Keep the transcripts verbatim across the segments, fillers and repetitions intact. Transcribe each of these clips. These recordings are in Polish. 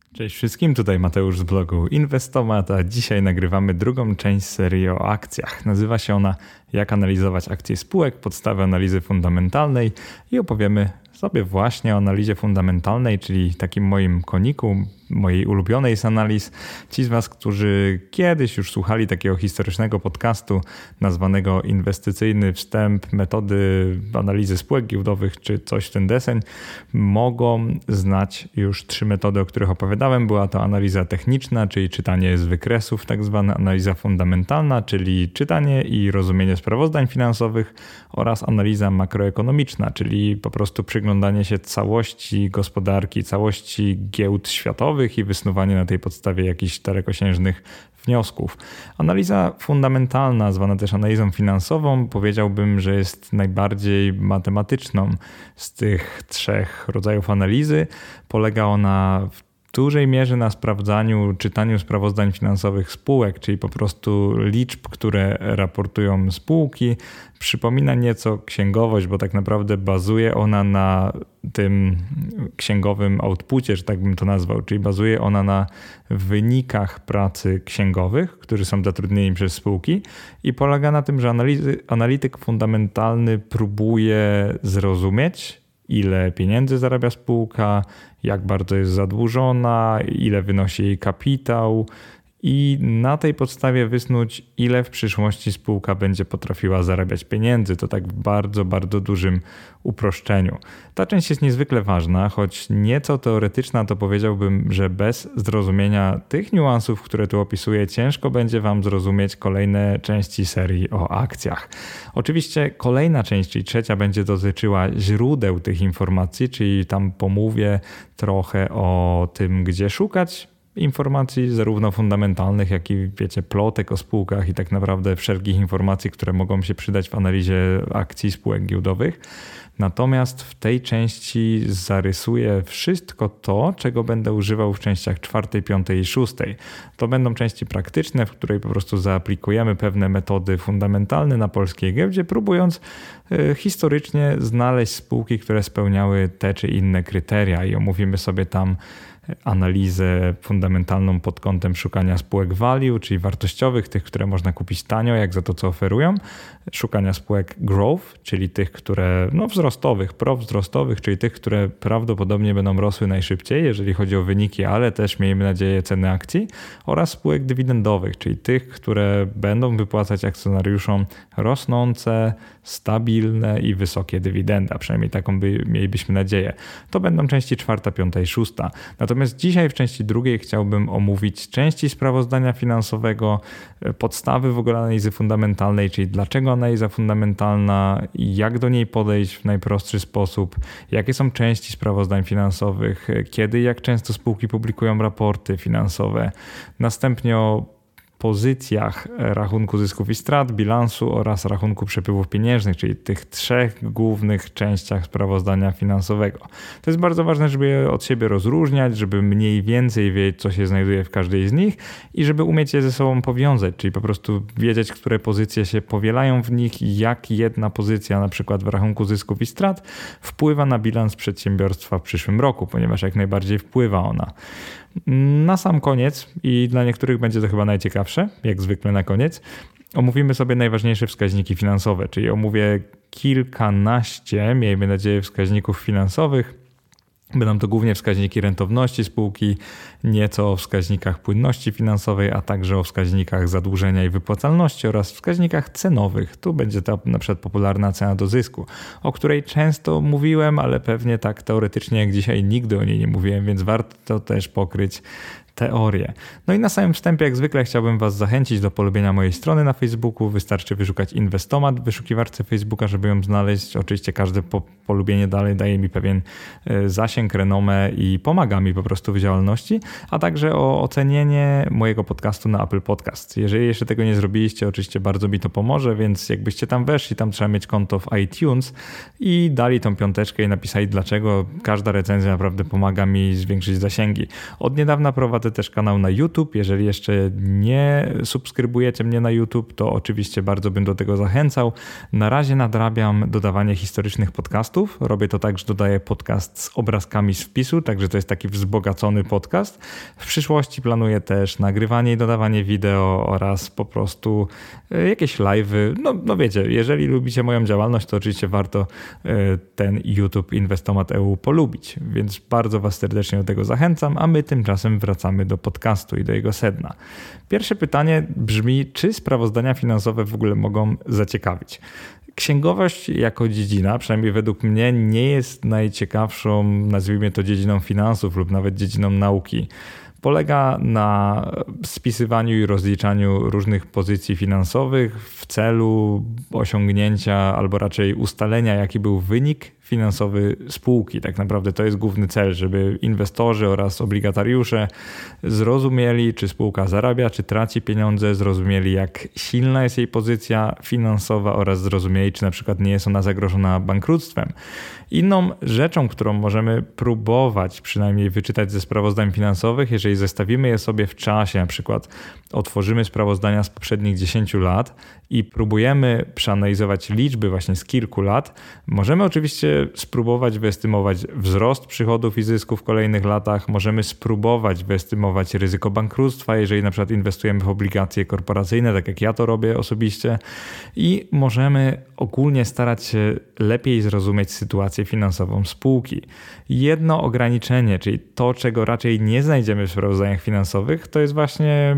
Cześć wszystkim, tutaj Mateusz z blogu Inwestomat, a dzisiaj nagrywamy drugą część serii o akcjach. Nazywa się ona Jak analizować akcje spółek, podstawy analizy fundamentalnej i opowiemy sobie właśnie o analizie fundamentalnej, czyli takim moim koniku, mojej ulubionej z analiz. Ci z Was, którzy kiedyś już słuchali takiego historycznego podcastu nazwanego Inwestycyjny Wstęp Metody Analizy Spółek Giełdowych, czy coś w ten deseń, mogą znać już trzy metody, o których opowiadałem. Była to analiza techniczna, czyli czytanie z wykresów, tak zwana analiza fundamentalna, czyli czytanie i rozumienie sprawozdań finansowych, oraz analiza makroekonomiczna, czyli po prostu przyglądanie się całości gospodarki, całości giełd światowych i wysnuwanie na tej podstawie jakichś dalekosiężnych wniosków. Analiza fundamentalna, zwana też analizą finansową, powiedziałbym, że jest najbardziej matematyczną z tych trzech rodzajów analizy. Polega ona w W dużej mierze na sprawdzaniu, czytaniu sprawozdań finansowych spółek, czyli po prostu liczb, które raportują spółki. Przypomina nieco księgowość, bo tak naprawdę bazuje ona na tym księgowym outpucie, że tak bym to nazwał, czyli bazuje ona na wynikach pracy księgowych, którzy są zatrudnieni przez spółki i polega na tym, że analizy, analityk fundamentalny próbuje zrozumieć, ile pieniędzy zarabia spółka, jak bardzo jest zadłużona, ile wynosi jej kapitał i na tej podstawie wysnuć, ile w przyszłości spółka będzie potrafiła zarabiać pieniędzy. To tak w bardzo, bardzo dużym uproszczeniu. Ta część jest niezwykle ważna, choć nieco teoretyczna, to powiedziałbym, że bez zrozumienia tych niuansów, które tu opisuję, ciężko będzie Wam zrozumieć kolejne części serii o akcjach. Oczywiście kolejna część, czyli trzecia, będzie dotyczyła źródeł tych informacji, czyli tam pomówię trochę o tym, gdzie szukać informacji zarówno fundamentalnych, jak i wiecie, plotek o spółkach i tak naprawdę wszelkich informacji, które mogą się przydać w analizie akcji spółek giełdowych. Natomiast w tej części zarysuję wszystko to, czego będę używał w częściach czwartej, piątej i szóstej. To będą części praktyczne, w której po prostu zaaplikujemy pewne metody fundamentalne na polskiej giełdzie, próbując y, historycznie znaleźć spółki, które spełniały te czy inne kryteria i omówimy sobie tam analizę fundamentalną pod kątem szukania spółek value, czyli wartościowych, tych, które można kupić tanio, jak za to, co oferują. Szukania spółek growth, czyli tych, które no wzrostowych, prowzrostowych, czyli tych, które prawdopodobnie będą rosły najszybciej, jeżeli chodzi o wyniki, ale też miejmy nadzieję ceny akcji, oraz spółek dywidendowych, czyli tych, które będą wypłacać akcjonariuszom rosnące, stabilne i wysokie dywidendy, a przynajmniej taką by, mielibyśmy nadzieję. To będą części czwarta, piąta i szósta. Natomiast dzisiaj w części drugiej chciałbym omówić części sprawozdania finansowego, podstawy w ogóle analizy fundamentalnej, czyli dlaczego analiza fundamentalna, jak do niej podejść w najprostszy sposób, jakie są części sprawozdań finansowych, kiedy i jak często spółki publikują raporty finansowe. Następnie o pozycjach rachunku zysków i strat, bilansu oraz rachunku przepływów pieniężnych, czyli tych trzech głównych częściach sprawozdania finansowego. To jest bardzo ważne, żeby je od siebie rozróżniać, żeby mniej więcej wiedzieć, co się znajduje w każdej z nich i żeby umieć je ze sobą powiązać, czyli po prostu wiedzieć, które pozycje się powielają w nich i jak jedna pozycja, na przykład w rachunku zysków i strat, wpływa na bilans przedsiębiorstwa w przyszłym roku, ponieważ jak najbardziej wpływa ona. Na sam koniec, i dla niektórych będzie to chyba najciekawsze, jak zwykle na koniec, omówimy sobie najważniejsze wskaźniki finansowe, czyli omówię kilkanaście, miejmy nadzieję, wskaźników finansowych. Będą to głównie wskaźniki rentowności spółki, nieco o wskaźnikach płynności finansowej, a także o wskaźnikach zadłużenia i wypłacalności oraz wskaźnikach cenowych. Tu będzie ta na przykład popularna cena do zysku, o której często mówiłem, ale pewnie tak teoretycznie jak dzisiaj nigdy o niej nie mówiłem, więc warto to też pokryć teorię. No i na samym wstępie, jak zwykle, chciałbym Was zachęcić do polubienia mojej strony na Facebooku. Wystarczy wyszukać Inwestomat w wyszukiwarce Facebooka, żeby ją znaleźć. Oczywiście każde po- polubienie dalej daje mi pewien zasięg, renomę i pomaga mi po prostu w działalności, a także o ocenienie mojego podcastu na Apple Podcast. Jeżeli jeszcze tego nie zrobiliście, oczywiście bardzo mi to pomoże, więc jakbyście tam weszli, tam trzeba mieć konto w iTunes i dali tą piąteczkę i napisali dlaczego. Każda recenzja naprawdę pomaga mi zwiększyć zasięgi. Od niedawna prowadzę Prowadzę też kanał na YouTube. Jeżeli jeszcze nie subskrybujecie mnie na YouTube, to oczywiście bardzo bym do tego zachęcał. Na razie nadrabiam dodawanie historycznych podcastów. Robię to tak, że dodaję podcast z obrazkami z wpisu, także to jest taki wzbogacony podcast. W przyszłości planuję też nagrywanie i dodawanie wideo oraz po prostu jakieś live'y. No, no wiecie, jeżeli lubicie moją działalność, to oczywiście warto ten YouTube Inwestomat kropka e u polubić, więc bardzo Was serdecznie do tego zachęcam, a my tymczasem wracamy do podcastu i do jego sedna. Pierwsze pytanie brzmi, czy sprawozdania finansowe w ogóle mogą zaciekawić? Księgowość jako dziedzina, przynajmniej według mnie, nie jest najciekawszą, nazwijmy to dziedziną finansów lub nawet dziedziną nauki. Polega na spisywaniu i rozliczaniu różnych pozycji finansowych w celu osiągnięcia albo raczej ustalenia, jaki był wynik finansowy spółki. Tak naprawdę to jest główny cel, żeby inwestorzy oraz obligatariusze zrozumieli, czy spółka zarabia, czy traci pieniądze, zrozumieli, jak silna jest jej pozycja finansowa oraz zrozumieli, czy na przykład nie jest ona zagrożona bankructwem. Inną rzeczą, którą możemy próbować przynajmniej wyczytać ze sprawozdań finansowych, jeżeli zestawimy je sobie w czasie, na przykład otworzymy sprawozdania z poprzednich dziesięciu lat i próbujemy przeanalizować liczby właśnie z kilku lat, możemy oczywiście spróbować wyestymować wzrost przychodów i zysków w kolejnych latach, możemy spróbować wyestymować ryzyko bankructwa, jeżeli na przykład inwestujemy w obligacje korporacyjne, tak jak ja to robię osobiście, i możemy ogólnie starać się lepiej zrozumieć sytuację finansową spółki. Jedno ograniczenie, czyli to, czego raczej nie znajdziemy w sprawozdaniach finansowych, to jest właśnie,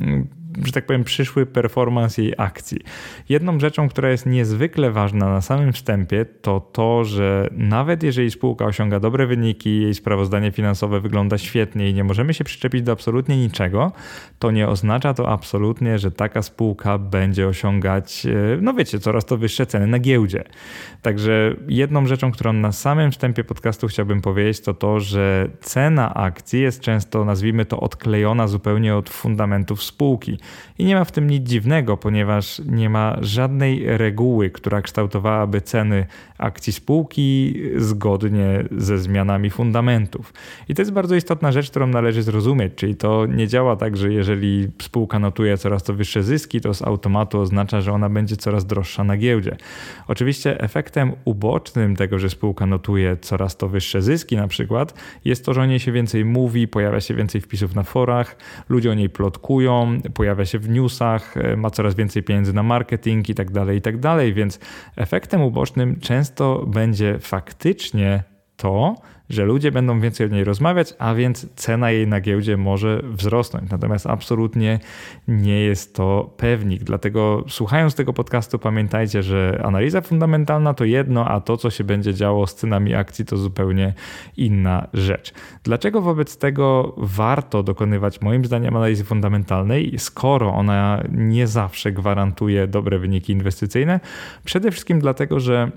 że tak powiem, przyszły performance jej akcji. Jedną rzeczą, która jest niezwykle ważna na samym wstępie, to to, że nawet jeżeli spółka osiąga dobre wyniki, jej sprawozdanie finansowe wygląda świetnie i nie możemy się przyczepić do absolutnie niczego, to nie oznacza to absolutnie, że taka spółka będzie osiągać, no wiecie, coraz to wyższe ceny na giełdzie. Także jedną rzeczą, którą na samym wstępie podcastu chciałbym powiedzieć, to to, że cena akcji jest często, nazwijmy to, odklejona zupełnie od fundamentów spółki. I nie ma w tym nic dziwnego, ponieważ nie ma żadnej reguły, która kształtowałaby ceny akcji spółki zgodnie ze zmianami fundamentów. I to jest bardzo istotna rzecz, którą należy zrozumieć, czyli to nie działa tak, że jeżeli spółka notuje coraz to wyższe zyski, to z automatu oznacza, że ona będzie coraz droższa na giełdzie. Oczywiście efektem ubocznym tego, że spółka notuje coraz to wyższe zyski na przykład, jest to, że o niej się więcej mówi, pojawia się więcej wpisów na forach, ludzie o niej plotkują, pojawia się w newsach, ma coraz więcej pieniędzy na marketing i tak dalej, i tak dalej, więc efektem ubocznym często będzie faktycznie to, że ludzie będą więcej o niej rozmawiać, a więc cena jej na giełdzie może wzrosnąć. Natomiast absolutnie nie jest to pewnik. Dlatego słuchając tego podcastu pamiętajcie, że analiza fundamentalna to jedno, a to, co się będzie działo z cenami akcji, to zupełnie inna rzecz. Dlaczego wobec tego warto dokonywać moim zdaniem analizy fundamentalnej, skoro ona nie zawsze gwarantuje dobre wyniki inwestycyjne? Przede wszystkim dlatego, że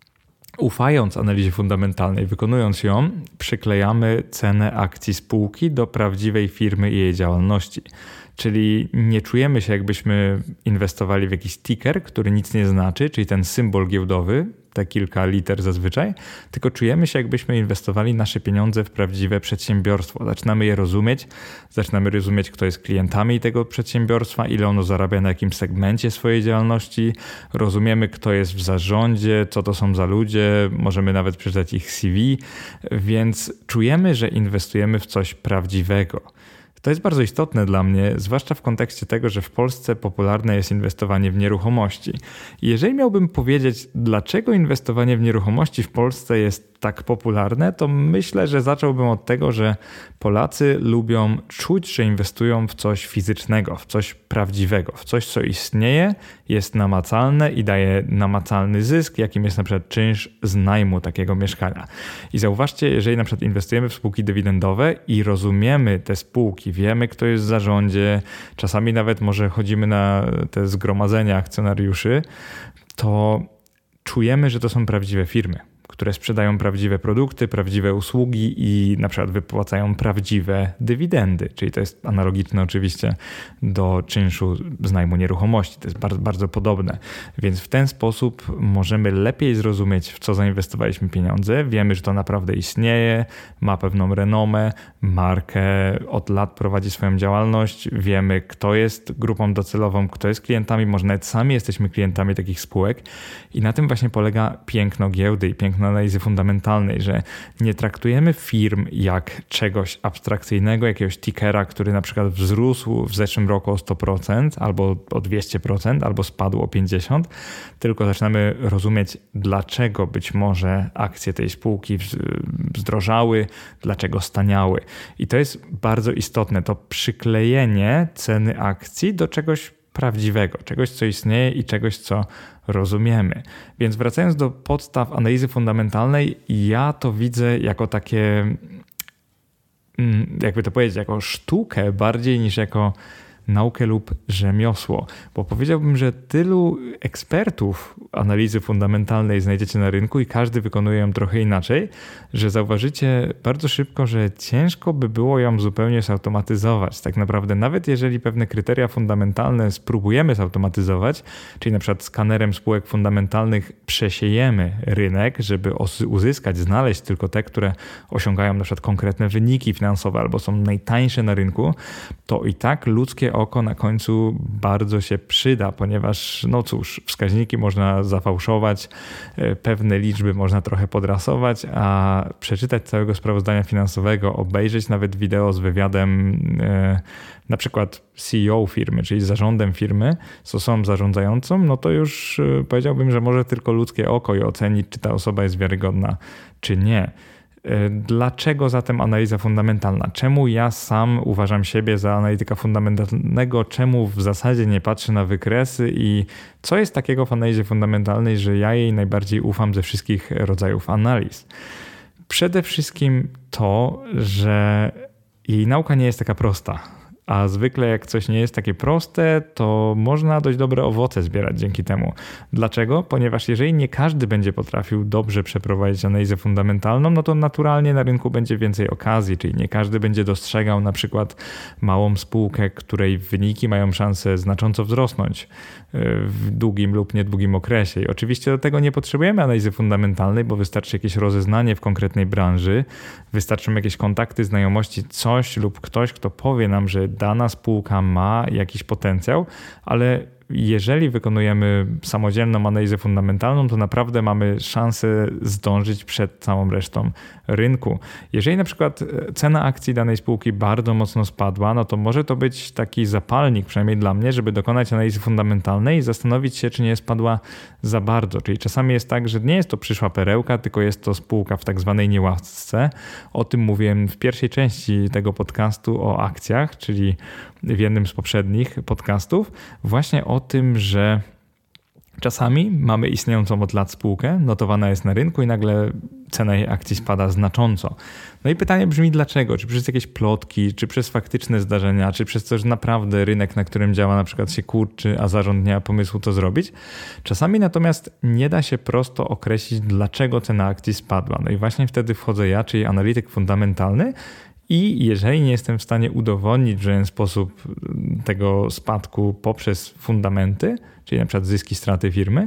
ufając analizie fundamentalnej, wykonując ją, przyklejamy cenę akcji spółki do prawdziwej firmy i jej działalności. Czyli nie czujemy się, jakbyśmy inwestowali w jakiś ticker, który nic nie znaczy, czyli ten symbol giełdowy, te kilka liter zazwyczaj, tylko czujemy się, jakbyśmy inwestowali nasze pieniądze w prawdziwe przedsiębiorstwo. Zaczynamy je rozumieć, zaczynamy rozumieć, kto jest klientami tego przedsiębiorstwa, ile ono zarabia na jakim segmencie swojej działalności, rozumiemy, kto jest w zarządzie, co to są za ludzie, możemy nawet przeczytać ich C V, więc czujemy, że inwestujemy w coś prawdziwego. To jest bardzo istotne dla mnie, zwłaszcza w kontekście tego, że w Polsce popularne jest inwestowanie w nieruchomości. I jeżeli miałbym powiedzieć, dlaczego inwestowanie w nieruchomości w Polsce jest tak popularne, to myślę, że zacząłbym od tego, że Polacy lubią czuć, że inwestują w coś fizycznego, w coś prawdziwego, w coś, co istnieje, jest namacalne i daje namacalny zysk, jakim jest na przykład czynsz z najmu takiego mieszkania. I zauważcie, jeżeli na przykład inwestujemy w spółki dywidendowe i rozumiemy te spółki, wiemy, kto jest w zarządzie, czasami nawet może chodzimy na te zgromadzenia akcjonariuszy, to czujemy, że to są prawdziwe firmy, które sprzedają prawdziwe produkty, prawdziwe usługi i na przykład wypłacają prawdziwe dywidendy, czyli to jest analogiczne oczywiście do czynszu z najmu nieruchomości. To jest bardzo, bardzo podobne. Więc w ten sposób możemy lepiej zrozumieć, w co zainwestowaliśmy pieniądze. Wiemy, że to naprawdę istnieje, ma pewną renomę, markę, od lat prowadzi swoją działalność, wiemy, kto jest grupą docelową, kto jest klientami, może nawet sami jesteśmy klientami takich spółek i na tym właśnie polega piękno giełdy i piękno analizy fundamentalnej, że nie traktujemy firm jak czegoś abstrakcyjnego, jakiegoś tickera, który na przykład wzrósł w zeszłym roku o sto procent albo o dwieście procent, albo spadł o pięćdziesiąt procent, tylko zaczynamy rozumieć, dlaczego być może akcje tej spółki zdrożały, dlaczego staniały. I to jest bardzo istotne, to przyklejenie ceny akcji do czegoś prawdziwego, czegoś, co istnieje i czegoś, co rozumiemy. Więc wracając do podstaw analizy fundamentalnej, ja to widzę jako takie, jakby to powiedzieć, jako sztukę bardziej niż jako naukę lub rzemiosło, bo powiedziałbym, że tylu ekspertów analizy fundamentalnej znajdziecie na rynku i każdy wykonuje ją trochę inaczej, że zauważycie bardzo szybko, że ciężko by było ją zupełnie zautomatyzować. Tak naprawdę nawet jeżeli pewne kryteria fundamentalne spróbujemy zautomatyzować, czyli na przykład skanerem spółek fundamentalnych przesiejemy rynek, żeby uzyskać, znaleźć tylko te, które osiągają na przykład konkretne wyniki finansowe albo są najtańsze na rynku, to i tak ludzkie oko na końcu bardzo się przyda, ponieważ no cóż, wskaźniki można zafałszować, pewne liczby można trochę podrasować, a przeczytać całego sprawozdania finansowego, obejrzeć nawet wideo z wywiadem na przykład C E O firmy, czyli z zarządem firmy, z osobą zarządzającą, no to już powiedziałbym, że może tylko ludzkie oko i ocenić, czy ta osoba jest wiarygodna, czy nie. Dlaczego zatem analiza fundamentalna? Czemu ja sam uważam siebie za analityka fundamentalnego? Czemu w zasadzie nie patrzę na wykresy i co jest takiego w analizie fundamentalnej, że ja jej najbardziej ufam ze wszystkich rodzajów analiz? Przede wszystkim to, że jej nauka nie jest taka prosta. A zwykle jak coś nie jest takie proste, to można dość dobre owoce zbierać dzięki temu. Dlaczego? Ponieważ jeżeli nie każdy będzie potrafił dobrze przeprowadzić analizę fundamentalną, no to naturalnie na rynku będzie więcej okazji, czyli nie każdy będzie dostrzegał na przykład małą spółkę, której wyniki mają szansę znacząco wzrosnąć w długim lub niedługim okresie. I oczywiście do tego nie potrzebujemy analizy fundamentalnej, bo wystarczy jakieś rozeznanie w konkretnej branży, wystarczą jakieś kontakty, znajomości, coś lub ktoś, kto powie nam, że dana spółka ma jakiś potencjał, ale jeżeli wykonujemy samodzielną analizę fundamentalną, to naprawdę mamy szansę zdążyć przed całą resztą rynku. Jeżeli na przykład cena akcji danej spółki bardzo mocno spadła, no to może to być taki zapalnik, przynajmniej dla mnie, żeby dokonać analizy fundamentalnej i zastanowić się, czy nie spadła za bardzo. Czyli czasami jest tak, że nie jest to przyszła perełka, tylko jest to spółka w tak zwanej niełasce. O tym mówiłem w pierwszej części tego podcastu o akcjach, czyli w jednym z poprzednich podcastów, właśnie o tym, że czasami mamy istniejącą od lat spółkę, notowana jest na rynku i nagle cena jej akcji spada znacząco. No i pytanie brzmi dlaczego? Czy przez jakieś plotki, czy przez faktyczne zdarzenia, czy przez to, że naprawdę rynek, na którym działa na przykład się kurczy, a zarząd nie ma pomysłu co zrobić? Czasami natomiast nie da się prosto określić, dlaczego cena akcji spadła. No i właśnie wtedy wchodzę ja, czyli analityk fundamentalny, i jeżeli nie jestem w stanie udowodnić w żaden sposób tego spadku poprzez fundamenty, czyli na przykład zyski, straty firmy,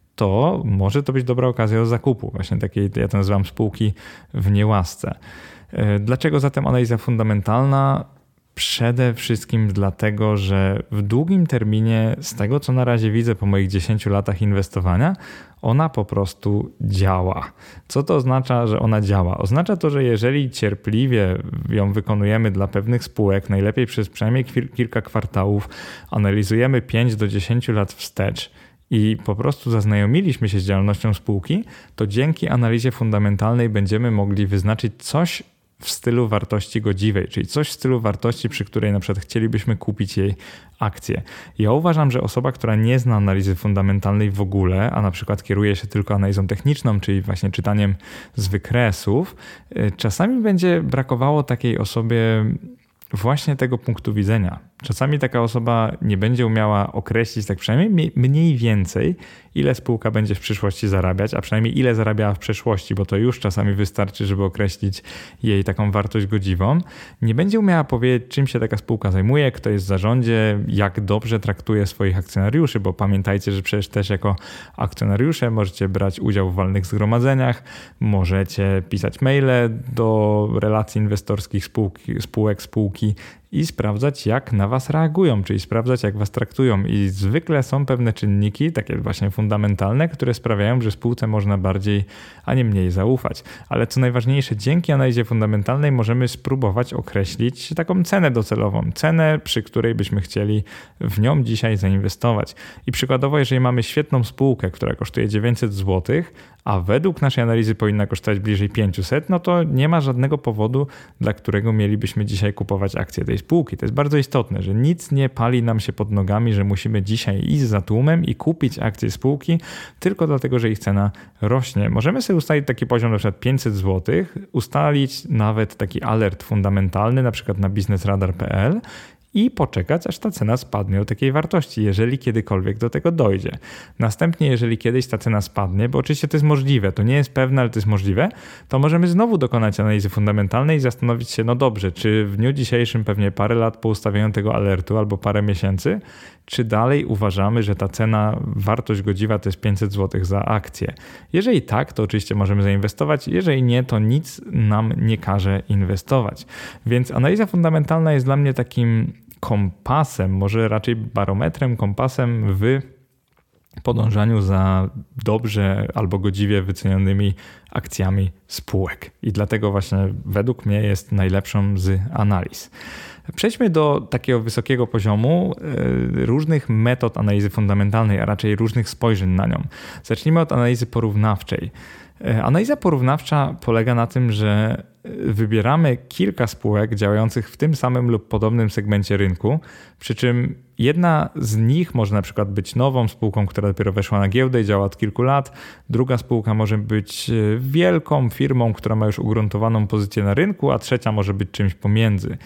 to może to być dobra okazja do zakupu. Właśnie takiej, ja to nazywam spółki w niełasce. Dlaczego zatem analiza fundamentalna? Przede wszystkim dlatego, że w długim terminie, z tego co na razie widzę po moich dziesięciu latach inwestowania, ona po prostu działa. Co to oznacza, że ona działa? Oznacza to, że jeżeli cierpliwie ją wykonujemy dla pewnych spółek, najlepiej przez przynajmniej kilka kwartałów, analizujemy pięć do dziesięciu lat wstecz i po prostu zaznajomiliśmy się z działalnością spółki, to dzięki analizie fundamentalnej będziemy mogli wyznaczyć coś w stylu wartości godziwej, czyli coś w stylu wartości, przy której na przykład chcielibyśmy kupić jej akcję. Ja uważam, że osoba, która nie zna analizy fundamentalnej w ogóle, a na przykład kieruje się tylko analizą techniczną, czyli właśnie czytaniem z wykresów, czasami będzie brakowało takiej osobie właśnie tego punktu widzenia. Czasami taka osoba nie będzie umiała określić tak przynajmniej mniej więcej, ile spółka będzie w przyszłości zarabiać, a przynajmniej ile zarabiała w przeszłości, bo to już czasami wystarczy, żeby określić jej taką wartość godziwą. Nie będzie umiała powiedzieć, czym się taka spółka zajmuje, kto jest w zarządzie, jak dobrze traktuje swoich akcjonariuszy, bo pamiętajcie, że przecież też jako akcjonariusze możecie brać udział w walnych zgromadzeniach, możecie pisać maile do relacji inwestorskich spółki, spółek, spółki i sprawdzać, jak na was reagują, czyli sprawdzać, jak was traktują. I zwykle są pewne czynniki, takie właśnie fundamentalne, które sprawiają, że spółce można bardziej, a nie mniej zaufać. Ale co najważniejsze, dzięki analizie fundamentalnej możemy spróbować określić taką cenę docelową, cenę, przy której byśmy chcieli w nią dzisiaj zainwestować. I przykładowo, jeżeli mamy świetną spółkę, która kosztuje dziewięćset złotych, a według naszej analizy powinna kosztować bliżej pięćset, no to nie ma żadnego powodu, dla którego mielibyśmy dzisiaj kupować akcje tej spółki. To jest bardzo istotne, że nic nie pali nam się pod nogami, że musimy dzisiaj iść za tłumem i kupić akcje spółki tylko dlatego, że ich cena rośnie. Możemy sobie ustalić taki poziom na przykład pięćset złotych, ustalić nawet taki alert fundamentalny, na przykład na biznesradar kropka pe el i poczekać, aż ta cena spadnie do takiej wartości, jeżeli kiedykolwiek do tego dojdzie. Następnie, jeżeli kiedyś ta cena spadnie, bo oczywiście to jest możliwe, to nie jest pewne, ale to jest możliwe, to możemy znowu dokonać analizy fundamentalnej i zastanowić się, no dobrze, czy w dniu dzisiejszym pewnie parę lat po ustawieniu tego alertu albo parę miesięcy, czy dalej uważamy, że ta cena, wartość godziwa to jest pięćset złotych za akcję. Jeżeli tak, to oczywiście możemy zainwestować, jeżeli nie, to nic nam nie każe inwestować. Więc analiza fundamentalna jest dla mnie takim kompasem, może raczej barometrem, kompasem w podążaniu za dobrze albo godziwie wycenionymi akcjami spółek. I dlatego właśnie według mnie jest najlepszą z analiz. Przejdźmy do takiego wysokiego poziomu różnych metod analizy fundamentalnej, a raczej różnych spojrzeń na nią. Zacznijmy od analizy porównawczej. Analiza porównawcza polega na tym, że wybieramy kilka spółek działających w tym samym lub podobnym segmencie rynku, przy czym jedna z nich może na przykład być nową spółką, która dopiero weszła na giełdę i działa od kilku lat. Druga spółka może być wielką firmą, która ma już ugruntowaną pozycję na rynku, a trzecia może być czymś pomiędzy.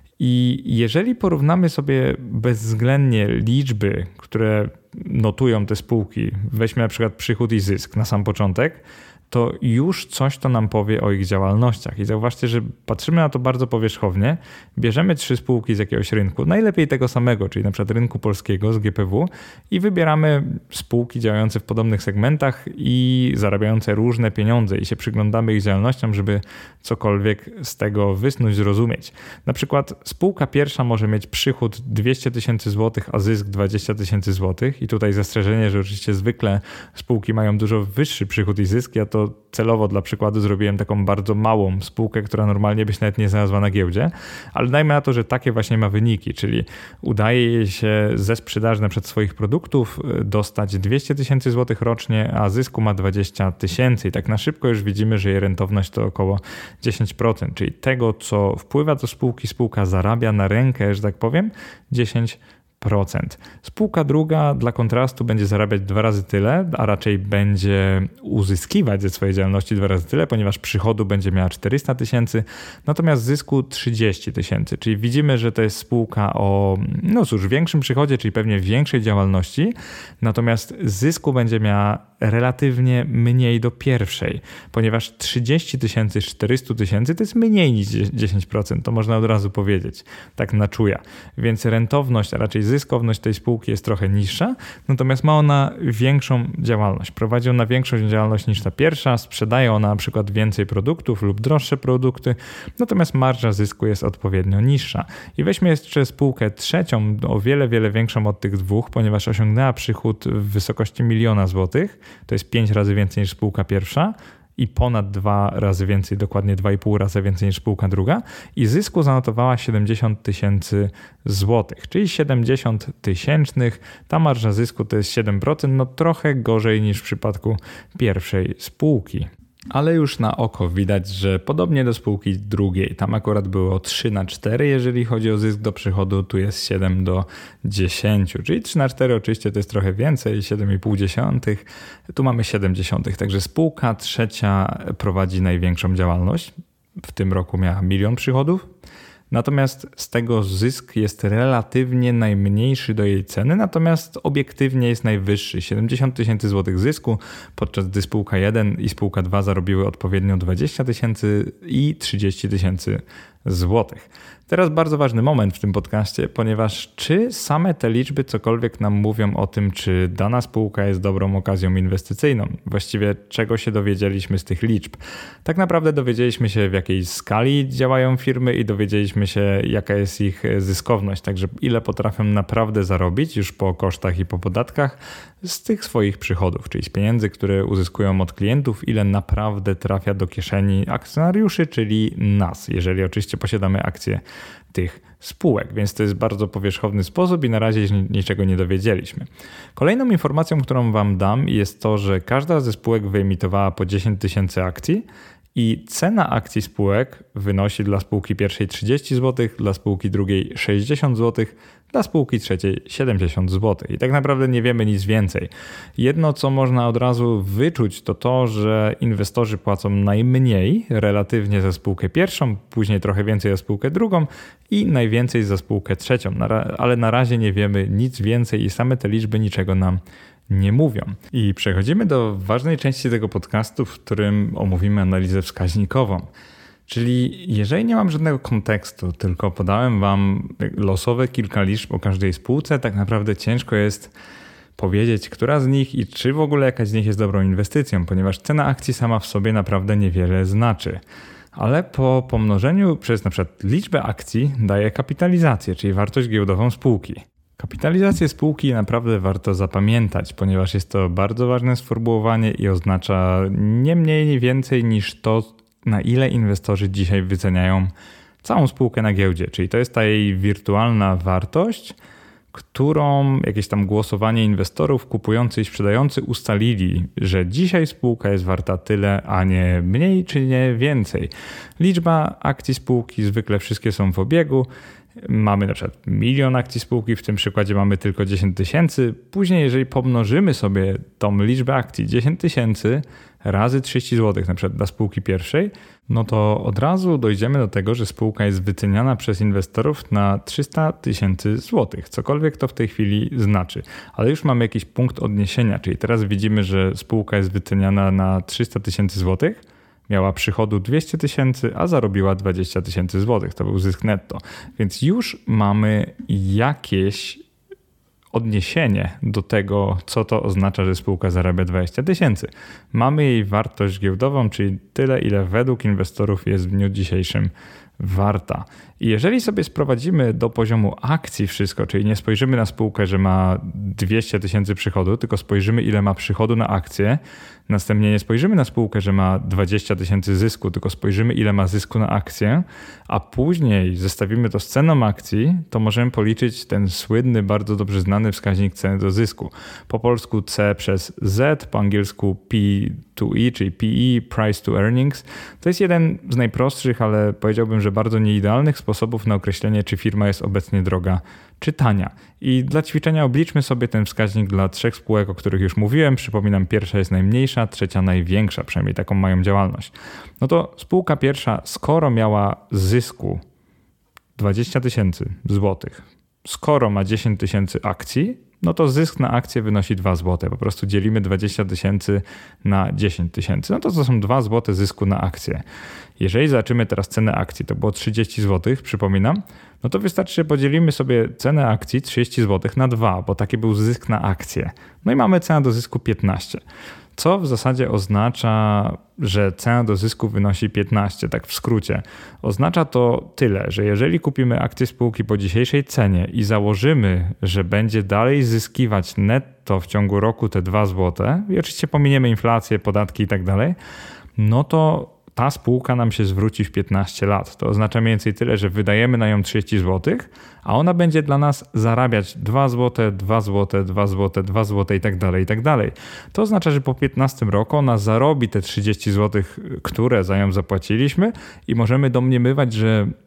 I jeżeli porównamy sobie bezwzględnie liczby, które notują te spółki, weźmy na przykład przychód i zysk na sam początek, to już coś to nam powie o ich działalnościach. I zauważcie, że patrzymy na to bardzo powierzchownie, bierzemy trzy spółki z jakiegoś rynku, najlepiej tego samego, czyli na przykład rynku polskiego z G P W i wybieramy spółki działające w podobnych segmentach i zarabiające różne pieniądze i się przyglądamy ich działalnościom, żeby cokolwiek z tego wysnuć, zrozumieć. Na przykład spółka pierwsza może mieć przychód dwieście tysięcy złotych, a zysk dwadzieścia tysięcy złotych i tutaj zastrzeżenie, że oczywiście zwykle spółki mają dużo wyższy przychód i zysk. Ja to celowo dla przykładu zrobiłem taką bardzo małą spółkę, która normalnie by się nawet nie znalazła na giełdzie, ale dajmy na to, że takie właśnie ma wyniki, czyli udaje jej się ze sprzedaży na przykład swoich produktów dostać dwieście tysięcy złotych rocznie, a zysku ma dwadzieścia tysięcy i tak na szybko już widzimy, że jej rentowność to około dziesięć procent, czyli tego, co wpływa do spółki, spółka zarabia na rękę, że tak powiem, dziesięć procent. Spółka druga dla kontrastu będzie zarabiać dwa razy tyle, a raczej będzie uzyskiwać ze swojej działalności dwa razy tyle, ponieważ przychodu będzie miała czterysta tysięcy, natomiast zysku trzydzieści tysięcy. Czyli widzimy, że to jest spółka o, no cóż, większym przychodzie, czyli pewnie większej działalności, natomiast zysku będzie miała relatywnie mniej do pierwszej, ponieważ trzydzieści tysięcy z czterystu tysięcy to jest mniej niż dziesięć procent, to można od razu powiedzieć, tak na czuja. Więc rentowność, a raczej zyskowność tej spółki jest trochę niższa, natomiast ma ona większą działalność. Prowadzi ona większą działalność niż ta pierwsza, sprzedaje ona na przykład więcej produktów lub droższe produkty, natomiast marża zysku jest odpowiednio niższa. I weźmy jeszcze spółkę trzecią, o wiele, wiele większą od tych dwóch, ponieważ osiągnęła przychód w wysokości miliona złotych, to jest pięć razy więcej niż spółka pierwsza, i ponad dwa razy więcej, dokładnie dwa i pół razy więcej niż spółka druga i zysku zanotowała siedemdziesiąt tysięcy złotych, czyli siedemdziesiąt tysięcznych, ta marża zysku to jest siedem procent, no trochę gorzej niż w przypadku pierwszej spółki. Ale już na oko widać, że podobnie do spółki drugiej, tam akurat było trzy na cztery, jeżeli chodzi o zysk do przychodu, tu jest siedem do dziesięciu, czyli trzy na cztery oczywiście to jest trochę więcej, siedem i pół dziesiątych, tu mamy siedem dziesiątych, także spółka trzecia prowadzi największą działalność, w tym roku miała milion przychodów, natomiast z tego zysk jest relatywnie najmniejszy do jej ceny, natomiast obiektywnie jest najwyższy, siedemdziesiąt tysięcy złotych zysku, podczas gdy spółka jeden i spółka dwa zarobiły odpowiednio dwadzieścia tysięcy i trzydzieści tysięcy złotych. Teraz bardzo ważny moment w tym podcaście, ponieważ czy same te liczby cokolwiek nam mówią o tym, czy dana spółka jest dobrą okazją inwestycyjną? Właściwie czego się dowiedzieliśmy z tych liczb? Tak naprawdę dowiedzieliśmy się, w jakiej skali działają firmy i dowiedzieliśmy się, jaka jest ich zyskowność, także ile potrafią naprawdę zarobić już po kosztach i po podatkach z tych swoich przychodów, czyli z pieniędzy, które uzyskują od klientów, ile naprawdę trafia do kieszeni akcjonariuszy, czyli nas, jeżeli oczywiście posiadamy akcje tych spółek, więc to jest bardzo powierzchowny sposób i na razie niczego nie dowiedzieliśmy. Kolejną informacją, którą wam dam, jest to, że każda ze spółek wyemitowała po dziesięć tysięcy akcji i cena akcji spółek wynosi dla spółki pierwszej trzydzieści złotych, dla spółki drugiej sześćdziesiąt złotych, dla spółki trzeciej siedemdziesiąt złotych. I tak naprawdę nie wiemy nic więcej. Jedno, co można od razu wyczuć, to to, że inwestorzy płacą najmniej relatywnie za spółkę pierwszą, później trochę więcej za spółkę drugą i najwięcej za spółkę trzecią. Ale na razie nie wiemy nic więcej i same te liczby niczego nam nie mówią. I przechodzimy do ważnej części tego podcastu, w którym omówimy analizę wskaźnikową. Czyli jeżeli nie mam żadnego kontekstu, tylko podałem wam losowe kilka liczb o każdej spółce, tak naprawdę ciężko jest powiedzieć, która z nich i czy w ogóle jakaś z nich jest dobrą inwestycją, ponieważ cena akcji sama w sobie naprawdę niewiele znaczy. Ale po pomnożeniu przez na przykład liczbę akcji daje kapitalizację, czyli wartość giełdową spółki. Kapitalizację spółki naprawdę warto zapamiętać, ponieważ jest to bardzo ważne sformułowanie i oznacza nie mniej, nie więcej niż to, na ile inwestorzy dzisiaj wyceniają całą spółkę na giełdzie. Czyli to jest ta jej wirtualna wartość, którą jakieś tam głosowanie inwestorów kupujący i sprzedający ustalili, że dzisiaj spółka jest warta tyle, a nie mniej czy nie więcej. Liczba akcji spółki, zwykle wszystkie są w obiegu. Mamy na przykład milion akcji spółki, w tym przykładzie mamy tylko dziesięć tysięcy. Później jeżeli pomnożymy sobie tą liczbę akcji dziesięć tysięcy razy trzydzieści złotych na przykład dla spółki pierwszej, no to od razu dojdziemy do tego, że spółka jest wyceniana przez inwestorów na trzysta tysięcy złotych, cokolwiek to w tej chwili znaczy. Ale już mamy jakiś punkt odniesienia, czyli teraz widzimy, że spółka jest wyceniana na trzysta tysięcy złotych, miała przychodu dwieście tysięcy, a zarobiła dwadzieścia tysięcy złotych. To był zysk netto. Więc już mamy jakieś odniesienie do tego, co to oznacza, że spółka zarabia dwadzieścia tysięcy. Mamy jej wartość giełdową, czyli tyle, ile według inwestorów jest w dniu dzisiejszym warta. I jeżeli sobie sprowadzimy do poziomu akcji wszystko, czyli nie spojrzymy na spółkę, że ma dwieście tysięcy przychodu, tylko spojrzymy, ile ma przychodu na akcję, następnie nie spojrzymy na spółkę, że ma dwadzieścia tysięcy zysku, tylko spojrzymy, ile ma zysku na akcję, a później zestawimy to z ceną akcji, to możemy policzyć ten słynny, bardzo dobrze znany wskaźnik ceny do zysku. Po polsku C przez Z, po angielsku P to E, czyli P E, Price to Earnings. To jest jeden z najprostszych, ale powiedziałbym, że bardzo nieidealnych sposobów na określenie, czy firma jest obecnie droga, czy tania. I dla ćwiczenia obliczmy sobie ten wskaźnik dla trzech spółek, o których już mówiłem. Przypominam, pierwsza jest najmniejsza, trzecia największa, przynajmniej taką mają działalność. No to spółka pierwsza, skoro miała zysku dwadzieścia tysięcy złotych, skoro ma dziesięć tysięcy akcji, no to zysk na akcję wynosi dwa złote. Po prostu dzielimy dwadzieścia tysięcy na dziesięć tysięcy. No to to są dwa złote zysku na akcję. Jeżeli zobaczymy teraz cenę akcji, to było trzydzieści złotych, przypominam, no to wystarczy, że podzielimy sobie cenę akcji trzydzieści złotych na dwa, bo taki był zysk na akcję. No i mamy cenę do zysku piętnaście. Co w zasadzie oznacza, że cena do zysku wynosi piętnaście, tak w skrócie. Oznacza to tyle, że jeżeli kupimy akcję spółki po dzisiejszej cenie i założymy, że będzie dalej zyskiwać netto w ciągu roku te dwa złote i oczywiście pominiemy inflację, podatki i tak dalej, no to ta spółka nam się zwróci w piętnaście lat. To oznacza mniej więcej tyle, że wydajemy na nią trzydzieści złotych, a ona będzie dla nas zarabiać dwa złote, dwa złote, dwa złote, dwa złote i tak dalej, i tak dalej. To oznacza, że po piętnastym roku ona zarobi te trzydzieści złotych, które za nią zapłaciliśmy i możemy domniemywać, że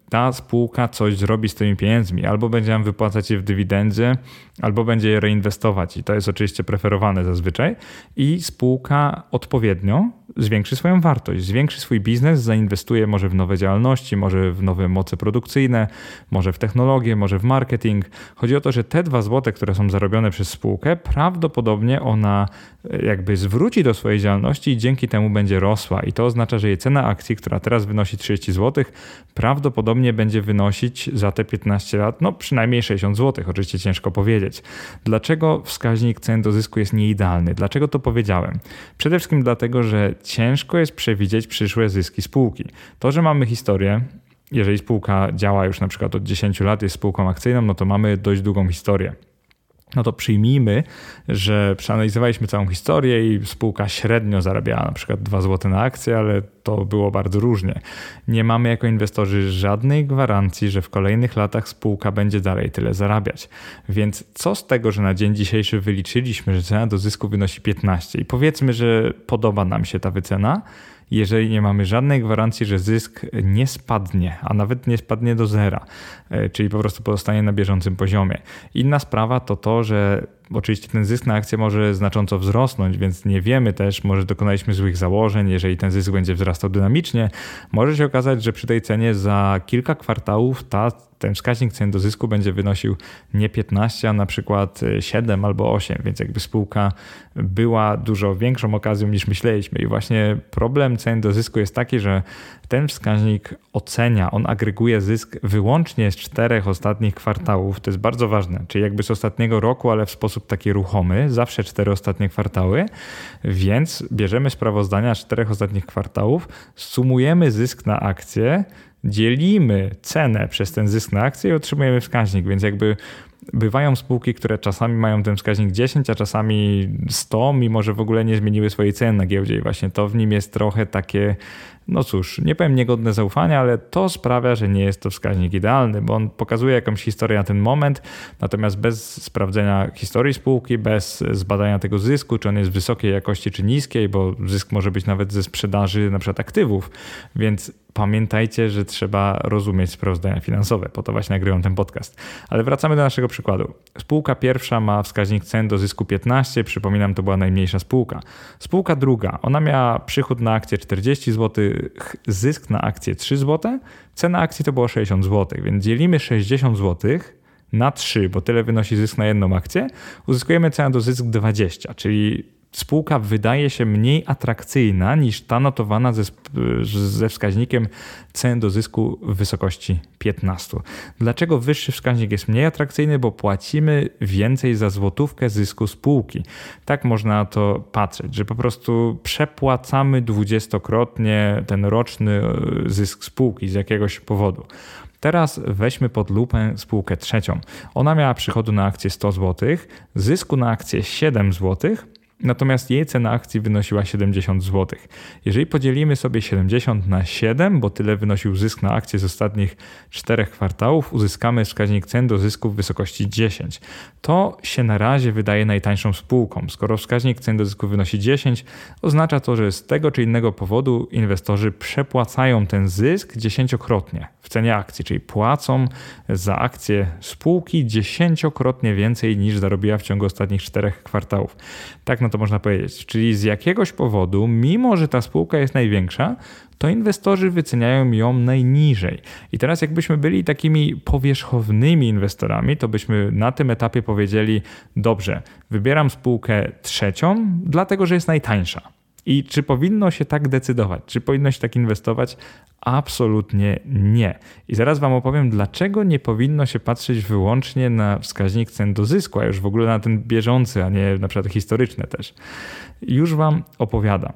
ta spółka coś zrobi z tymi pieniędzmi. Albo będzie nam wypłacać je w dywidendzie, albo będzie je reinwestować. I to jest oczywiście preferowane zazwyczaj. I spółka odpowiednio zwiększy swoją wartość, zwiększy swój biznes, zainwestuje może w nowe działalności, może w nowe moce produkcyjne, może w technologię, może w marketing. Chodzi o to, że te dwa złote, które są zarobione przez spółkę, prawdopodobnie ona jakby zwróci do swojej działalności i dzięki temu będzie rosła. I to oznacza, że jej cena akcji, która teraz wynosi trzydzieści złotych, prawdopodobnie będzie wynosić za te piętnaście lat, no przynajmniej sześćdziesiąt złotych. Oczywiście ciężko powiedzieć. Dlaczego wskaźnik cen do zysku jest nieidealny? Dlaczego to powiedziałem? Przede wszystkim dlatego, że ciężko jest przewidzieć przyszłe zyski spółki. To, że mamy historię, jeżeli spółka działa już na przykład od dziesięciu lat, jest spółką akcyjną, no to mamy dość długą historię. No to przyjmijmy, że przeanalizowaliśmy całą historię i spółka średnio zarabiała na przykład dwa złote na akcję, ale to było bardzo różnie. Nie mamy jako inwestorzy żadnej gwarancji, że w kolejnych latach spółka będzie dalej tyle zarabiać. Więc co z tego, że na dzień dzisiejszy wyliczyliśmy, że cena do zysku wynosi piętnaście i powiedzmy, że podoba nam się ta wycena, jeżeli nie mamy żadnej gwarancji, że zysk nie spadnie, a nawet nie spadnie do zera, czyli po prostu pozostanie na bieżącym poziomie. Inna sprawa to to, że oczywiście ten zysk na akcję może znacząco wzrosnąć, więc nie wiemy też, może dokonaliśmy złych założeń, jeżeli ten zysk będzie wzrastał dynamicznie, może się okazać, że przy tej cenie za kilka kwartałów ta, ten wskaźnik cen do zysku będzie wynosił nie piętnaście, a na przykład siedem albo osiem, więc jakby spółka była dużo większą okazją niż myśleliśmy. I właśnie problem cen do zysku jest taki, że ten wskaźnik ocenia, on agreguje zysk wyłącznie z czterech ostatnich kwartałów, to jest bardzo ważne, czyli jakby z ostatniego roku, ale w sposób taki ruchomy, zawsze cztery ostatnie kwartały, więc bierzemy sprawozdania czterech ostatnich kwartałów, sumujemy zysk na akcję, dzielimy cenę przez ten zysk na akcję i otrzymujemy wskaźnik, więc jakby bywają spółki, które czasami mają ten wskaźnik dziesięć, a czasami sto, mimo że w ogóle nie zmieniły swojej ceny na giełdzie i właśnie to w nim jest trochę takie, no cóż, nie powiem niegodne zaufania, ale to sprawia, że nie jest to wskaźnik idealny, bo on pokazuje jakąś historię na ten moment, natomiast bez sprawdzenia historii spółki, bez zbadania tego zysku, czy on jest wysokiej jakości, czy niskiej, bo zysk może być nawet ze sprzedaży na przykład aktywów, więc pamiętajcie, że trzeba rozumieć sprawozdania finansowe, po to właśnie nagrywam ten podcast. Ale wracamy do naszego przykładu. Spółka pierwsza ma wskaźnik cen do zysku piętnaście, przypominam, to była najmniejsza spółka. Spółka druga, ona miała przychód na akcję czterdzieści złotych, zysk na akcję trzy złote, cena akcji to było sześćdziesiąt złotych, więc dzielimy sześćdziesiąt złotych na trzy, bo tyle wynosi zysk na jedną akcję, uzyskujemy cenę do zysk dwadzieścia, czyli spółka wydaje się mniej atrakcyjna niż ta notowana ze, ze wskaźnikiem cen do zysku w wysokości piętnaście. Dlaczego wyższy wskaźnik jest mniej atrakcyjny? Bo płacimy więcej za złotówkę zysku spółki. Tak można na to patrzeć, że po prostu przepłacamy dwudziestokrotnie ten roczny zysk spółki z jakiegoś powodu. Teraz weźmy pod lupę spółkę trzecią. Ona miała przychodu na akcję sto złotych, zysku na akcję siedem złotych, natomiast jej cena akcji wynosiła siedemdziesiąt złotych. Jeżeli podzielimy sobie siedemdziesiąt na siedem, bo tyle wynosił zysk na akcję z ostatnich czterech kwartałów, uzyskamy wskaźnik cen do zysku w wysokości dziesięć. To się na razie wydaje najtańszą spółką. Skoro wskaźnik cen do zysku wynosi dziesięć, oznacza to, że z tego czy innego powodu inwestorzy przepłacają ten zysk dziesięciokrotnie w cenie akcji, czyli płacą za akcję spółki dziesięciokrotnie więcej niż zarobiła w ciągu ostatnich czterech kwartałów. Tak no to można powiedzieć. Czyli z jakiegoś powodu, mimo że ta spółka jest największa, to inwestorzy wyceniają ją najniżej. I teraz jakbyśmy byli takimi powierzchownymi inwestorami, to byśmy na tym etapie powiedzieli, dobrze, wybieram spółkę trzecią, dlatego że jest najtańsza. I czy powinno się tak decydować? Czy powinno się tak inwestować? Absolutnie nie. I zaraz wam opowiem, dlaczego nie powinno się patrzeć wyłącznie na wskaźnik cen do zysku, a już w ogóle na ten bieżący, a nie na przykład historyczny też. Już wam opowiadam.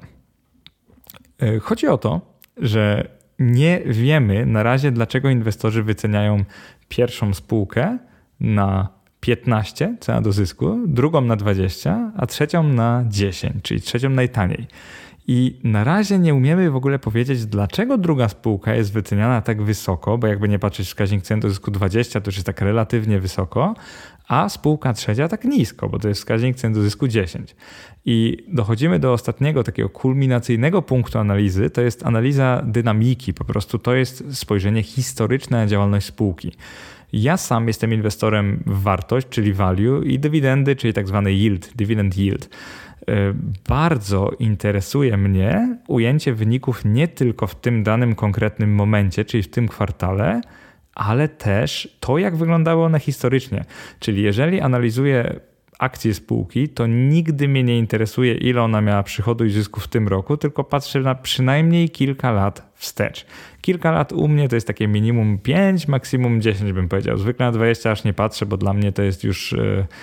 Chodzi o to, że nie wiemy na razie, dlaczego inwestorzy wyceniają pierwszą spółkę na piętnaście, cena do zysku, drugą na dwadzieścia, a trzecią na dziesięć, czyli trzecią najtaniej. I na razie nie umiemy w ogóle powiedzieć, dlaczego druga spółka jest wyceniana tak wysoko, bo jakby nie patrzeć, wskaźnik cen do zysku dwadzieścia to już jest tak relatywnie wysoko, a spółka trzecia tak nisko, bo to jest wskaźnik cen do zysku dziesięć. I dochodzimy do ostatniego takiego kulminacyjnego punktu analizy, to jest analiza dynamiki, po prostu to jest spojrzenie historyczne na działalność spółki. Ja sam jestem inwestorem w wartość, czyli value i dywidendy, czyli tak zwany yield, dividend yield. Bardzo interesuje mnie ujęcie wyników nie tylko w tym danym konkretnym momencie, czyli w tym kwartale, ale też to, jak wyglądały one historycznie. Czyli jeżeli analizuję akcje spółki, to nigdy mnie nie interesuje, ile ona miała przychodu i zysku w tym roku, tylko patrzę na przynajmniej kilka lat wstecz. Kilka lat u mnie to jest takie minimum pięć, maksimum dziesięć bym powiedział. Zwykle na dwadzieścia aż nie patrzę, bo dla mnie to jest już...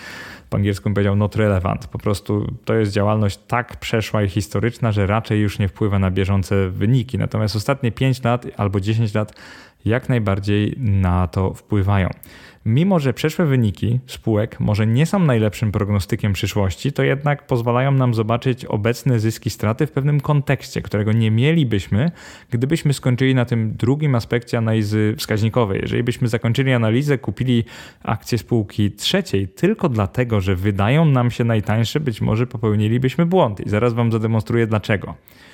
po angielsku bym powiedział not relevant. Po prostu to jest działalność tak przeszła i historyczna, że raczej już nie wpływa na bieżące wyniki. Natomiast ostatnie pięć lat albo dziesięć lat jak najbardziej na to wpływają. Mimo że przeszłe wyniki spółek może nie są najlepszym prognostykiem przyszłości, to jednak pozwalają nam zobaczyć obecne zyski, straty w pewnym kontekście, którego nie mielibyśmy, gdybyśmy skończyli na tym drugim aspekcie analizy wskaźnikowej. Jeżeli byśmy zakończyli analizę, kupili akcje spółki trzeciej tylko dlatego, że wydają nam się najtańsze, być może popełnilibyśmy błąd i zaraz wam zademonstruję dlaczego.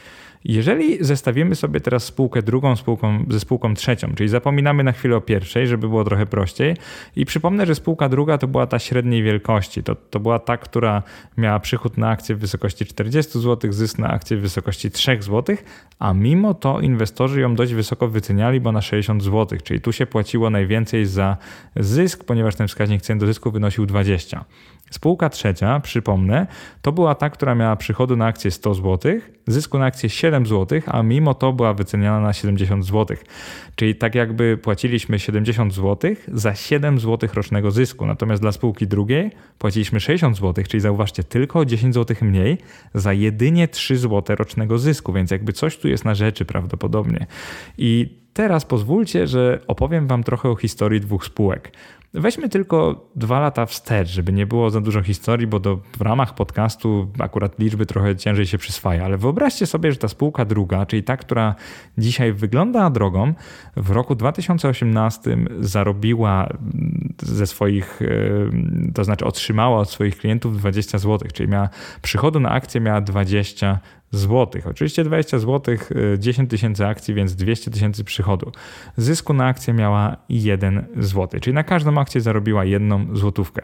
Jeżeli zestawimy sobie teraz spółkę drugą spółką ze spółką trzecią, czyli zapominamy na chwilę o pierwszej, żeby było trochę prościej i przypomnę, że spółka druga to była ta średniej wielkości. To, to była ta, która miała przychód na akcję w wysokości czterdzieści złotych, zysk na akcję w wysokości trzy złotych, a mimo to inwestorzy ją dość wysoko wyceniali, bo na sześćdziesiąt złotych, czyli tu się płaciło najwięcej za zysk, ponieważ ten wskaźnik cen do zysku wynosił dwadzieścia. Spółka trzecia, przypomnę, to była ta, która miała przychodu na akcję sto złotych, zysku na akcję siedem złotych, a mimo to była wyceniana na siedemdziesiąt złotych. Czyli tak jakby płaciliśmy siedemdziesiąt złotych za siedem złotych rocznego zysku. Natomiast dla spółki drugiej płaciliśmy sześćdziesiąt złotych, czyli zauważcie, tylko o dziesięć złotych mniej za jedynie trzy złote rocznego zysku, więc jakby coś tu jest na rzeczy prawdopodobnie. I teraz pozwólcie, że opowiem wam trochę o historii dwóch spółek. Weźmy tylko dwa lata wstecz, żeby nie było za dużo historii, bo do, w ramach podcastu akurat liczby trochę ciężej się przyswaja, ale wyobraźcie sobie, że ta spółka druga, czyli ta, która dzisiaj wygląda drogą, w roku dwa tysiące osiemnastym zarobiła ze swoich, to znaczy otrzymała od swoich klientów dwadzieścia złotych, czyli miała przychodu na akcję miała dwadzieścia złotych. Oczywiście dwadzieścia złotych, dziesięć tysięcy akcji, więc dwieście tysięcy przychodu. Zysku na akcję miała jeden złoty, czyli na każdą akcję zarobiła jedną złotówkę.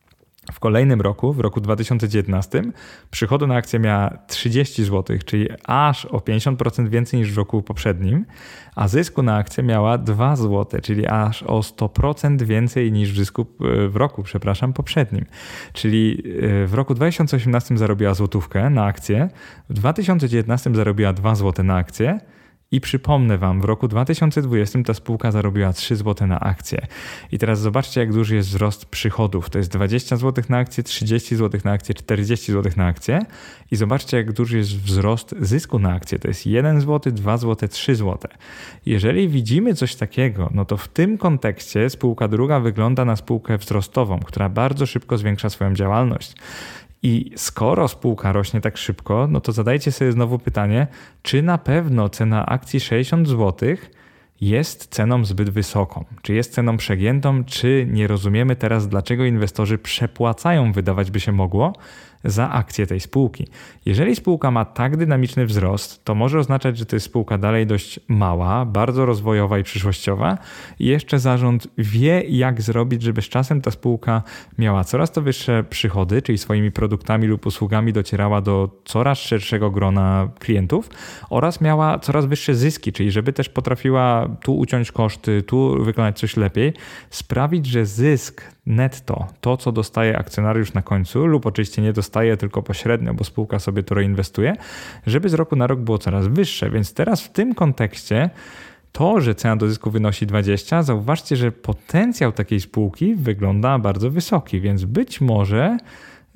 W kolejnym roku, w roku dwa tysiące dziewiętnastym, przychodu na akcję miała trzydzieści złotych, czyli aż o pięćdziesiąt procent więcej niż w roku poprzednim, a zysku na akcję miała dwa złote, czyli aż o sto procent więcej niż w zysku w roku, przepraszam, poprzednim. Czyli w roku dwa tysiące osiemnastym zarobiła złotówkę na akcję, w dwa tysiące dziewiętnastym zarobiła dwa złote na akcję, i przypomnę wam, w roku dwa tysiące dwudziestym ta spółka zarobiła trzy złote na akcję. I teraz zobaczcie, jak duży jest wzrost przychodów. To jest dwadzieścia złotych na akcję, trzydzieści złotych na akcję, czterdzieści złotych na akcję. I zobaczcie, jak duży jest wzrost zysku na akcję. To jest jeden złoty, dwa złote, trzy złote. Jeżeli widzimy coś takiego, no to w tym kontekście spółka druga wygląda na spółkę wzrostową, która bardzo szybko zwiększa swoją działalność. I skoro spółka rośnie tak szybko, no to zadajcie sobie znowu pytanie, czy na pewno cena akcji sześćdziesiąt złotych jest ceną zbyt wysoką? Czy jest ceną przegiętą? Czy nie rozumiemy teraz, dlaczego inwestorzy przepłacają, wydawać by się mogło, za akcje tej spółki? Jeżeli spółka ma tak dynamiczny wzrost, to może oznaczać, że to jest spółka dalej dość mała, bardzo rozwojowa i przyszłościowa i jeszcze zarząd wie, jak zrobić, żeby z czasem ta spółka miała coraz to wyższe przychody, czyli swoimi produktami lub usługami docierała do coraz szerszego grona klientów oraz miała coraz wyższe zyski, czyli żeby też potrafiła tu uciąć koszty, tu wykonać coś lepiej, sprawić, że zysk netto, to co dostaje akcjonariusz na końcu lub oczywiście nie dostaje tylko pośrednio, bo spółka sobie to reinwestuje, żeby z roku na rok było coraz wyższe. Więc teraz w tym kontekście to, że cena do zysku wynosi dwadzieścia, zauważcie, że potencjał takiej spółki wygląda bardzo wysoki, więc być może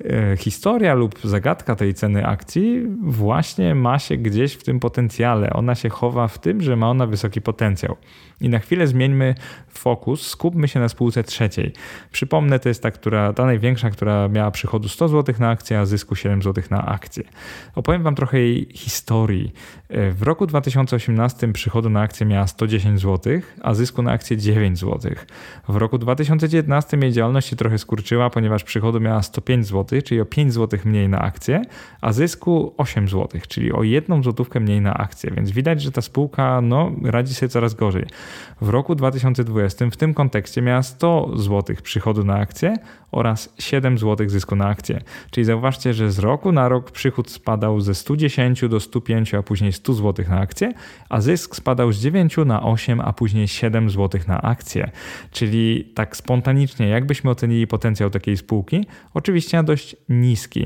historia lub zagadka tej ceny akcji właśnie ma się gdzieś w tym potencjale. Ona się chowa w tym, że ma ona wysoki potencjał. I na chwilę zmieńmy fokus, skupmy się na spółce trzeciej. Przypomnę, to jest ta, która, ta największa, która miała przychodu sto złotych na akcję, a zysku siedem złotych na akcję. Opowiem wam trochę jej historii. W roku dwa tysiące osiemnastym przychodu na akcję miała sto dziesięć złotych, a zysku na akcję dziewięć złotych. W roku dwa tysiące dziewiętnastym jej działalność się trochę skurczyła, ponieważ przychodu miała sto pięć złotych, czyli o pięć złotych mniej na akcję, a zysku osiem złotych, czyli o jedną złotówkę mniej na akcję. Więc widać, że ta spółka no, radzi sobie coraz gorzej. W roku dwa tysiące dwudziestym w tym kontekście miała sto złotych przychodu na akcję oraz siedem złotych zysku na akcję. Czyli zauważcie, że z roku na rok przychód spadał ze stu dziesięciu do stu pięciu, a później stu złotych na akcję, a zysk spadał z dziewięciu na osiem, a później siedem złotych na akcję. Czyli tak spontanicznie, jakbyśmy ocenili potencjał takiej spółki? Oczywiście dość niski.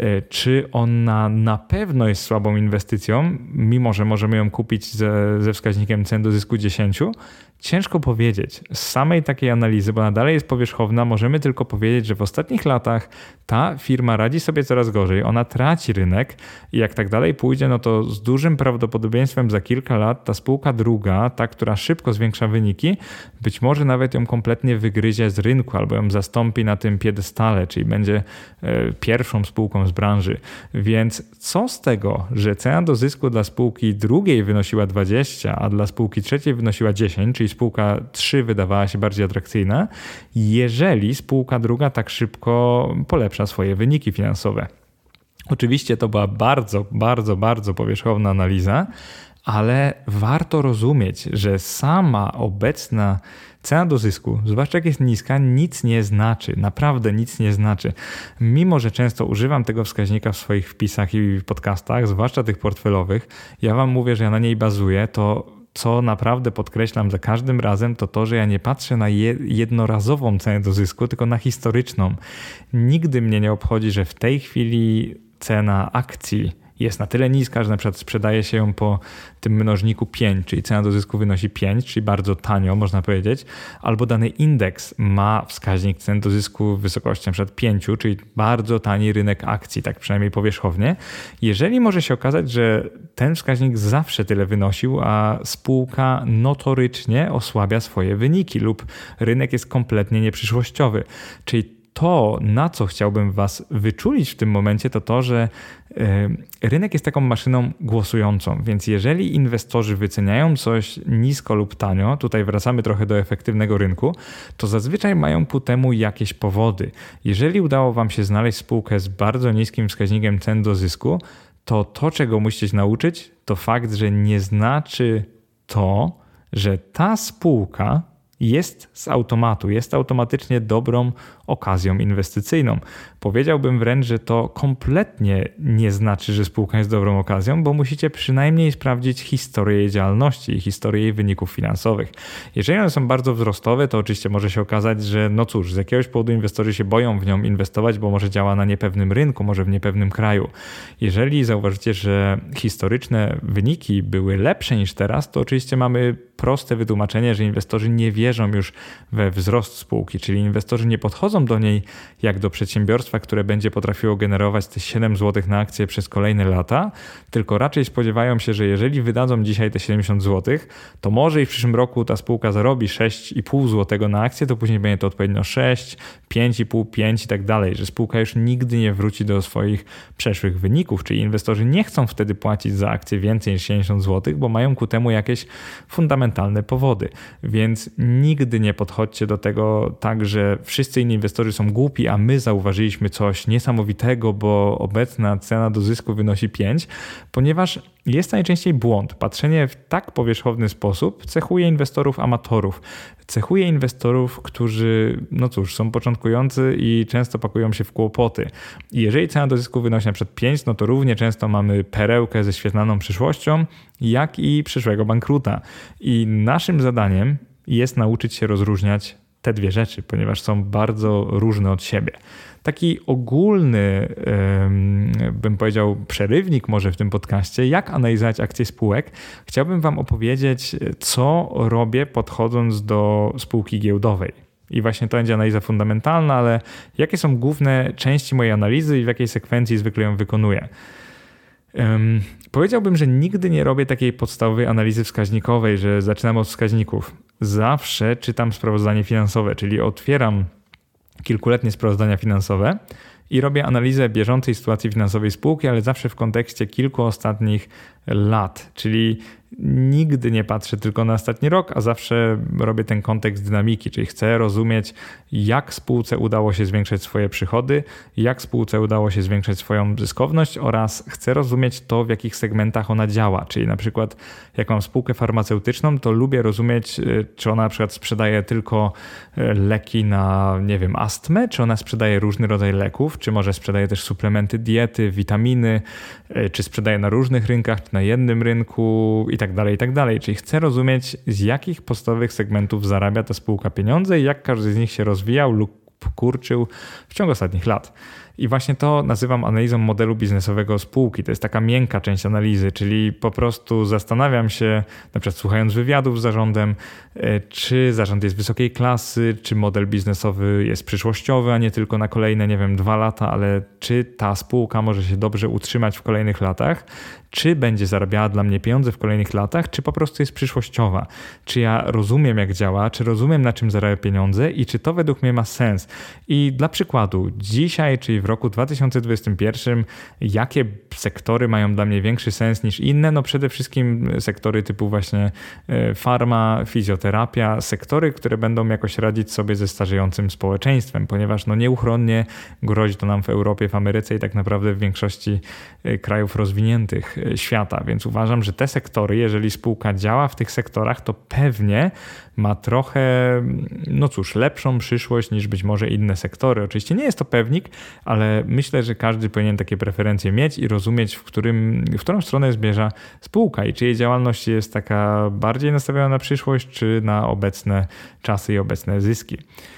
Czy ona na pewno jest słabą inwestycją, mimo że możemy ją kupić ze, ze wskaźnikiem cen do zysku dziesięć? Ciężko powiedzieć. Z samej takiej analizy, bo ona dalej jest powierzchowna, możemy tylko powiedzieć, że w ostatnich latach ta firma radzi sobie coraz gorzej, ona traci rynek i jak tak dalej pójdzie, no to z dużym prawdopodobieństwem za kilka lat ta spółka druga, ta, która szybko zwiększa wyniki, być może nawet ją kompletnie wygryzie z rynku albo ją zastąpi na tym piedestale, czyli będzie e, pierwszą spółką z branży. Więc co z tego, że cena do zysku dla spółki drugiej wynosiła dwadzieścia, a dla spółki trzeciej wynosiła dziesięć, czyli spółka trzy wydawała się bardziej atrakcyjna, jeżeli spółka druga tak szybko polepsza swoje wyniki finansowe. Oczywiście to była bardzo, bardzo, bardzo powierzchowna analiza, ale warto rozumieć, że sama obecna cena do zysku, zwłaszcza jak jest niska, nic nie znaczy. Naprawdę nic nie znaczy. Mimo że często używam tego wskaźnika w swoich wpisach i podcastach, zwłaszcza tych portfelowych, ja wam mówię, że ja na niej bazuję, to co naprawdę podkreślam za każdym razem, to to, że ja nie patrzę na jednorazową cenę do zysku, tylko na historyczną. Nigdy mnie nie obchodzi, że w tej chwili cena akcji jest na tyle niska, że na przykład sprzedaje się ją po tym mnożniku pięć, czyli cena do zysku wynosi pięć, czyli bardzo tanio można powiedzieć, albo dany indeks ma wskaźnik cen do zysku w wysokości na przykład pięć, czyli bardzo tani rynek akcji, tak przynajmniej powierzchownie. Jeżeli może się okazać, że ten wskaźnik zawsze tyle wynosił, a spółka notorycznie osłabia swoje wyniki lub rynek jest kompletnie nieprzyszłościowy, czyli to, na co chciałbym was wyczulić w tym momencie, to to, że rynek jest taką maszyną głosującą, więc jeżeli inwestorzy wyceniają coś nisko lub tanio, tutaj wracamy trochę do efektywnego rynku, to zazwyczaj mają ku temu jakieś powody. Jeżeli udało wam się znaleźć spółkę z bardzo niskim wskaźnikiem cen do zysku, to to, czego musicie się nauczyć, to fakt, że nie znaczy to, że ta spółka jest z automatu, jest automatycznie dobrą okazją inwestycyjną. Powiedziałbym wręcz, że to kompletnie nie znaczy, że spółka jest dobrą okazją, bo musicie przynajmniej sprawdzić historię jej działalności i historię jej wyników finansowych. Jeżeli one są bardzo wzrostowe, to oczywiście może się okazać, że no cóż, z jakiegoś powodu inwestorzy się boją w nią inwestować, bo może działa na niepewnym rynku, może w niepewnym kraju. Jeżeli zauważycie, że historyczne wyniki były lepsze niż teraz, to oczywiście mamy proste wytłumaczenie, że inwestorzy nie wierzą już we wzrost spółki, czyli inwestorzy nie podchodzą do niej jak do przedsiębiorstwa, które będzie potrafiło generować te siedem złotych na akcję przez kolejne lata, tylko raczej spodziewają się, że jeżeli wydadzą dzisiaj te siedemdziesiąt złotych, to może i w przyszłym roku ta spółka zarobi sześć i pół złotego na akcję, to później będzie to odpowiednio sześć, pięć i pół, pięć i tak dalej, że spółka już nigdy nie wróci do swoich przeszłych wyników, czyli inwestorzy nie chcą wtedy płacić za akcję więcej niż siedemdziesiąt złotych, bo mają ku temu jakieś fundamentalne powody, więc nigdy nie podchodźcie do tego tak, że wszyscy inni inwestorzy są głupi, a my zauważyliśmy coś niesamowitego, bo obecna cena do zysku wynosi pięć, ponieważ jest najczęściej błąd. Patrzenie w tak powierzchowny sposób cechuje inwestorów amatorów. Cechuje inwestorów, którzy, no cóż, są początkujący i często pakują się w kłopoty. I jeżeli cena do zysku wynosi na przykład pięć, no to równie często mamy perełkę ze świetlaną przyszłością, jak i przyszłego bankruta. I naszym zadaniem jest nauczyć się rozróżniać te dwie rzeczy, ponieważ są bardzo różne od siebie. Taki ogólny, bym powiedział, przerywnik może w tym podcaście, jak analizować akcje spółek. Chciałbym wam opowiedzieć, co robię podchodząc do spółki giełdowej. I właśnie to będzie analiza fundamentalna, ale jakie są główne części mojej analizy i w jakiej sekwencji zwykle ją wykonuję? Um, powiedziałbym, że nigdy nie robię takiej podstawowej analizy wskaźnikowej, że zaczynam od wskaźników. Zawsze czytam sprawozdanie finansowe, czyli otwieram kilkuletnie sprawozdania finansowe i robię analizę bieżącej sytuacji finansowej spółki, ale zawsze w kontekście kilku ostatnich lat, czyli nigdy nie patrzę tylko na ostatni rok, a zawsze robię ten kontekst dynamiki, czyli chcę rozumieć, jak spółce udało się zwiększać swoje przychody, jak spółce udało się zwiększać swoją zyskowność oraz chcę rozumieć to, w jakich segmentach ona działa, czyli na przykład jak mam spółkę farmaceutyczną, to lubię rozumieć, czy ona na przykład sprzedaje tylko leki na, nie wiem, astmę, czy ona sprzedaje różny rodzaj leków, czy może sprzedaje też suplementy diety, witaminy, czy sprzedaje na różnych rynkach, czy na jednym rynku i tak dalej, i tak dalej. Czyli chcę rozumieć, z jakich podstawowych segmentów zarabia ta spółka pieniądze i jak każdy z nich się rozwijał lub kurczył w ciągu ostatnich lat. I właśnie to nazywam analizą modelu biznesowego spółki. To jest taka miękka część analizy, czyli po prostu zastanawiam się, na przykład słuchając wywiadów z zarządem, czy zarząd jest wysokiej klasy, czy model biznesowy jest przyszłościowy, a nie tylko na kolejne, nie wiem, dwa lata, ale czy ta spółka może się dobrze utrzymać w kolejnych latach, czy będzie zarabiała dla mnie pieniądze w kolejnych latach, czy po prostu jest przyszłościowa. Czy ja rozumiem, jak działa, czy rozumiem, na czym zarabia pieniądze i czy to według mnie ma sens. I dla przykładu, dzisiaj, czyli w roku dwa tysiące dwudziestym pierwszym, jakie sektory mają dla mnie większy sens niż inne? No przede wszystkim sektory typu właśnie farma, fizjoterapia, sektory, które będą jakoś radzić sobie ze starzejącym społeczeństwem, ponieważ no nieuchronnie grozi to nam w Europie, w Ameryce i tak naprawdę w większości krajów rozwiniętych świata, więc uważam, że te sektory, jeżeli spółka działa w tych sektorach, to pewnie ma trochę, no cóż, lepszą przyszłość niż być może inne sektory. Oczywiście nie jest to pewnik, ale myślę, że każdy powinien takie preferencje mieć i rozumieć, w, którym, w którą stronę zmierza spółka i czy jej działalność jest taka bardziej nastawiona na przyszłość, czy na obecne czasy i obecne zyski.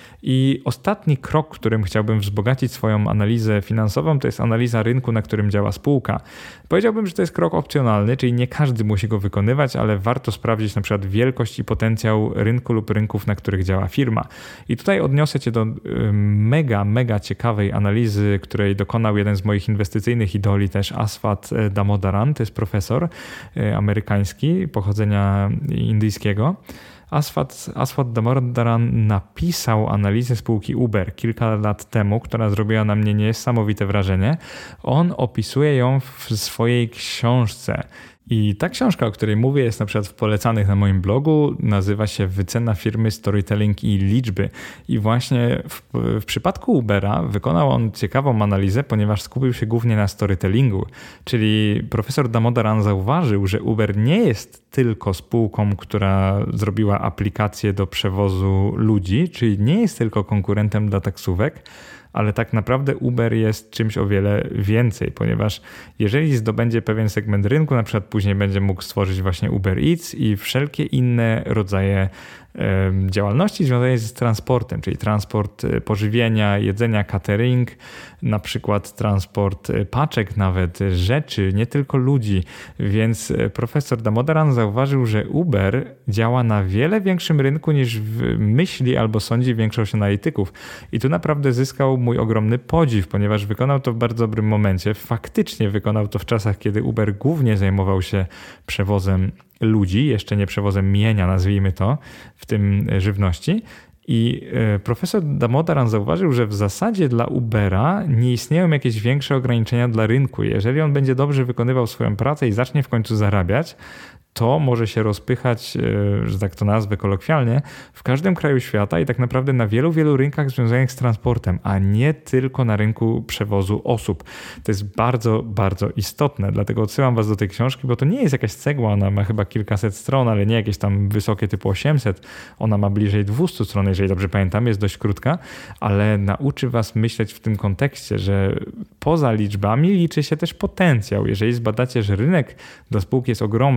I ostatni krok, którym chciałbym wzbogacić swoją analizę finansową, to jest analiza rynku, na którym działa spółka. Powiedziałbym, że to jest krok opcjonalny, czyli nie każdy musi go wykonywać, ale warto sprawdzić na przykład wielkość i potencjał rynku lub rynków, na których działa firma. I tutaj odniosę Cię do mega, mega ciekawej analizy, której dokonał jeden z moich inwestycyjnych idoli też, Aswath Damodaran, to jest profesor amerykański pochodzenia indyjskiego. Aswath, Aswath Damodaran napisał analizę spółki Uber kilka lat temu, która zrobiła na mnie niesamowite wrażenie. On opisuje ją w swojej książce. I ta książka, o której mówię, jest na przykład w polecanych na moim blogu, nazywa się Wycena firmy, storytelling i liczby. I właśnie w, w przypadku Ubera wykonał on ciekawą analizę, ponieważ skupił się głównie na storytellingu. Czyli profesor Damodaran zauważył, że Uber nie jest tylko spółką, która zrobiła aplikację do przewozu ludzi, czyli nie jest tylko konkurentem dla taksówek, ale tak naprawdę Uber jest czymś o wiele więcej, ponieważ jeżeli zdobędzie pewien segment rynku, na przykład później będzie mógł stworzyć właśnie Uber Eats i wszelkie inne rodzaje działalności związanej z transportem, czyli transport pożywienia, jedzenia, catering, na przykład transport paczek nawet, rzeczy, nie tylko ludzi. Więc profesor Damodaran zauważył, że Uber działa na wiele większym rynku niż myśli albo sądzi większość analityków. I tu naprawdę zyskał mój ogromny podziw, ponieważ wykonał to w bardzo dobrym momencie. Faktycznie wykonał to w czasach, kiedy Uber głównie zajmował się przewozem ludzi, jeszcze nie przewozem mienia, nazwijmy to, w tym żywności. I profesor Damodaran zauważył, że w zasadzie dla Ubera nie istnieją jakieś większe ograniczenia dla rynku. Jeżeli on będzie dobrze wykonywał swoją pracę i zacznie w końcu zarabiać, to może się rozpychać, że tak to nazwę kolokwialnie, w każdym kraju świata i tak naprawdę na wielu, wielu rynkach związanych z transportem, a nie tylko na rynku przewozu osób. To jest bardzo, bardzo istotne, dlatego odsyłam Was do tej książki, bo to nie jest jakaś cegła, ona ma chyba kilkaset stron, ale nie jakieś tam wysokie typu osiemset, ona ma bliżej dwieście stron, jeżeli dobrze pamiętam, jest dość krótka, ale nauczy Was myśleć w tym kontekście, że poza liczbami liczy się też potencjał. Jeżeli zbadacie, że rynek dla spółki jest ogromny, a ona robi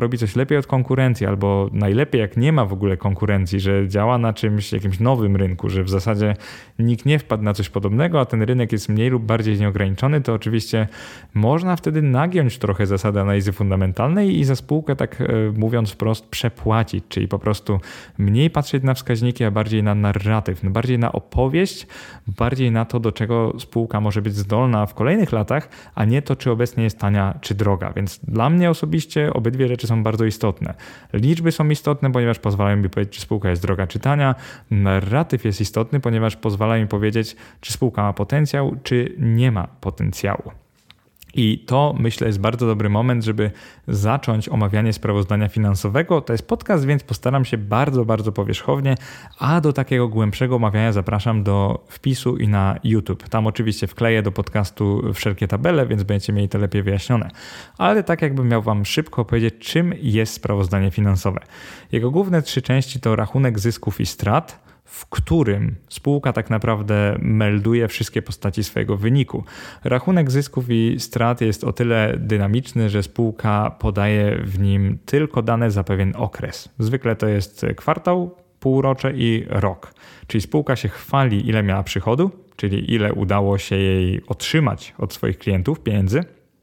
robi coś lepiej od konkurencji, albo najlepiej jak nie ma w ogóle konkurencji, że działa na czymś, jakimś nowym rynku, że w zasadzie nikt nie wpadł na coś podobnego, a ten rynek jest mniej lub bardziej nieograniczony, to oczywiście można wtedy nagiąć trochę zasady analizy fundamentalnej i za spółkę, tak mówiąc wprost, przepłacić, czyli po prostu mniej patrzeć na wskaźniki, a bardziej na narratyw, bardziej na opowieść, bardziej na to, do czego spółka może być zdolna w kolejnych latach, a nie to, czy obecnie jest tania, czy droga. Więc dla mnie osobiście obydwie rzeczy są bardzo istotne. Liczby są istotne, ponieważ pozwalają mi powiedzieć, czy spółka jest droga, czy tania. Narratyw jest istotny, ponieważ pozwala mi powiedzieć, czy spółka ma potencjał, czy nie ma potencjału. I to, myślę, jest bardzo dobry moment, żeby zacząć omawianie sprawozdania finansowego. To jest podcast, więc postaram się bardzo, bardzo powierzchownie, a do takiego głębszego omawiania zapraszam do wpisu i na YouTube. Tam oczywiście wkleję do podcastu wszelkie tabele, więc będziecie mieli to lepiej wyjaśnione. Ale tak jakbym miał wam szybko powiedzieć, czym jest sprawozdanie finansowe. Jego główne trzy części to rachunek zysków i strat, w którym spółka tak naprawdę melduje wszystkie postaci swojego wyniku. Rachunek zysków i strat jest o tyle dynamiczny, że spółka podaje w nim tylko dane za pewien okres. Zwykle to jest kwartał, półrocze i rok. Czyli spółka się chwali, ile miała przychodu, czyli ile udało się jej otrzymać od swoich klientów pieniędzy.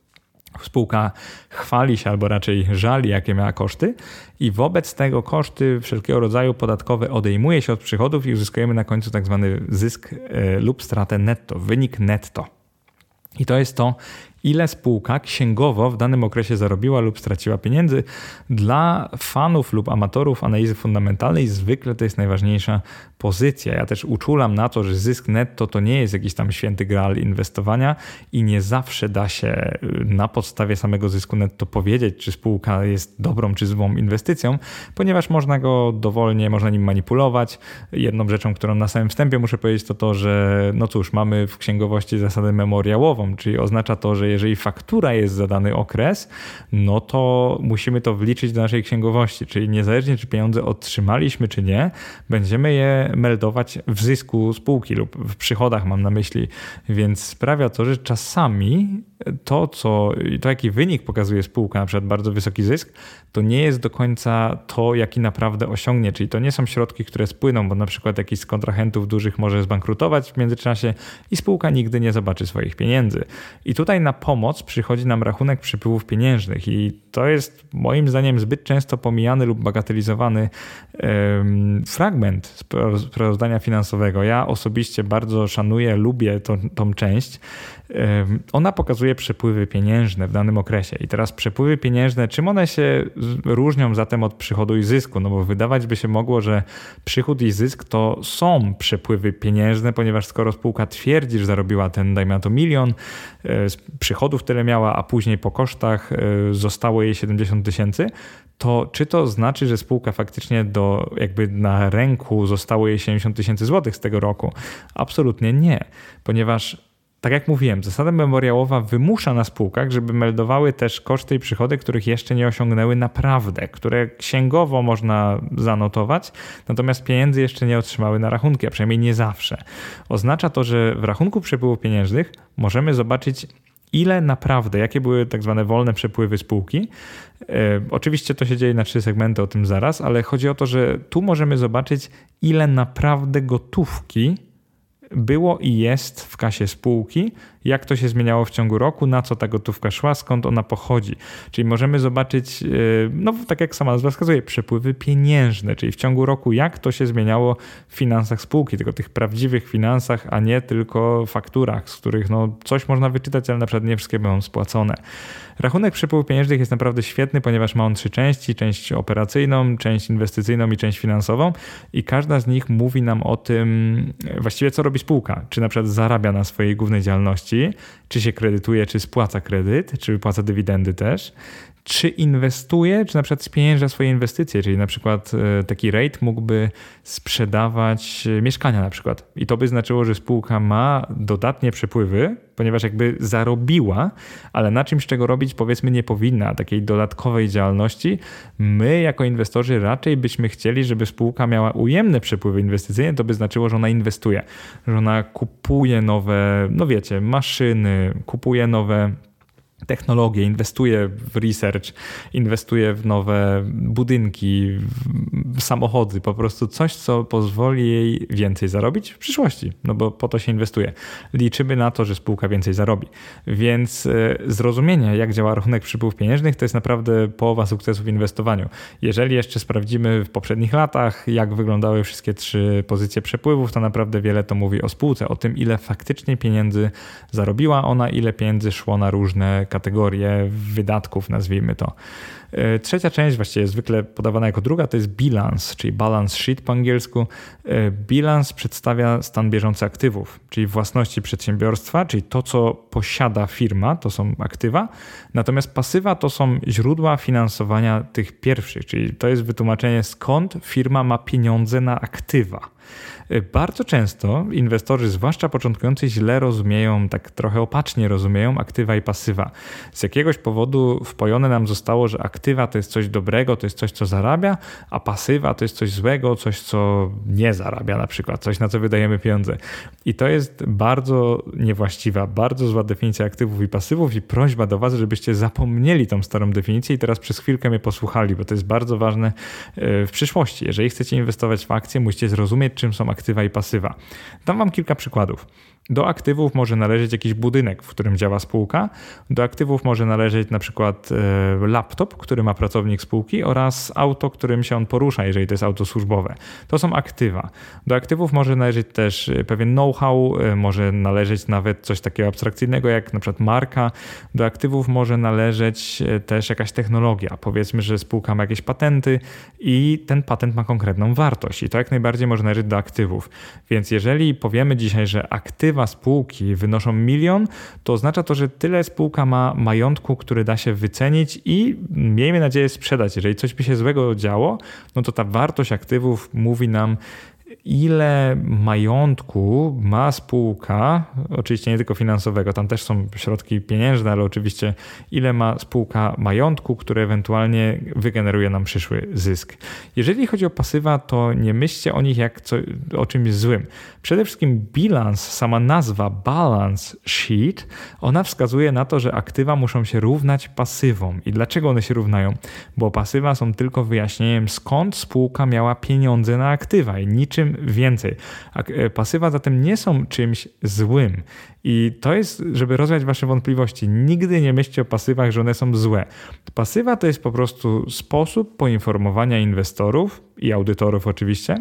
Spółka chwali się albo raczej żali, jakie miała koszty i wobec tego koszty wszelkiego rodzaju podatkowe odejmuje się od przychodów i uzyskujemy na końcu tak zwany zysk lub stratę netto, wynik netto. I to jest to, ile spółka księgowo w danym okresie zarobiła lub straciła pieniędzy. Dla fanów lub amatorów analizy fundamentalnej zwykle to jest najważniejsza pozycja. Ja też uczulam na to, że zysk netto to nie jest jakiś tam święty graal inwestowania i nie zawsze da się na podstawie samego zysku netto powiedzieć, czy spółka jest dobrą czy złą inwestycją, ponieważ można go dowolnie, można nim manipulować. Jedną rzeczą, którą na samym wstępie muszę powiedzieć, to to, że no cóż, mamy w księgowości zasadę memoriałową, czyli oznacza to, że jeżeli faktura jest za dany okres, no to musimy to wliczyć do naszej księgowości, czyli niezależnie czy pieniądze otrzymaliśmy czy nie, będziemy je meldować w zysku spółki lub w przychodach, mam na myśli, więc sprawia to, że czasami to, co, to jaki wynik pokazuje spółka, na przykład bardzo wysoki zysk, to nie jest do końca to, jaki naprawdę osiągnie, czyli to nie są środki, które spłyną, bo na przykład jakiś z kontrahentów dużych może zbankrutować w międzyczasie i spółka nigdy nie zobaczy swoich pieniędzy. I tutaj na pomoc przychodzi nam rachunek przepływów pieniężnych i to jest moim zdaniem zbyt często pomijany lub bagatelizowany um, fragment sprawozdania finansowego. Ja osobiście bardzo szanuję, lubię tą, tą część. Um, ona pokazuje przepływy pieniężne w danym okresie. I teraz przepływy pieniężne, czym one się różnią zatem od przychodu i zysku? No bo wydawać by się mogło, że przychód i zysk to są przepływy pieniężne, ponieważ skoro spółka twierdzi, że zarobiła ten, dajmy na to milion, z przychodów tyle miała, a później po kosztach zostało jej siedemdziesiąt tysięcy, to czy to znaczy, że spółka faktycznie do, jakby na ręku zostało jej siedemdziesiąt tysięcy złotych z tego roku? Absolutnie nie, ponieważ tak jak mówiłem, zasada memoriałowa wymusza na spółkach, żeby meldowały też koszty i przychody, których jeszcze nie osiągnęły naprawdę, które księgowo można zanotować, natomiast pieniędzy jeszcze nie otrzymały na rachunki, a przynajmniej nie zawsze. Oznacza to, że w rachunku przepływów pieniężnych możemy zobaczyć, ile naprawdę, jakie były tak zwane wolne przepływy spółki. E, oczywiście to się dzieje na trzy segmenty, o tym zaraz, ale chodzi o to, że tu możemy zobaczyć, ile naprawdę gotówki było i jest w kasie spółki, jak to się zmieniało w ciągu roku, na co ta gotówka szła, skąd ona pochodzi. Czyli możemy zobaczyć, no tak jak sama nazwa wskazuje, przepływy pieniężne, czyli w ciągu roku jak to się zmieniało w finansach spółki, tylko tych prawdziwych finansach, a nie tylko fakturach, z których no coś można wyczytać, ale na przykład nie wszystkie będą spłacone. Rachunek przepływów pieniężnych jest naprawdę świetny, ponieważ ma on trzy części, część operacyjną, część inwestycyjną i część finansową i każda z nich mówi nam o tym właściwie co robi spółka, czy na przykład zarabia na swojej głównej działalności, czy się kredytuje, czy spłaca kredyt, czy wypłaca dywidendy też, czy inwestuje, czy na przykład spienięża swoje inwestycje, czyli na przykład taki REIT mógłby sprzedawać mieszkania na przykład i to by znaczyło, że spółka ma dodatnie przepływy, ponieważ jakby zarobiła, ale na czymś, czego robić powiedzmy nie powinna, takiej dodatkowej działalności. My jako inwestorzy raczej byśmy chcieli, żeby spółka miała ujemne przepływy inwestycyjne, to by znaczyło, że ona inwestuje, że ona kupuje nowe, no wiecie, maszyny, kupuje nowe technologię, inwestuje w research, inwestuje w nowe budynki, w samochody, po prostu coś, co pozwoli jej więcej zarobić w przyszłości, no bo po to się inwestuje. Liczymy na to, że spółka więcej zarobi. Więc zrozumienie, jak działa rachunek przepływów pieniężnych, to jest naprawdę połowa sukcesu w inwestowaniu. Jeżeli jeszcze sprawdzimy w poprzednich latach, jak wyglądały wszystkie trzy pozycje przepływów, to naprawdę wiele to mówi o spółce, o tym, ile faktycznie pieniędzy zarobiła ona, ile pieniędzy szło na różne kategorie wydatków, nazwijmy to. Trzecia część, właściwie zwykle podawana jako druga, to jest bilans, czyli balance sheet po angielsku. Bilans przedstawia stan bieżący aktywów, czyli własności przedsiębiorstwa, czyli to, co posiada firma, to są aktywa, natomiast pasywa to są źródła finansowania tych pierwszych, czyli to jest wytłumaczenie, skąd firma ma pieniądze na aktywa. Bardzo często inwestorzy, zwłaszcza początkujący, źle rozumieją, tak trochę opacznie rozumieją aktywa i pasywa. Z jakiegoś powodu wpojone nam zostało, że aktywa to jest coś dobrego, to jest coś, co zarabia, a pasywa to jest coś złego, coś, co nie zarabia na przykład, coś, na co wydajemy pieniądze. I to jest bardzo niewłaściwa, bardzo zła definicja aktywów i pasywów i prośba do was, żebyście zapomnieli tą starą definicję i teraz przez chwilkę mnie posłuchali, bo to jest bardzo ważne w przyszłości. Jeżeli chcecie inwestować w akcje, musicie zrozumieć, czym są aktywa i pasywa. Dam wam kilka przykładów. Do aktywów może należeć jakiś budynek, w którym działa spółka. Do aktywów może należeć na przykład laptop, który ma pracownik spółki, oraz auto, którym się on porusza, jeżeli to jest auto służbowe. To są aktywa. Do aktywów może należeć też pewien know-how, może należeć nawet coś takiego abstrakcyjnego jak na przykład marka. Do aktywów może należeć też jakaś technologia. Powiedzmy, że spółka ma jakieś patenty i ten patent ma konkretną wartość i to jak najbardziej może należeć do aktywów. Więc jeżeli powiemy dzisiaj, że aktywa spółki wynoszą milion, to oznacza to, że tyle spółka ma majątku, który da się wycenić i miejmy nadzieję sprzedać. Jeżeli coś by się złego działo, no to ta wartość aktywów mówi nam, ile majątku ma spółka, oczywiście nie tylko finansowego, tam też są środki pieniężne, ale oczywiście ile ma spółka majątku, który ewentualnie wygeneruje nam przyszły zysk. Jeżeli chodzi o pasywa, to nie myślcie o nich jak co, o czymś złym. Przede wszystkim bilans, sama nazwa balance sheet, ona wskazuje na to, że aktywa muszą się równać pasywom. I dlaczego one się równają? Bo pasywa są tylko wyjaśnieniem, skąd spółka miała pieniądze na aktywa i niczym więcej. Pasywa zatem nie są czymś złym. I to jest, żeby rozwiać wasze wątpliwości. Nigdy nie myślcie o pasywach, że one są złe. Pasywa to jest po prostu sposób poinformowania inwestorów i audytorów oczywiście,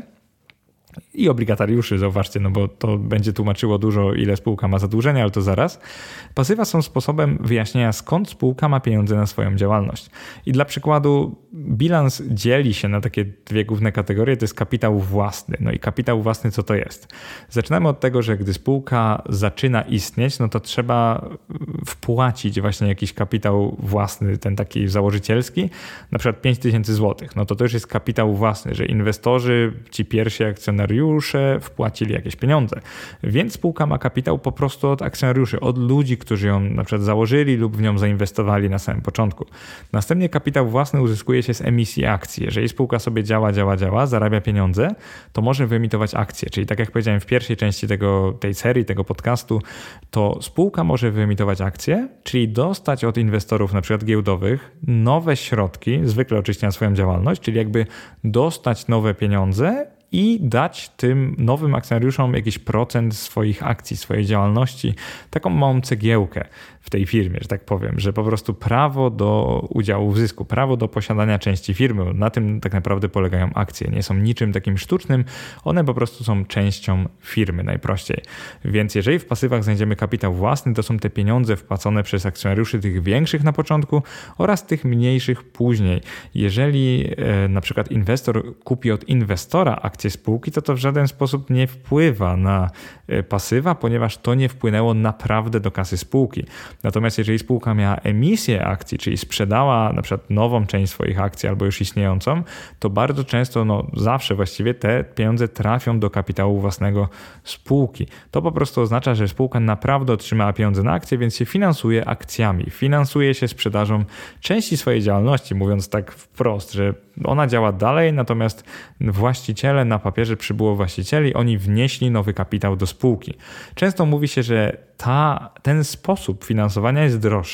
i obligatariuszy, zauważcie, no bo to będzie tłumaczyło dużo, ile spółka ma zadłużenia, ale to zaraz. Pasywa są sposobem wyjaśnienia, skąd spółka ma pieniądze na swoją działalność. I dla przykładu bilans dzieli się na takie dwie główne kategorie, to jest kapitał własny. No i kapitał własny co to jest? Zaczynamy od tego, że gdy spółka zaczyna istnieć, no to trzeba wpłacić właśnie jakiś kapitał własny, ten taki założycielski, na przykład pięć tysięcy złotych. No to to już jest kapitał własny, że inwestorzy, ci pierwsi akcjonariusze wpłacili jakieś pieniądze. Więc spółka ma kapitał po prostu od akcjonariuszy, od ludzi, którzy ją na przykład założyli lub w nią zainwestowali na samym początku. Następnie kapitał własny uzyskuje się z emisji akcji. Jeżeli spółka sobie działa, działa, działa, zarabia pieniądze, to może wyemitować akcje. Czyli tak jak powiedziałem w pierwszej części tego, tej serii, tego podcastu, to spółka może wyemitować akcje, czyli dostać od inwestorów na przykład giełdowych nowe środki, zwykle oczywiście na swoją działalność, czyli jakby dostać nowe pieniądze i dać tym nowym akcjonariuszom jakiś procent swoich akcji, swojej działalności, taką małą cegiełkę w tej firmie, że tak powiem, że po prostu prawo do udziału w zysku, prawo do posiadania części firmy, na tym tak naprawdę polegają akcje. Nie są niczym takim sztucznym, one po prostu są częścią firmy najprościej. Więc jeżeli w pasywach znajdziemy kapitał własny, to są te pieniądze wpłacone przez akcjonariuszy tych większych na początku oraz tych mniejszych później. Jeżeli e, na przykład inwestor kupi od inwestora akcje spółki, to to w żaden sposób nie wpływa na pasywa, ponieważ to nie wpłynęło naprawdę do kasy spółki. Natomiast jeżeli spółka miała emisję akcji, czyli sprzedała na przykład nową część swoich akcji albo już istniejącą, to bardzo często, no zawsze właściwie te pieniądze trafią do kapitału własnego spółki. To po prostu oznacza, że spółka naprawdę otrzymała pieniądze na akcje, więc się finansuje akcjami. Finansuje się sprzedażą części swojej działalności, mówiąc tak wprost, że ona działa dalej, natomiast właściciele, na papierze przybyło właścicieli, oni wnieśli nowy kapitał do spółki. Często mówi się, że ta, ten sposób finansowania jest droższy,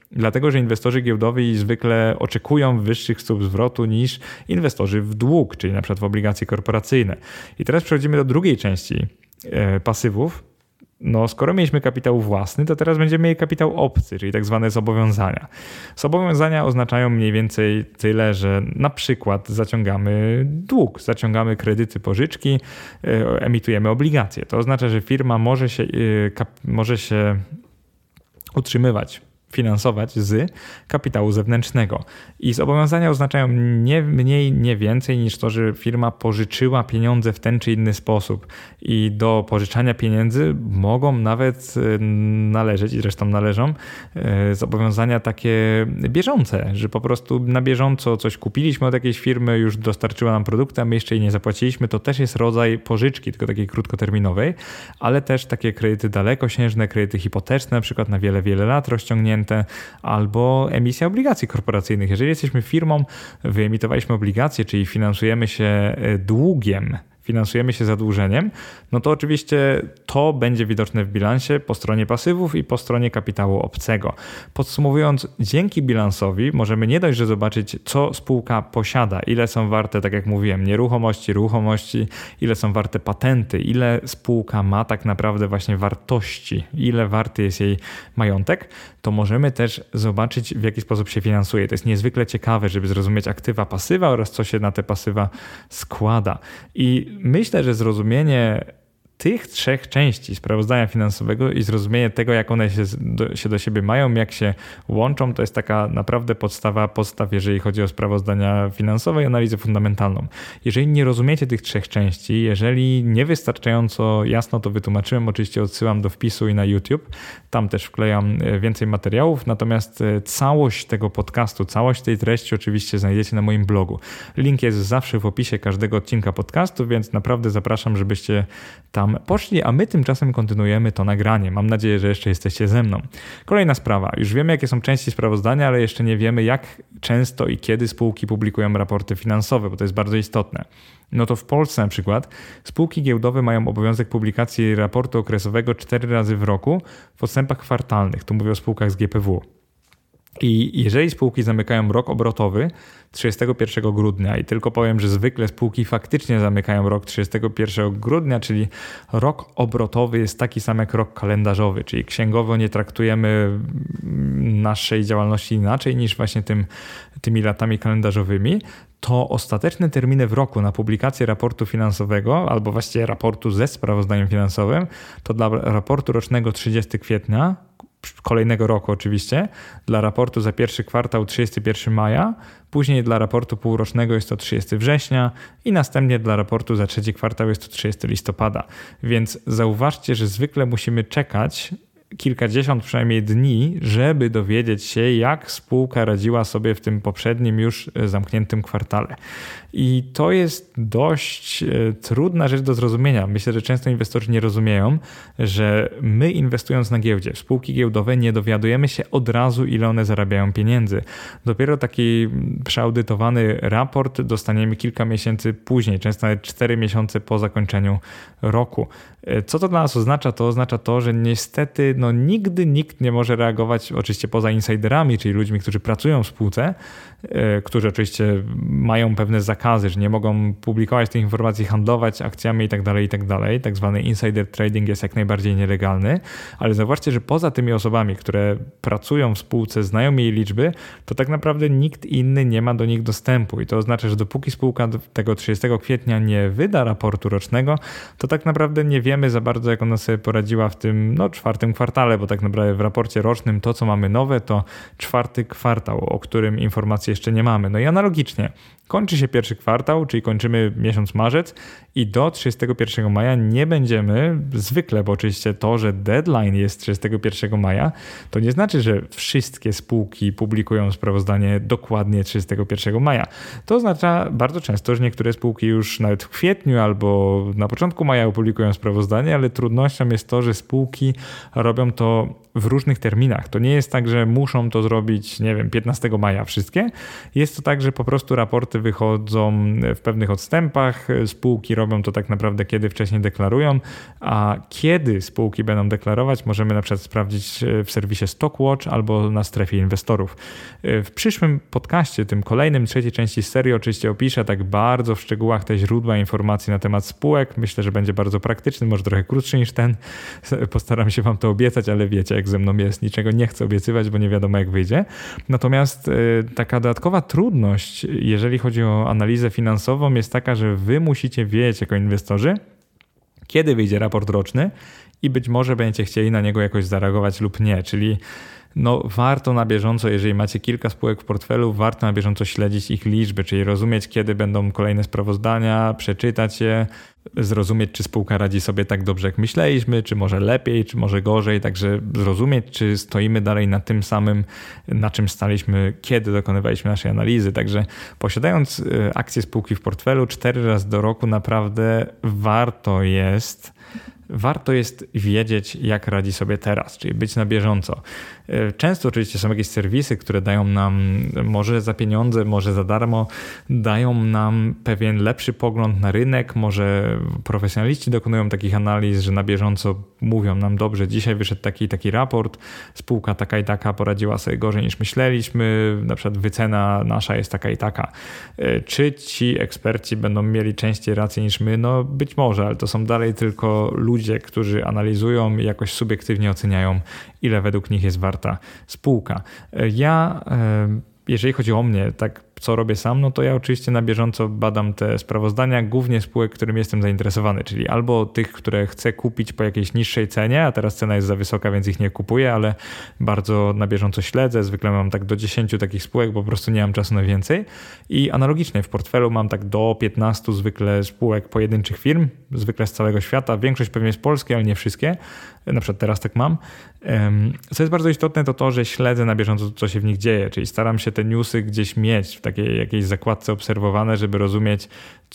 Dlatego, że inwestorzy giełdowi zwykle oczekują wyższych stóp zwrotu niż inwestorzy w dług, czyli na przykład w obligacje korporacyjne. I teraz przechodzimy do drugiej części e, pasywów. No, skoro mieliśmy kapitał własny, to teraz będziemy mieli kapitał obcy, czyli tak zwane zobowiązania. Zobowiązania oznaczają mniej więcej tyle, że na przykład zaciągamy dług, zaciągamy kredyty, pożyczki, emitujemy obligacje. To oznacza, że firma może się, może się utrzymywać, finansować z kapitału zewnętrznego. I zobowiązania oznaczają nie mniej, nie więcej niż to, że firma pożyczyła pieniądze w ten czy inny sposób. I do pożyczania pieniędzy mogą nawet należeć, i zresztą należą, zobowiązania takie bieżące, że po prostu na bieżąco coś kupiliśmy od jakiejś firmy, już dostarczyła nam produkty, a my jeszcze jej nie zapłaciliśmy. To też jest rodzaj pożyczki, tylko takiej krótkoterminowej, ale też takie kredyty dalekosiężne, kredyty hipoteczne, na przykład na wiele, wiele lat rozciągnięte, albo emisja obligacji korporacyjnych. Jeżeli jesteśmy firmą, wyemitowaliśmy obligacje, czyli finansujemy się długiem, finansujemy się zadłużeniem, no to oczywiście to będzie widoczne w bilansie po stronie pasywów i po stronie kapitału obcego. Podsumowując, dzięki bilansowi możemy nie dość, że zobaczyć, co spółka posiada, ile są warte, tak jak mówiłem, nieruchomości, ruchomości, ile są warte patenty, ile spółka ma tak naprawdę właśnie wartości, ile warty jest jej majątek, to możemy też zobaczyć, w jaki sposób się finansuje. To jest niezwykle ciekawe, żeby zrozumieć aktywa, pasywa oraz co się na te pasywa składa. I myślę, że zrozumienie tych trzech części sprawozdania finansowego i zrozumienie tego, jak one się do, się do siebie mają, jak się łączą, to jest taka naprawdę podstawa podstaw, jeżeli chodzi o sprawozdania finansowe i analizę fundamentalną. Jeżeli nie rozumiecie tych trzech części, jeżeli niewystarczająco jasno to wytłumaczyłem, oczywiście odsyłam do wpisu i na YouTube, tam też wklejam więcej materiałów, natomiast całość tego podcastu, całość tej treści oczywiście znajdziecie na moim blogu. Link jest zawsze w opisie każdego odcinka podcastu, więc naprawdę zapraszam, żebyście tam poszli, a my tymczasem kontynuujemy to nagranie. Mam nadzieję, że jeszcze jesteście ze mną. Kolejna sprawa. Już wiemy, jakie są części sprawozdania, ale jeszcze nie wiemy, jak często i kiedy spółki publikują raporty finansowe, bo to jest bardzo istotne. No to w Polsce na przykład spółki giełdowe mają obowiązek publikacji raportu okresowego cztery razy w roku w odstępach kwartalnych. Tu mówię o spółkach z G P W. I jeżeli spółki zamykają rok obrotowy trzydziestego pierwszego grudnia i tylko powiem, że zwykle spółki faktycznie zamykają rok trzydziestego pierwszego grudnia, czyli rok obrotowy jest taki sam jak rok kalendarzowy, czyli księgowo nie traktujemy naszej działalności inaczej niż właśnie tym, tymi latami kalendarzowymi, to ostateczne terminy w roku na publikację raportu finansowego albo właściwie raportu ze sprawozdaniem finansowym to dla raportu rocznego trzydziestego kwietnia kolejnego roku oczywiście, dla raportu za pierwszy kwartał trzydziestego pierwszego maja, później dla raportu półrocznego jest to trzydziestego września i następnie dla raportu za trzeci kwartał jest to trzydziestego listopada. Więc zauważcie, że zwykle musimy czekać kilkadziesiąt przynajmniej dni, żeby dowiedzieć się, jak spółka radziła sobie w tym poprzednim już zamkniętym kwartale. I to jest dość trudna rzecz do zrozumienia. Myślę, że często inwestorzy nie rozumieją, że my inwestując na giełdzie, w spółki giełdowe nie dowiadujemy się od razu, ile one zarabiają pieniędzy. Dopiero taki przeaudytowany raport dostaniemy kilka miesięcy później, często nawet cztery miesiące po zakończeniu roku. Co to dla nas oznacza? To oznacza to, że niestety no, nigdy nikt nie może reagować, oczywiście poza insiderami, czyli ludźmi, którzy pracują w spółce, yy, którzy oczywiście mają pewne zakazy, że nie mogą publikować tych informacji, handlować akcjami itd., itd. Tak zwany insider trading jest jak najbardziej nielegalny, ale zauważcie, że poza tymi osobami, które pracują w spółce, znają jej liczby, to tak naprawdę nikt inny nie ma do nich dostępu i to oznacza, że dopóki spółka tego trzydziestego kwietnia nie wyda raportu rocznego, to tak naprawdę nie wiemy za bardzo, jak ona sobie poradziła w tym no, czwartym kwartale, bo tak naprawdę w raporcie rocznym to, co mamy nowe, to czwarty kwartał, o którym informacji jeszcze nie mamy. No i analogicznie kończy się pierwszy kwartał, czyli kończymy miesiąc marzec i do trzydziestego pierwszego maja nie będziemy zwykle, bo oczywiście to, że deadline jest trzydziestego pierwszego maja, to nie znaczy, że wszystkie spółki publikują sprawozdanie dokładnie trzydziestego pierwszego maja. To oznacza bardzo często, że niektóre spółki już nawet w kwietniu albo na początku maja opublikują sprawozdanie, ale trudnością jest to, że spółki robią to w różnych terminach. To nie jest tak, że muszą to zrobić, nie wiem, piętnastego maja wszystkie. Jest to tak, że po prostu raporty wychodzą w pewnych odstępach. Spółki robią to tak naprawdę, kiedy wcześniej deklarują, a kiedy spółki będą deklarować, możemy na przykład sprawdzić w serwisie Stockwatch albo na strefie inwestorów. W przyszłym podcaście, tym kolejnym, trzeciej części serii, oczywiście opiszę tak bardzo w szczegółach te źródła informacji na temat spółek. Myślę, że będzie bardzo praktyczny, może trochę krótszy niż ten. Postaram się wam to obiecać, ale wiecie, jak ze mną jest, niczego nie chcę obiecywać, bo nie wiadomo jak wyjdzie. Natomiast taka dodatkowa trudność, jeżeli chodzi o analizę finansową, jest taka, że wy musicie wiedzieć jako inwestorzy, kiedy wyjdzie raport roczny i być może będziecie chcieli na niego jakoś zareagować lub nie, czyli no warto na bieżąco, jeżeli macie kilka spółek w portfelu, warto na bieżąco śledzić ich liczby, czyli rozumieć, kiedy będą kolejne sprawozdania, przeczytać je, zrozumieć, czy spółka radzi sobie tak dobrze, jak myśleliśmy, czy może lepiej, czy może gorzej, także zrozumieć, czy stoimy dalej na tym samym, na czym staliśmy, kiedy dokonywaliśmy naszej analizy. Także posiadając akcje spółki w portfelu cztery razy do roku, naprawdę warto jest Warto jest wiedzieć, jak radzi sobie teraz, czyli być na bieżąco. Często oczywiście są jakieś serwisy, które dają nam, może za pieniądze, może za darmo, dają nam pewien lepszy pogląd na rynek, może profesjonaliści dokonują takich analiz, że na bieżąco mówią nam, dobrze, dzisiaj wyszedł taki i taki raport, spółka taka i taka poradziła sobie gorzej niż myśleliśmy, na przykład wycena nasza jest taka i taka. Czy ci eksperci będą mieli częściej rację niż my? No być może, ale to są dalej tylko ludzie, którzy analizują i jakoś subiektywnie oceniają, ile według nich jest warta spółka. Ja, jeżeli chodzi o mnie, tak co robię sam, no to ja oczywiście na bieżąco badam te sprawozdania, głównie spółek, którymi jestem zainteresowany, czyli albo tych, które chcę kupić po jakiejś niższej cenie, a teraz cena jest za wysoka, więc ich nie kupuję, ale bardzo na bieżąco śledzę, zwykle mam tak do dziesięciu takich spółek, bo po prostu nie mam czasu na więcej i analogicznie w portfelu mam tak do piętnastu zwykle spółek pojedynczych firm, zwykle z całego świata, większość pewnie jest polskie, ale nie wszystkie, na przykład teraz tak mam. Co jest bardzo istotne, to to, że śledzę na bieżąco, co się w nich dzieje, czyli staram się te newsy gdzieś mieć w takiej jakiejś zakładce obserwowane, żeby rozumieć,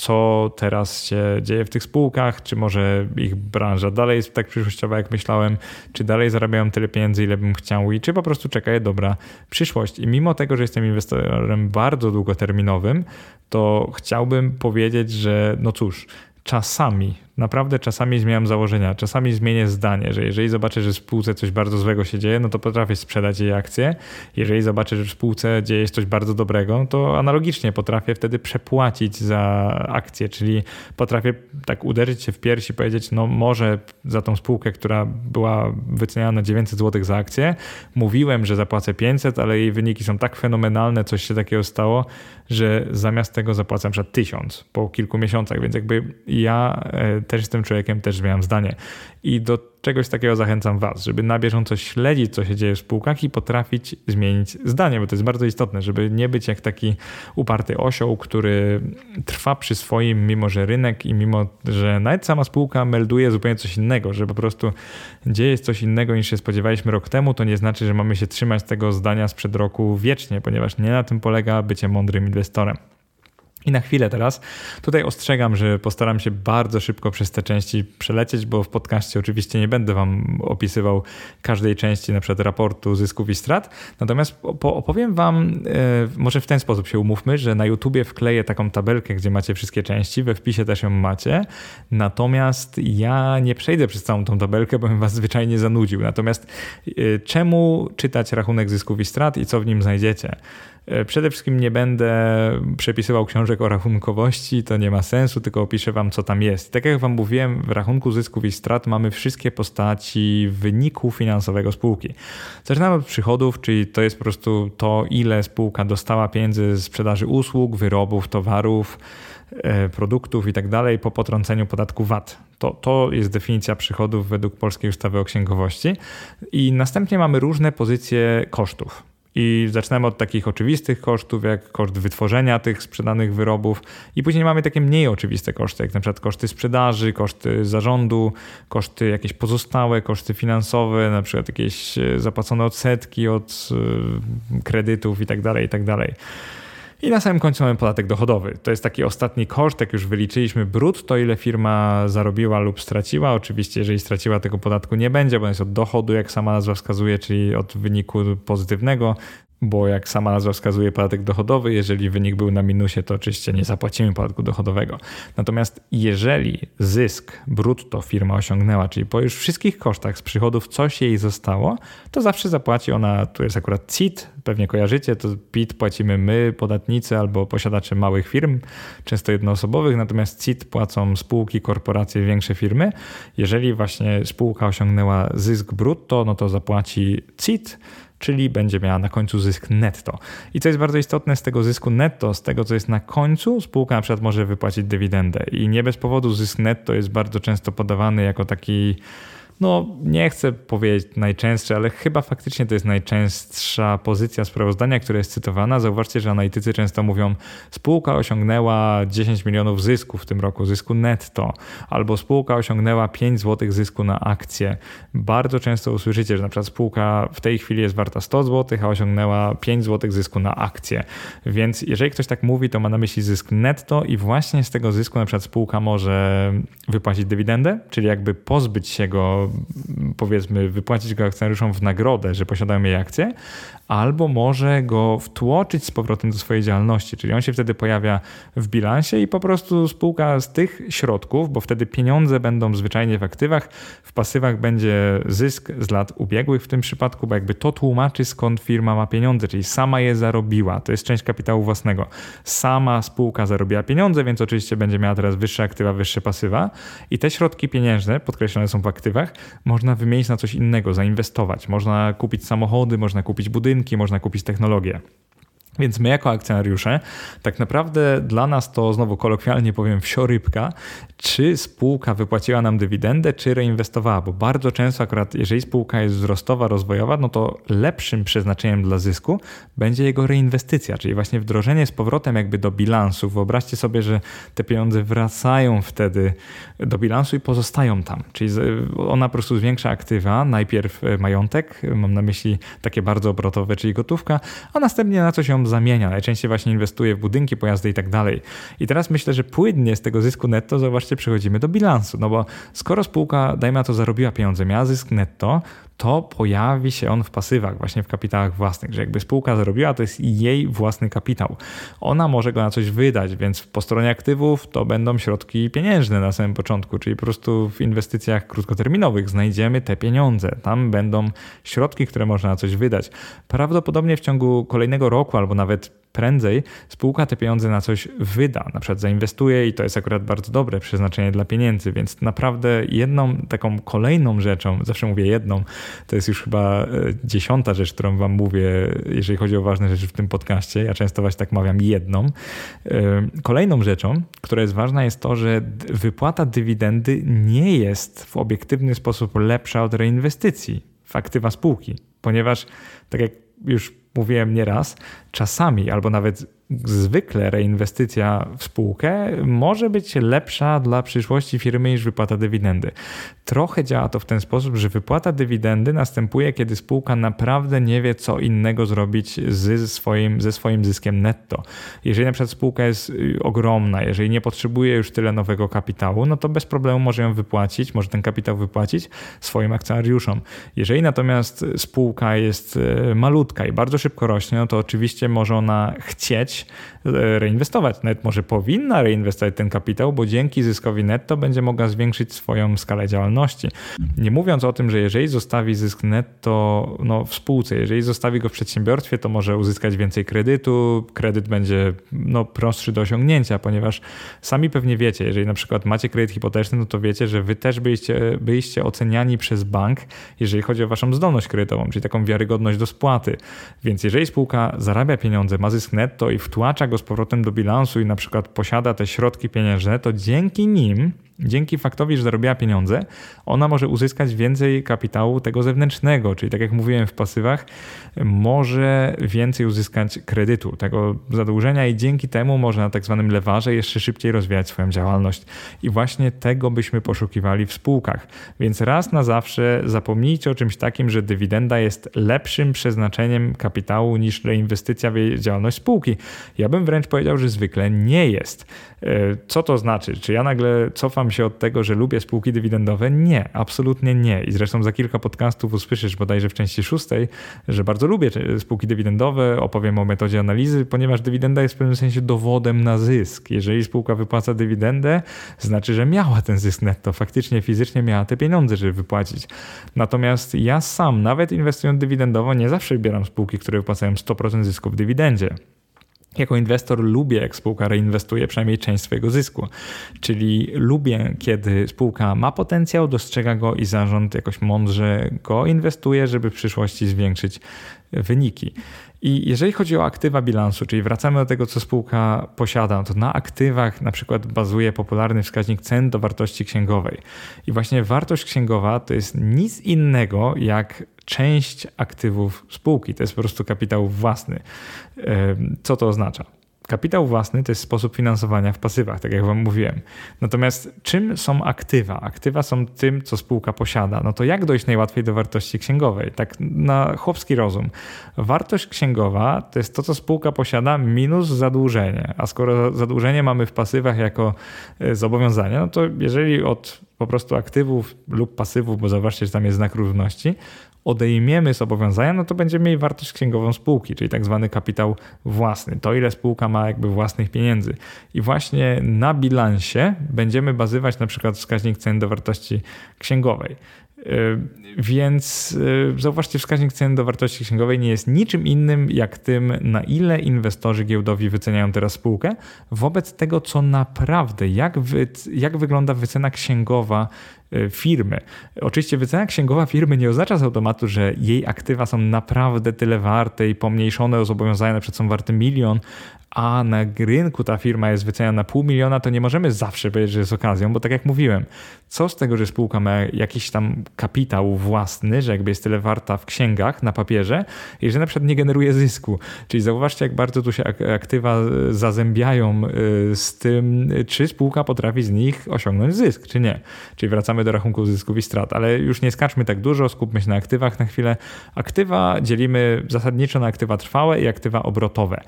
co teraz się dzieje w tych spółkach, czy może ich branża dalej jest tak przyszłościowa, jak myślałem, czy dalej zarabiają tyle pieniędzy, ile bym chciał i czy po prostu czeka je dobra przyszłość. I mimo tego, że jestem inwestorem bardzo długoterminowym, to chciałbym powiedzieć, że no cóż, czasami, naprawdę czasami zmieniam założenia, czasami zmienię zdanie, że jeżeli zobaczę, że w spółce coś bardzo złego się dzieje, no to potrafię sprzedać jej akcję. Jeżeli zobaczę, że w spółce dzieje się coś bardzo dobrego, to analogicznie potrafię wtedy przepłacić za akcję, czyli potrafię tak uderzyć się w piersi i powiedzieć, no może za tą spółkę, która była wyceniana na dziewięćset złotych za akcję, mówiłem, że zapłacę pięćset, ale jej wyniki są tak fenomenalne, coś się takiego stało, że zamiast tego zapłacę na przykład tysiąc po kilku miesiącach, więc jakby ja też jestem człowiekiem, też zmieniam zdanie. I do czegoś takiego zachęcam was, żeby na bieżąco śledzić, co się dzieje w spółkach i potrafić zmienić zdanie, bo to jest bardzo istotne, żeby nie być jak taki uparty osioł, który trwa przy swoim, mimo że rynek i mimo, że nawet sama spółka melduje zupełnie coś innego, że po prostu dzieje się coś innego niż się spodziewaliśmy rok temu, to nie znaczy, że mamy się trzymać tego zdania sprzed roku wiecznie, ponieważ nie na tym polega bycie mądrym inwestorem. I na chwilę teraz tutaj ostrzegam, że postaram się bardzo szybko przez te części przelecieć, bo w podcaście oczywiście nie będę wam opisywał każdej części na przykład raportu zysków i strat, natomiast opowiem wam, może w ten sposób się umówmy, że na YouTubie wkleję taką tabelkę, gdzie macie wszystkie części, we wpisie też ją macie, natomiast ja nie przejdę przez całą tą tabelkę, bo bym was zwyczajnie zanudził. Natomiast czemu czytać rachunek zysków i strat i co w nim znajdziecie? Przede wszystkim nie będę przepisywał książek o rachunkowości, to nie ma sensu, tylko opiszę wam, co tam jest. Tak jak wam mówiłem, w rachunku zysków i strat mamy wszystkie postaci wyniku finansowego spółki. Zaczynamy od przychodów, czyli to jest po prostu to, ile spółka dostała pieniędzy z sprzedaży usług, wyrobów, towarów, produktów i tak dalej po potrąceniu podatku V A T. To, to jest definicja przychodów według polskiej ustawy o księgowości. I następnie mamy różne pozycje kosztów. I zaczynamy od takich oczywistych kosztów, jak koszt wytworzenia tych sprzedanych wyrobów i później mamy takie mniej oczywiste koszty, jak na przykład koszty sprzedaży, koszty zarządu, koszty jakieś pozostałe, koszty finansowe, na przykład jakieś zapłacone odsetki od kredytów i tak dalej, i tak dalej. I na samym końcu mamy podatek dochodowy. To jest taki ostatni koszt, jak już wyliczyliśmy brutto, ile firma zarobiła lub straciła. Oczywiście, jeżeli straciła, tego podatku nie będzie, bo on jest od dochodu, jak sama nazwa wskazuje, czyli od wyniku pozytywnego, bo jak sama nazwa wskazuje, podatek dochodowy, jeżeli wynik był na minusie, to oczywiście nie zapłacimy podatku dochodowego. Natomiast jeżeli zysk brutto firma osiągnęła, czyli po już wszystkich kosztach z przychodów coś jej zostało, to zawsze zapłaci ona, tu jest akurat C I T, pewnie kojarzycie, to P I T płacimy my, podatnicy albo posiadacze małych firm, często jednoosobowych, natomiast C I T płacą spółki, korporacje, większe firmy. Jeżeli właśnie spółka osiągnęła zysk brutto, no to zapłaci C I T, czyli będzie miała na końcu zysk netto. I co jest bardzo istotne, z tego zysku netto, z tego co jest na końcu, spółka na przykład może wypłacić dywidendę. I nie bez powodu zysk netto jest bardzo często podawany jako taki, no nie chcę powiedzieć najczęstszy, ale chyba faktycznie to jest najczęstsza pozycja sprawozdania, która jest cytowana. Zauważcie, że analitycy często mówią, spółka osiągnęła dziesięć milionów zysku w tym roku, zysku netto, albo spółka osiągnęła pięć złotych zysku na akcję. Bardzo często usłyszycie, że na przykład spółka w tej chwili jest warta sto złotych, a osiągnęła pięć złotych zysku na akcję. Więc jeżeli ktoś tak mówi, to ma na myśli zysk netto i właśnie z tego zysku na przykład spółka może wypłacić dywidendę, czyli jakby pozbyć się go, powiedzmy wypłacić go akcjonariuszom w nagrodę, że posiadają jej akcje, albo może go wtłoczyć z powrotem do swojej działalności, czyli on się wtedy pojawia w bilansie i po prostu spółka z tych środków, bo wtedy pieniądze będą zwyczajnie w aktywach, w pasywach będzie zysk z lat ubiegłych w tym przypadku, bo jakby to tłumaczy, skąd firma ma pieniądze, czyli sama je zarobiła, to jest część kapitału własnego. Sama spółka zarobiła pieniądze, więc oczywiście będzie miała teraz wyższe aktywa, wyższe pasywa i te środki pieniężne, podkreślone są w aktywach, można wymienić na coś innego, zainwestować. Można kupić samochody, można kupić budynki, można kupić technologię. Więc my jako akcjonariusze, tak naprawdę dla nas to, znowu kolokwialnie powiem, wsiorybka, czy spółka wypłaciła nam dywidendę, czy reinwestowała, bo bardzo często akurat jeżeli spółka jest wzrostowa, rozwojowa, no to lepszym przeznaczeniem dla zysku będzie jego reinwestycja, czyli właśnie wdrożenie z powrotem jakby do bilansu. Wyobraźcie sobie, że te pieniądze wracają wtedy do bilansu i pozostają tam, czyli ona po prostu zwiększa aktywa, najpierw majątek, mam na myśli takie bardzo obrotowe, czyli gotówka, a następnie na coś ją zamienia. Najczęściej właśnie inwestuje w budynki, pojazdy i tak dalej. I teraz myślę, że płynnie z tego zysku netto, zobaczcie, przechodzimy do bilansu. No bo skoro spółka, dajmy na to, zarobiła pieniądze, miała zysk netto, to pojawi się on w pasywach, właśnie w kapitałach własnych, że jakby spółka zarobiła, to jest jej własny kapitał. Ona może go na coś wydać, więc po stronie aktywów to będą środki pieniężne na samym początku, czyli po prostu w inwestycjach krótkoterminowych znajdziemy te pieniądze. Tam będą środki, które można na coś wydać. Prawdopodobnie w ciągu kolejnego roku albo nawet prędzej spółka te pieniądze na coś wyda, na przykład zainwestuje i to jest akurat bardzo dobre przeznaczenie dla pieniędzy, więc naprawdę jedną taką kolejną rzeczą, zawsze mówię jedną, to jest już chyba dziesiąta rzecz, którą wam mówię, jeżeli chodzi o ważne rzeczy w tym podcaście, ja często właśnie tak mawiam jedną. Kolejną rzeczą, która jest ważna, jest to, że wypłata dywidendy nie jest w obiektywny sposób lepsza od reinwestycji w aktywa spółki, ponieważ tak jak już mówiłem nieraz, czasami albo nawet zwykle reinwestycja w spółkę może być lepsza dla przyszłości firmy niż wypłata dywidendy. Trochę działa to w ten sposób, że wypłata dywidendy następuje, kiedy spółka naprawdę nie wie, co innego zrobić ze swoim, ze swoim zyskiem netto. Jeżeli na przykład spółka jest ogromna, jeżeli nie potrzebuje już tyle nowego kapitału, no to bez problemu może ją wypłacić, może ten kapitał wypłacić swoim akcjonariuszom. Jeżeli natomiast spółka jest malutka i bardzo szybko rośnie, no to oczywiście może ona chcieć reinwestować. Nawet może powinna reinwestować ten kapitał, bo dzięki zyskowi netto będzie mogła zwiększyć swoją skalę działalności. Nie mówiąc o tym, że jeżeli zostawi zysk netto no, w spółce, jeżeli zostawi go w przedsiębiorstwie, to może uzyskać więcej kredytu, kredyt będzie no, prostszy do osiągnięcia, ponieważ sami pewnie wiecie, jeżeli na przykład macie kredyt hipoteczny, no to wiecie, że wy też byliście, byliście oceniani przez bank, jeżeli chodzi o waszą zdolność kredytową, czyli taką wiarygodność do spłaty. Więc jeżeli spółka zarabia pieniądze, ma zysk netto i wtłacza go z powrotem do bilansu i na przykład posiada te środki pieniężne, to dzięki nim Dzięki faktowi, że zarobiła pieniądze, ona może uzyskać więcej kapitału tego zewnętrznego, czyli tak jak mówiłem w pasywach, może więcej uzyskać kredytu, tego zadłużenia i dzięki temu może na tak zwanym lewarze jeszcze szybciej rozwijać swoją działalność. I właśnie tego byśmy poszukiwali w spółkach. Więc raz na zawsze zapomnijcie o czymś takim, że dywidenda jest lepszym przeznaczeniem kapitału niż reinwestycja w działalność spółki. Ja bym wręcz powiedział, że zwykle nie jest. Co to znaczy? Czy ja nagle cofam się od tego, że lubię spółki dywidendowe? Nie, absolutnie nie. I zresztą za kilka podcastów usłyszysz bodajże w części szóstej, że bardzo lubię spółki dywidendowe, opowiem o metodzie analizy, ponieważ dywidenda jest w pewnym sensie dowodem na zysk. Jeżeli spółka wypłaca dywidendę, znaczy, że miała ten zysk netto, faktycznie fizycznie miała te pieniądze, żeby wypłacić. Natomiast ja sam, nawet inwestując dywidendowo, nie zawsze wybieram spółki, które wypłacają sto procent zysku w dywidendzie. Jako inwestor lubię, jak spółka reinwestuje przynajmniej część swojego zysku. Czyli lubię, kiedy spółka ma potencjał, dostrzega go i zarząd jakoś mądrze go inwestuje, żeby w przyszłości zwiększyć wyniki. I jeżeli chodzi o aktywa bilansu, czyli wracamy do tego, co spółka posiada, to na aktywach na przykład bazuje popularny wskaźnik cen do wartości księgowej. I właśnie wartość księgowa to jest nic innego jak część aktywów spółki. To jest po prostu kapitał własny. Co to oznacza? Kapitał własny to jest sposób finansowania w pasywach, tak jak wam mówiłem. Natomiast czym są aktywa? Aktywa są tym, co spółka posiada. No to jak dojść najłatwiej do wartości księgowej? Tak na chłopski rozum. Wartość księgowa to jest to, co spółka posiada minus zadłużenie. A skoro zadłużenie mamy w pasywach jako zobowiązanie, no to jeżeli od po prostu aktywów lub pasywów, bo zobaczcie, że tam jest znak równości, odejmiemy zobowiązania, no to będziemy mieli wartość księgową spółki, czyli tak zwany kapitał własny. To ile spółka ma jakby własnych pieniędzy. I właśnie na bilansie będziemy bazować na przykład wskaźnik cen do wartości księgowej. Więc zauważcie, wskaźnik cen do wartości księgowej nie jest niczym innym jak tym, na ile inwestorzy giełdowi wyceniają teraz spółkę wobec tego, co naprawdę, jak, wy, jak wygląda wycena księgowa firmy. Oczywiście wycena księgowa firmy nie oznacza z automatu, że jej aktywa są naprawdę tyle warte i pomniejszone o zobowiązania na przykład są warte milion, a na rynku ta firma jest wyceniana na pół miliona, to nie możemy zawsze powiedzieć, że jest okazją, bo tak jak mówiłem, co z tego, że spółka ma jakiś tam kapitał własny, że jakby jest tyle warta w księgach, na papierze, jeżeli na przykład nie generuje zysku. Czyli zauważcie, jak bardzo tu się aktywa zazębiają z tym, czy spółka potrafi z nich osiągnąć zysk, czy nie. Czyli wracamy do rachunków zysków i strat, ale już nie skaczmy tak dużo, skupmy się na aktywach na chwilę. Aktywa dzielimy zasadniczo na aktywa trwałe i aktywa obrotowe.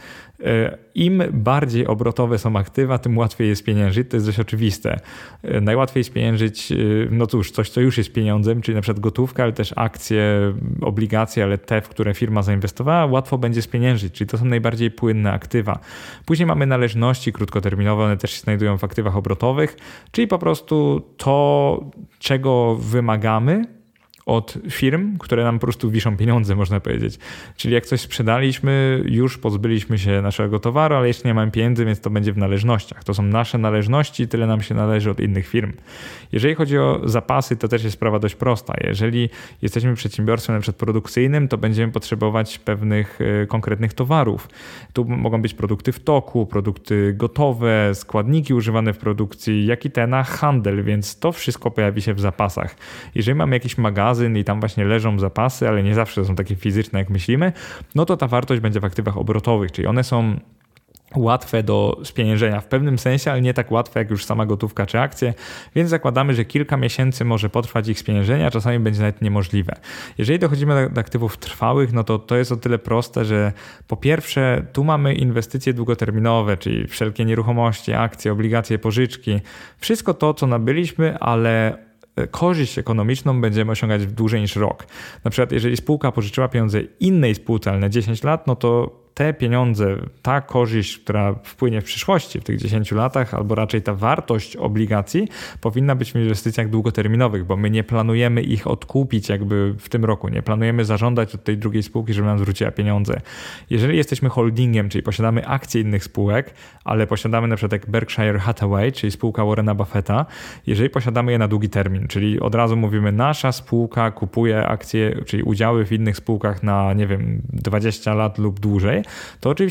Im bardziej obrotowe są aktywa, tym łatwiej jest pieniężyć, to jest dość oczywiste. Najłatwiej jest pieniężyć, no cóż, coś, co już jest pieniądzem, czyli na przykład gotówka, ale też akcje, obligacje, ale te, w które firma zainwestowała, łatwo będzie spieniężyć, czyli to są najbardziej płynne aktywa. Później mamy należności krótkoterminowe, one też się znajdują w aktywach obrotowych, czyli po prostu to, czego wymagamy od firm, które nam po prostu wiszą pieniądze, można powiedzieć. Czyli jak coś sprzedaliśmy, już pozbyliśmy się naszego towaru, ale jeszcze nie mamy pieniędzy, więc to będzie w należnościach. To są nasze należności, tyle nam się należy od innych firm. Jeżeli chodzi o zapasy, to też jest sprawa dość prosta. Jeżeli jesteśmy przedsiębiorstwem na przykład produkcyjnym, to będziemy potrzebować pewnych y, konkretnych towarów. Tu mogą być produkty w toku, produkty gotowe, składniki używane w produkcji, jak i te na handel, więc to wszystko pojawi się w zapasach. Jeżeli mamy jakiś magazyn, i tam właśnie leżą zapasy, ale nie zawsze są takie fizyczne, jak myślimy, no to ta wartość będzie w aktywach obrotowych, czyli one są łatwe do spieniężenia w pewnym sensie, ale nie tak łatwe jak już sama gotówka czy akcje, więc zakładamy, że kilka miesięcy może potrwać ich spieniężenie, a czasami będzie nawet niemożliwe. Jeżeli dochodzimy do aktywów trwałych, no to to jest o tyle proste, że po pierwsze tu mamy inwestycje długoterminowe, czyli wszelkie nieruchomości, akcje, obligacje, pożyczki, wszystko to, co nabyliśmy, ale korzyść ekonomiczną będziemy osiągać dłużej niż rok. Na przykład jeżeli spółka pożyczyła pieniądze innej spółce, ale na dziesięć lat, no to te pieniądze, ta korzyść, która wpłynie w przyszłości, w tych dziesięciu latach, albo raczej ta wartość obligacji powinna być w inwestycjach długoterminowych, bo my nie planujemy ich odkupić jakby w tym roku, nie planujemy zażądać od tej drugiej spółki, żeby nam zwróciła pieniądze. Jeżeli jesteśmy holdingiem, czyli posiadamy akcje innych spółek, ale posiadamy na przykład jak Berkshire Hathaway, czyli spółka Warrena Buffetta, jeżeli posiadamy je na długi termin, czyli od razu mówimy, nasza spółka kupuje akcje, czyli udziały w innych spółkach na, nie wiem, dwadzieścia lat lub dłużej, to oczywiście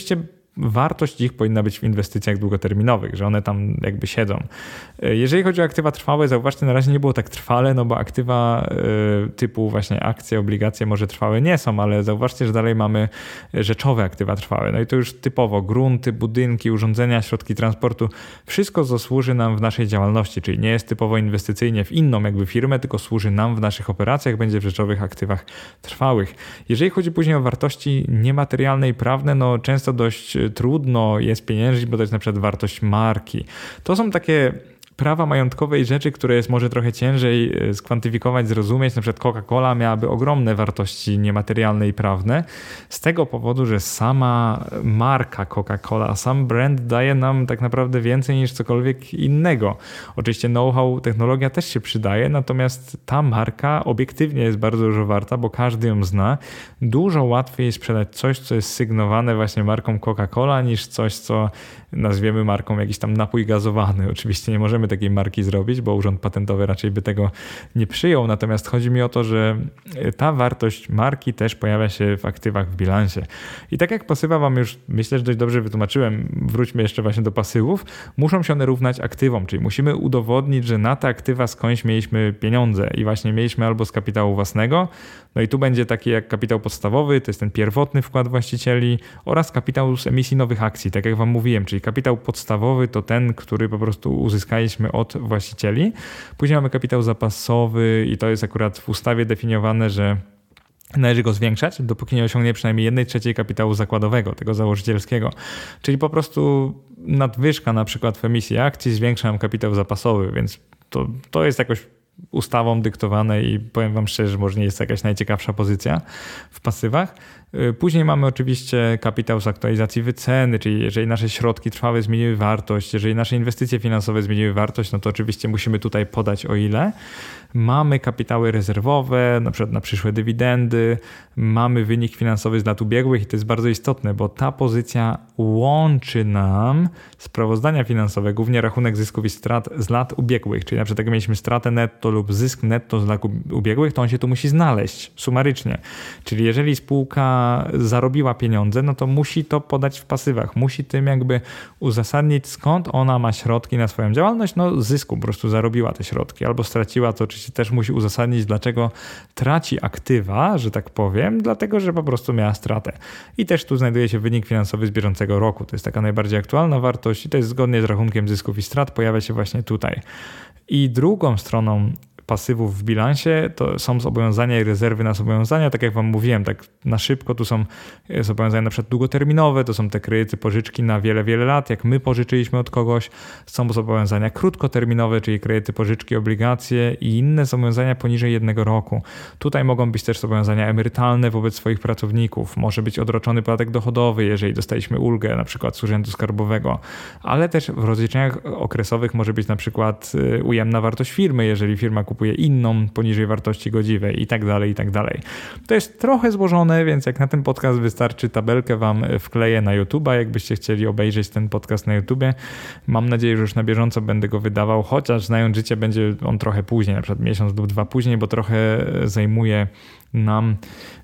wartość ich powinna być w inwestycjach długoterminowych, że one tam jakby siedzą. Jeżeli chodzi o aktywa trwałe, zauważcie, na razie nie było tak trwale, no bo aktywa typu właśnie akcje, obligacje może trwałe nie są, ale zauważcie, że dalej mamy rzeczowe aktywa trwałe. No i to już typowo grunty, budynki, urządzenia, środki transportu, wszystko co służy nam w naszej działalności, czyli nie jest typowo inwestycyjnie w inną jakby firmę, tylko służy nam w naszych operacjach, będzie w rzeczowych aktywach trwałych. Jeżeli chodzi później o wartości niematerialne i prawne, no często dość trudno jest pieniężyć, bo to jest na przykład wartość marki. To są takie prawa majątkowe i rzeczy, które jest może trochę ciężej skwantyfikować, zrozumieć. Na przykład Coca-Cola miałaby ogromne wartości niematerialne i prawne z tego powodu, że sama marka Coca-Cola, sam brand daje nam tak naprawdę więcej niż cokolwiek innego. Oczywiście know-how, technologia też się przydaje, natomiast ta marka obiektywnie jest bardzo dużo warta, bo każdy ją zna. Dużo łatwiej jest sprzedać coś, co jest sygnowane właśnie marką Coca-Cola, niż coś, co nazwiemy marką jakiś tam napój gazowany. Oczywiście nie możemy takiej marki zrobić, bo Urząd Patentowy raczej by tego nie przyjął. Natomiast chodzi mi o to, że ta wartość marki też pojawia się w aktywach w bilansie. I tak jak pasywa wam już myślę, że dość dobrze wytłumaczyłem, wróćmy jeszcze właśnie do pasywów, muszą się one równać aktywom, czyli musimy udowodnić, że na te aktywa skądś mieliśmy pieniądze i właśnie mieliśmy albo z kapitału własnego, no i tu będzie taki jak kapitał podstawowy, to jest ten pierwotny wkład właścicieli oraz kapitał z emisji nowych akcji, tak jak wam mówiłem, czyli kapitał podstawowy to ten, który po prostu uzyskaliśmy od właścicieli. Później mamy kapitał zapasowy i to jest akurat w ustawie definiowane, że należy go zwiększać, dopóki nie osiągnie przynajmniej jednej trzeciej kapitału zakładowego, tego założycielskiego. Czyli po prostu nadwyżka na przykład w emisji akcji zwiększa nam kapitał zapasowy, więc to, to jest jakoś ustawą dyktowane i powiem wam szczerze, że może nie jest to jakaś najciekawsza pozycja w pasywach. Później mamy oczywiście kapitał z aktualizacji wyceny, czyli jeżeli nasze środki trwałe zmieniły wartość, jeżeli nasze inwestycje finansowe zmieniły wartość, no to oczywiście musimy tutaj podać o ile. Mamy kapitały rezerwowe, na przykład na przyszłe dywidendy, mamy wynik finansowy z lat ubiegłych i to jest bardzo istotne, bo ta pozycja łączy nam sprawozdania finansowe, głównie rachunek zysków i strat z lat ubiegłych, czyli na przykład jak mieliśmy stratę netto lub zysk netto z lat ubiegłych, to on się tu musi znaleźć sumarycznie. Czyli jeżeli spółka zarobiła pieniądze, no to musi to podać w pasywach. Musi tym jakby uzasadnić, skąd ona ma środki na swoją działalność. No zysku, po prostu zarobiła te środki albo straciła, to oczywiście też musi uzasadnić, dlaczego traci aktywa, że tak powiem, dlatego, że po prostu miała stratę. I też tu znajduje się wynik finansowy z bieżącego roku. To jest taka najbardziej aktualna wartość i to jest zgodnie z rachunkiem zysków i strat, pojawia się właśnie tutaj. I drugą stroną pasywów w bilansie to są zobowiązania i rezerwy na zobowiązania, tak jak wam mówiłem, tak na szybko tu są zobowiązania na przykład długoterminowe, to są te kredyty, pożyczki na wiele, wiele lat, jak my pożyczyliśmy od kogoś, są zobowiązania krótkoterminowe, czyli kredyty, pożyczki, obligacje i inne zobowiązania poniżej jednego roku. Tutaj mogą być też zobowiązania emerytalne wobec swoich pracowników, może być odroczony podatek dochodowy, jeżeli dostaliśmy ulgę na przykład z Urzędu Skarbowego, ale też w rozliczeniach okresowych może być na przykład ujemna wartość firmy, jeżeli firma kupuje inną poniżej wartości godziwej i tak dalej, i tak dalej. To jest trochę złożone, więc jak na ten podcast wystarczy tabelkę wam wkleję na YouTube'a, jakbyście chcieli obejrzeć ten podcast na YouTubie. Mam nadzieję, że już na bieżąco będę go wydawał, chociaż znając życie będzie on trochę później, na przykład miesiąc lub dwa później, bo trochę zajmuje nam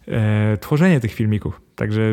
e, tworzenie tych filmików. Także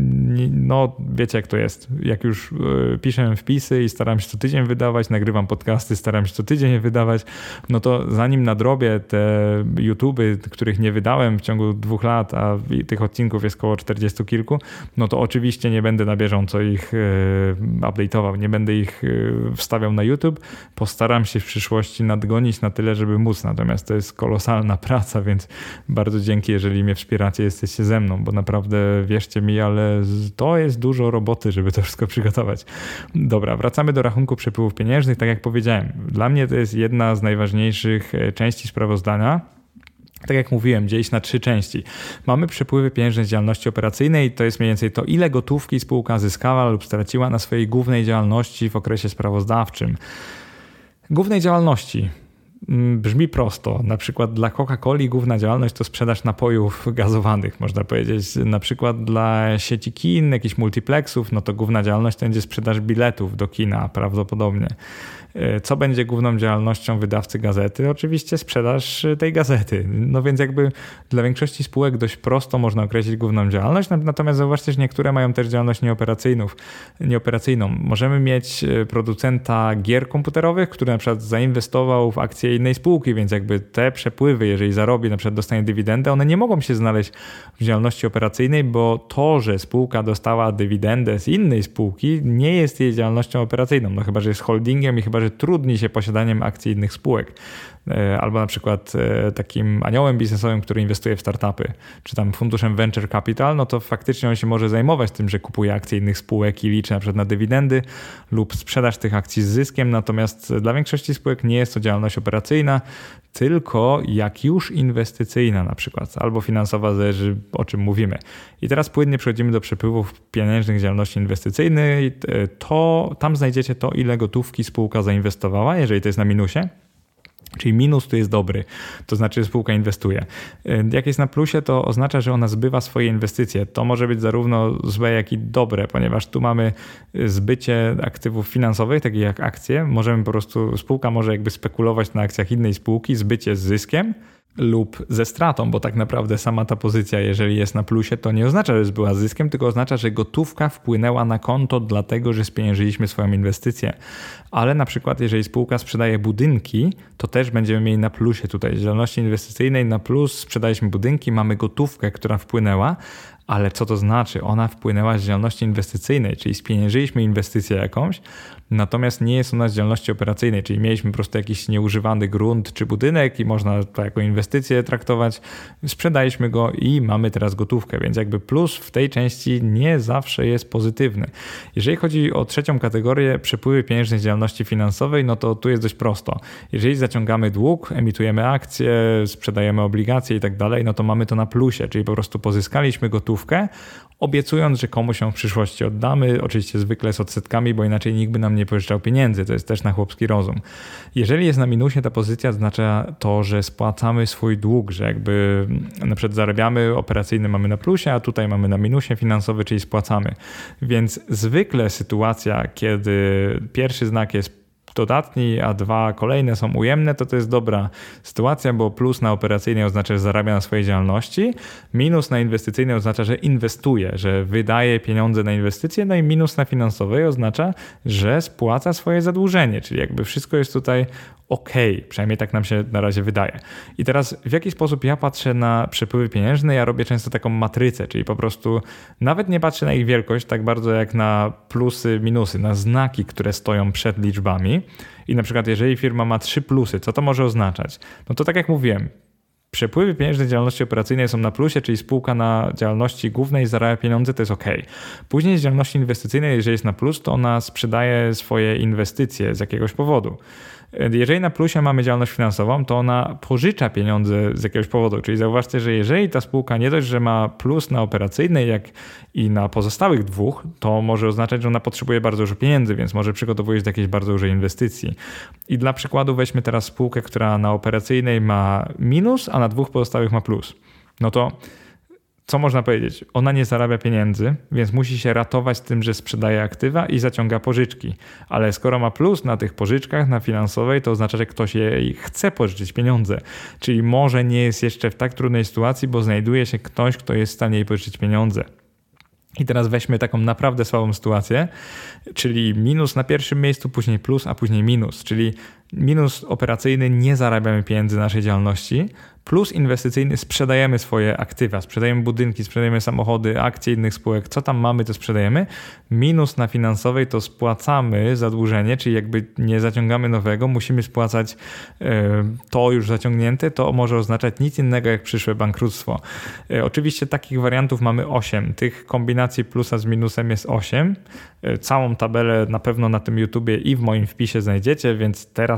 no wiecie jak to jest. Jak już y, piszę wpisy i staram się co tydzień wydawać, nagrywam podcasty, staram się co tydzień je wydawać, no to zanim nadrobię te YouTuby, których nie wydałem w ciągu dwóch lat, a tych odcinków jest około czterdziestu kilku, no to oczywiście nie będę na bieżąco ich y, update'ował, nie będę ich y, wstawiał na YouTube. Postaram się w przyszłości nadgonić na tyle, żeby móc. Natomiast to jest kolosalna praca, więc bardzo dzięki, jeżeli mnie wspieracie, jesteście ze mną, bo naprawdę wierzcie mi, ale to jest dużo roboty, żeby to wszystko przygotować. Dobra, wracamy do rachunku przepływów pieniężnych. Tak jak powiedziałem, dla mnie to jest jedna z najważniejszych części sprawozdania. Tak jak mówiłem, dzieli się na trzy części. Mamy przepływy pieniężne z działalności operacyjnej, to jest mniej więcej to, ile gotówki spółka zyskała lub straciła na swojej głównej działalności w okresie sprawozdawczym. Głównej działalności. Brzmi prosto. Na przykład dla Coca-Coli główna działalność to sprzedaż napojów gazowanych, można powiedzieć. Na przykład dla sieci kin, jakichś multiplexów, no to główna działalność to będzie sprzedaż biletów do kina prawdopodobnie. Co będzie główną działalnością wydawcy gazety? Oczywiście sprzedaż tej gazety. No więc jakby dla większości spółek dość prosto można określić główną działalność, natomiast zauważcie, że niektóre mają też działalność nieoperacyjną. nieoperacyjną. Możemy mieć producenta gier komputerowych, który na przykład zainwestował w akcje innej spółki, więc jakby te przepływy, jeżeli zarobi, na przykład dostanie dywidendę, one nie mogą się znaleźć w działalności operacyjnej, bo to, że spółka dostała dywidendę z innej spółki, nie jest jej działalnością operacyjną. No chyba, że jest holdingiem i chyba, że trudni się posiadaniem akcji innych spółek. Albo na przykład takim aniołem biznesowym, który inwestuje w startupy, czy tam funduszem venture capital, no to faktycznie on się może zajmować tym, że kupuje akcje innych spółek i liczy na przykład na dywidendy lub sprzedaż tych akcji z zyskiem, natomiast dla większości spółek nie jest to działalność operacyjna, tylko jak już inwestycyjna na przykład, albo finansowa, zależy o czym mówimy. I teraz płynnie przechodzimy do przepływów pieniężnych działalności inwestycyjnej. To, tam znajdziecie to, ile gotówki spółka zainwestowała, jeżeli to jest na minusie. Czyli minus tu jest dobry, to znaczy, że spółka inwestuje. Jak jest na plusie, to oznacza, że ona zbywa swoje inwestycje. To może być zarówno złe, jak i dobre, ponieważ tu mamy zbycie aktywów finansowych, takich jak akcje. Możemy po prostu, spółka może jakby spekulować na akcjach innej spółki, zbycie z zyskiem lub ze stratą, bo tak naprawdę sama ta pozycja, jeżeli jest na plusie, to nie oznacza, że była zyskiem, tylko oznacza, że gotówka wpłynęła na konto dlatego, że spieniężyliśmy swoją inwestycję. Ale na przykład jeżeli spółka sprzedaje budynki, to też będziemy mieli na plusie tutaj. Z działalności inwestycyjnej na plus sprzedaliśmy budynki, mamy gotówkę, która wpłynęła, ale co to znaczy? Ona wpłynęła z działalności inwestycyjnej, czyli spieniężyliśmy inwestycję jakąś, natomiast nie jest ona z działalności operacyjnej, czyli mieliśmy po prostu jakiś nieużywany grunt czy budynek i można to jako inwestycję traktować, sprzedaliśmy go i mamy teraz gotówkę, więc jakby plus w tej części nie zawsze jest pozytywny. Jeżeli chodzi o trzecią kategorię, przepływy pieniężne z działalności finansowej, no to tu jest dość prosto. Jeżeli zaciągamy dług, emitujemy akcje, sprzedajemy obligacje i tak dalej, no to mamy to na plusie, czyli po prostu pozyskaliśmy gotówkę, obiecując, że komuś ją w przyszłości oddamy, oczywiście zwykle z odsetkami, bo inaczej nikt by nam nie pożyczał pieniędzy, to jest też na chłopski rozum. Jeżeli jest na minusie, ta pozycja oznacza to, że spłacamy swój dług, że jakby na przykład zarabiamy, operacyjny mamy na plusie, a tutaj mamy na minusie finansowy, czyli spłacamy. Więc zwykle sytuacja, kiedy pierwszy znak jest dodatni, a dwa kolejne są ujemne, to to jest dobra sytuacja, bo plus na operacyjnej oznacza, że zarabia na swojej działalności, minus na inwestycyjnej oznacza, że inwestuje, że wydaje pieniądze na inwestycje, no i minus na finansowej oznacza, że spłaca swoje zadłużenie, czyli jakby wszystko jest tutaj okej, okay. Przynajmniej tak nam się na razie wydaje. I teraz w jaki sposób ja patrzę na przepływy pieniężne? Ja robię często taką matrycę, czyli po prostu nawet nie patrzę na ich wielkość tak bardzo jak na plusy, minusy, na znaki, które stoją przed liczbami. I na przykład jeżeli firma ma trzy plusy, co to może oznaczać? No to tak jak mówiłem, przepływy pieniężne z działalności operacyjnej są na plusie, czyli spółka na działalności głównej zarabia pieniądze, to jest ok. Później z działalności inwestycyjnej, jeżeli jest na plus, to ona sprzedaje swoje inwestycje z jakiegoś powodu. Jeżeli na plusie mamy działalność finansową, to ona pożycza pieniądze z jakiegoś powodu. Czyli zauważcie, że jeżeli ta spółka nie dość, że ma plus na operacyjnej, jak i na pozostałych dwóch, to może oznaczać, że ona potrzebuje bardzo dużo pieniędzy, więc może przygotowuje się do jakiejś bardzo dużej inwestycji. I dla przykładu weźmy teraz spółkę, która na operacyjnej ma minus, a na dwóch pozostałych ma plus. No to co można powiedzieć? Ona nie zarabia pieniędzy, więc musi się ratować tym, że sprzedaje aktywa i zaciąga pożyczki. Ale skoro ma plus na tych pożyczkach, na finansowej, to oznacza, że ktoś jej chce pożyczyć pieniądze. Czyli może nie jest jeszcze w tak trudnej sytuacji, bo znajduje się ktoś, kto jest w stanie jej pożyczyć pieniądze. I teraz weźmy taką naprawdę słabą sytuację, czyli minus na pierwszym miejscu, później plus, a później minus, czyli minus operacyjny, nie zarabiamy pieniędzy z naszej działalności, plus inwestycyjny, sprzedajemy swoje aktywa, sprzedajemy budynki, sprzedajemy samochody, akcje innych spółek, co tam mamy, to sprzedajemy. Minus na finansowej to spłacamy zadłużenie, czyli jakby nie zaciągamy nowego, musimy spłacać to już zaciągnięte, to może oznaczać nic innego jak przyszłe bankructwo. Oczywiście takich wariantów mamy osiem, tych kombinacji plusa z minusem jest osiem. Całą tabelę na pewno na tym YouTubie i w moim wpisie znajdziecie, więc teraz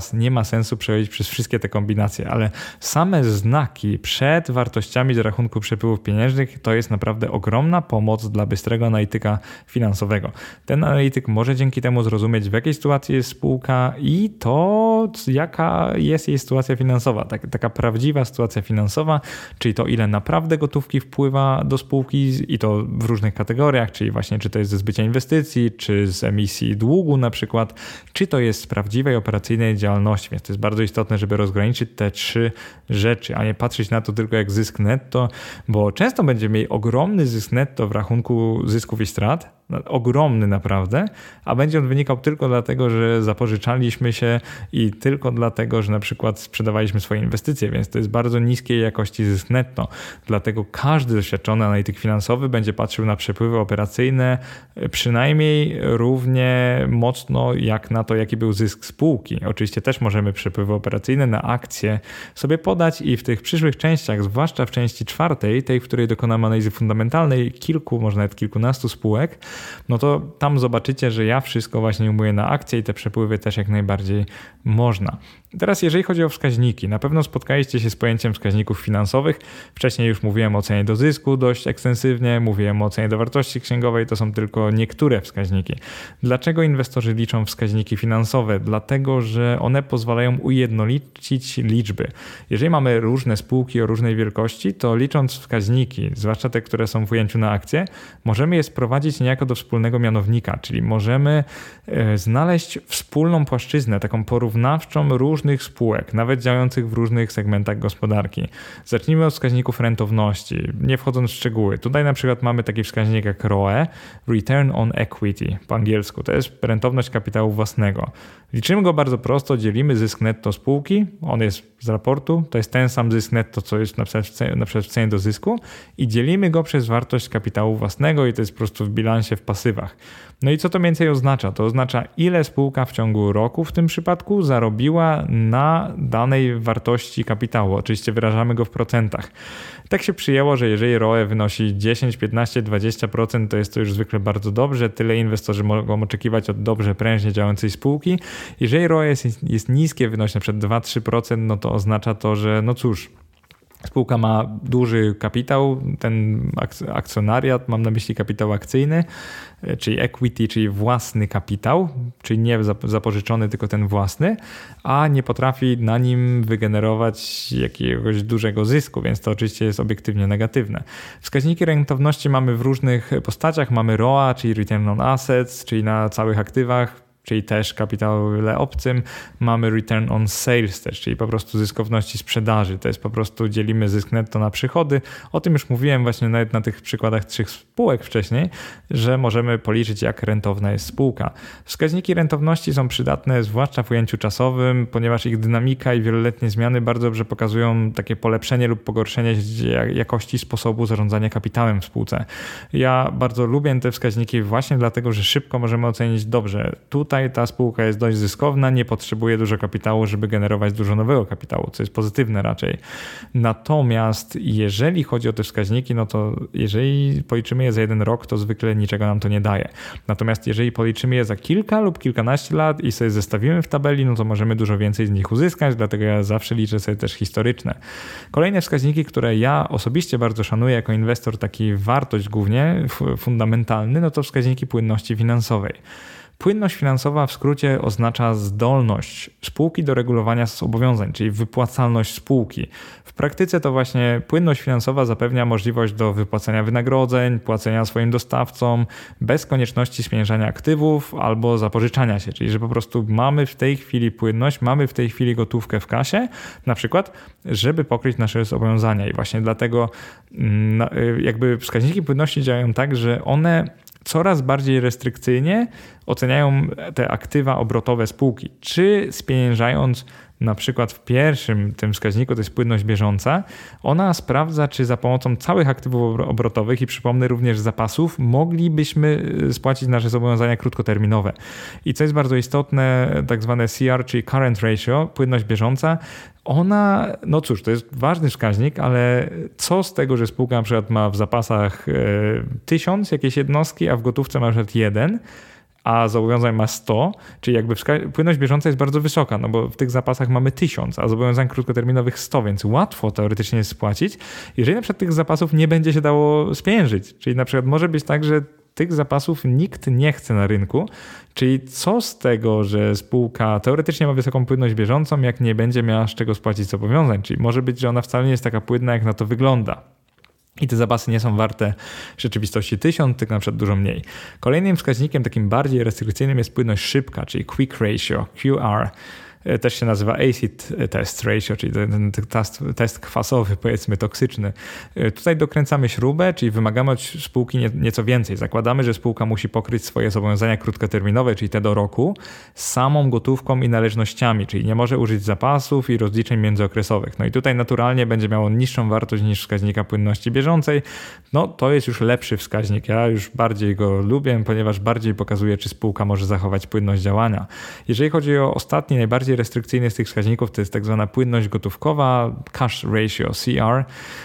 teraz nie ma sensu przechodzić przez wszystkie te kombinacje, ale same znaki przed wartościami z rachunku przepływów pieniężnych to jest naprawdę ogromna pomoc dla bystrego analityka finansowego. Ten analityk może dzięki temu zrozumieć, w jakiej sytuacji jest spółka i to, jaka jest jej sytuacja finansowa. Tak, taka prawdziwa sytuacja finansowa, czyli to, ile naprawdę gotówki wpływa do spółki i to w różnych kategoriach, czyli właśnie czy to jest ze zbycia inwestycji, czy z emisji długu na przykład, czy to jest z prawdziwej operacyjnej działalności. Więc to jest bardzo istotne, żeby rozgraniczyć te trzy rzeczy, a nie patrzeć na to tylko jak zysk netto, bo często będziemy mieli ogromny zysk netto w rachunku zysków i strat, ogromny naprawdę, a będzie on wynikał tylko dlatego, że zapożyczaliśmy się i tylko dlatego, że na przykład sprzedawaliśmy swoje inwestycje, więc to jest bardzo niskiej jakości zysk netto. Dlatego każdy doświadczony analityk finansowy będzie patrzył na przepływy operacyjne przynajmniej równie mocno jak na to, jaki był zysk spółki. Oczywiście też możemy przepływy operacyjne na akcje sobie podać i w tych przyszłych częściach, zwłaszcza w części czwartej, tej, w której dokonamy analizy fundamentalnej kilku, może nawet kilkunastu spółek, no to tam zobaczycie, że ja wszystko właśnie ujmuję na akcje i te przepływy też jak najbardziej można. Teraz jeżeli chodzi o wskaźniki, na pewno spotkaliście się z pojęciem wskaźników finansowych. Wcześniej już mówiłem o cenie do zysku dość ekstensywnie, mówiłem o cenie do wartości księgowej, to są tylko niektóre wskaźniki. Dlaczego inwestorzy liczą wskaźniki finansowe? Dlatego, że one pozwalają ujednolicić liczby. Jeżeli mamy różne spółki o różnej wielkości, to licząc wskaźniki, zwłaszcza te, które są w ujęciu na akcje, możemy je sprowadzić niejako do wspólnego mianownika, czyli możemy znaleźć wspólną płaszczyznę, taką porównawczą różnych spółek, nawet działających w różnych segmentach gospodarki. Zacznijmy od wskaźników rentowności, nie wchodząc w szczegóły. Tutaj na przykład mamy taki wskaźnik jak R O E, Return on Equity po angielsku, to jest rentowność kapitału własnego. Liczymy go bardzo prosto, dzielimy zysk netto spółki, on jest z raportu, to jest ten sam zysk netto, co jest na przykład w cenie, na przykład w cenie do zysku i dzielimy go przez wartość kapitału własnego i to jest po prostu w bilansie w pasywach. No i co to mniej więcej oznacza? To oznacza, ile spółka w ciągu roku w tym przypadku zarobiła na danej wartości kapitału. Oczywiście wyrażamy go w procentach. Tak się przyjęło, że jeżeli R O E wynosi dziesięć, piętnaście, dwadzieścia procent, to jest to już zwykle bardzo dobrze. Tyle inwestorzy mogą oczekiwać od dobrze prężnie działającej spółki. Jeżeli R O E jest, jest niskie, wynosi na przykład dwa do trzech procent, no to oznacza to, że no cóż, spółka ma duży kapitał, ten akcjonariat, mam na myśli kapitał akcyjny, czyli equity, czyli własny kapitał, czyli nie zapożyczony, tylko ten własny, a nie potrafi na nim wygenerować jakiegoś dużego zysku, więc to oczywiście jest obiektywnie negatywne. Wskaźniki rentowności mamy w różnych postaciach. Mamy R O A, czyli Return on Assets, czyli na całych aktywach, czyli też kapitale obcym. Mamy return on sales też, czyli po prostu zyskowności sprzedaży. To jest po prostu dzielimy zysk netto na przychody. O tym już mówiłem właśnie nawet na tych przykładach trzech spółek wcześniej, że możemy policzyć, jak rentowna jest spółka. Wskaźniki rentowności są przydatne zwłaszcza w ujęciu czasowym, ponieważ ich dynamika i wieloletnie zmiany bardzo dobrze pokazują takie polepszenie lub pogorszenie jakości sposobu zarządzania kapitałem w spółce. Ja bardzo lubię te wskaźniki właśnie dlatego, że szybko możemy ocenić dobrze. Tu Tutaj ta spółka jest dość zyskowna, nie potrzebuje dużo kapitału, żeby generować dużo nowego kapitału, co jest pozytywne raczej. Natomiast jeżeli chodzi o te wskaźniki, no to jeżeli policzymy je za jeden rok, to zwykle niczego nam to nie daje. Natomiast jeżeli policzymy je za kilka lub kilkanaście lat i sobie zestawimy w tabeli, no to możemy dużo więcej z nich uzyskać, dlatego ja zawsze liczę sobie też historyczne. Kolejne wskaźniki, które ja osobiście bardzo szanuję jako inwestor, taki wartość głównie fundamentalny, no to wskaźniki płynności finansowej. Płynność finansowa w skrócie oznacza zdolność spółki do regulowania zobowiązań, czyli wypłacalność spółki. W praktyce to właśnie płynność finansowa zapewnia możliwość do wypłacania wynagrodzeń, płacenia swoim dostawcom bez konieczności spieniężania aktywów albo zapożyczania się, czyli że po prostu mamy w tej chwili płynność, mamy w tej chwili gotówkę w kasie, na przykład, żeby pokryć nasze zobowiązania i właśnie dlatego jakby wskaźniki płynności działają tak, że one coraz bardziej restrykcyjnie oceniają te aktywa obrotowe spółki, czy spieniężając na przykład w pierwszym tym wskaźniku, to jest płynność bieżąca, ona sprawdza, czy za pomocą całych aktywów obrotowych i przypomnę również zapasów, moglibyśmy spłacić nasze zobowiązania krótkoterminowe. I co jest bardzo istotne, tak zwane C R, czyli current ratio, płynność bieżąca, ona, no cóż, to jest ważny wskaźnik, ale co z tego, że spółka na przykład ma w zapasach tysiąc jakiejś jednostki, a w gotówce ma na przykład jeden, a zobowiązań ma sto, czyli jakby wska- płynność bieżąca jest bardzo wysoka, no bo w tych zapasach mamy tysiąc, a zobowiązań krótkoterminowych sto, więc łatwo teoretycznie jest spłacić, jeżeli na przykład tych zapasów nie będzie się dało spieniężyć. Czyli na przykład może być tak, że tych zapasów nikt nie chce na rynku, czyli co z tego, że spółka teoretycznie ma wysoką płynność bieżącą, jak nie będzie miała z czego spłacić zobowiązań, czyli może być, że ona wcale nie jest taka płynna, jak na to wygląda. I te zapasy nie są warte w rzeczywistości tysiąc, tylko na przykład dużo mniej. Kolejnym wskaźnikiem takim bardziej restrykcyjnym jest płynność szybka, czyli quick ratio, Q R. Też się nazywa acid test ratio, czyli ten test, test kwasowy, powiedzmy toksyczny. Tutaj dokręcamy śrubę, czyli wymagamy od spółki nieco więcej. Zakładamy, że spółka musi pokryć swoje zobowiązania krótkoterminowe, czyli te do roku, samą gotówką i należnościami, czyli nie może użyć zapasów i rozliczeń międzyokresowych. No i tutaj naturalnie będzie miało niższą wartość niż wskaźnika płynności bieżącej. No to jest już lepszy wskaźnik. Ja już bardziej go lubię, ponieważ bardziej pokazuje, czy spółka może zachować płynność działania. Jeżeli chodzi o ostatni, najbardziej restrykcyjny z tych wskaźników, to jest tak zwana płynność gotówkowa, cash ratio, C R.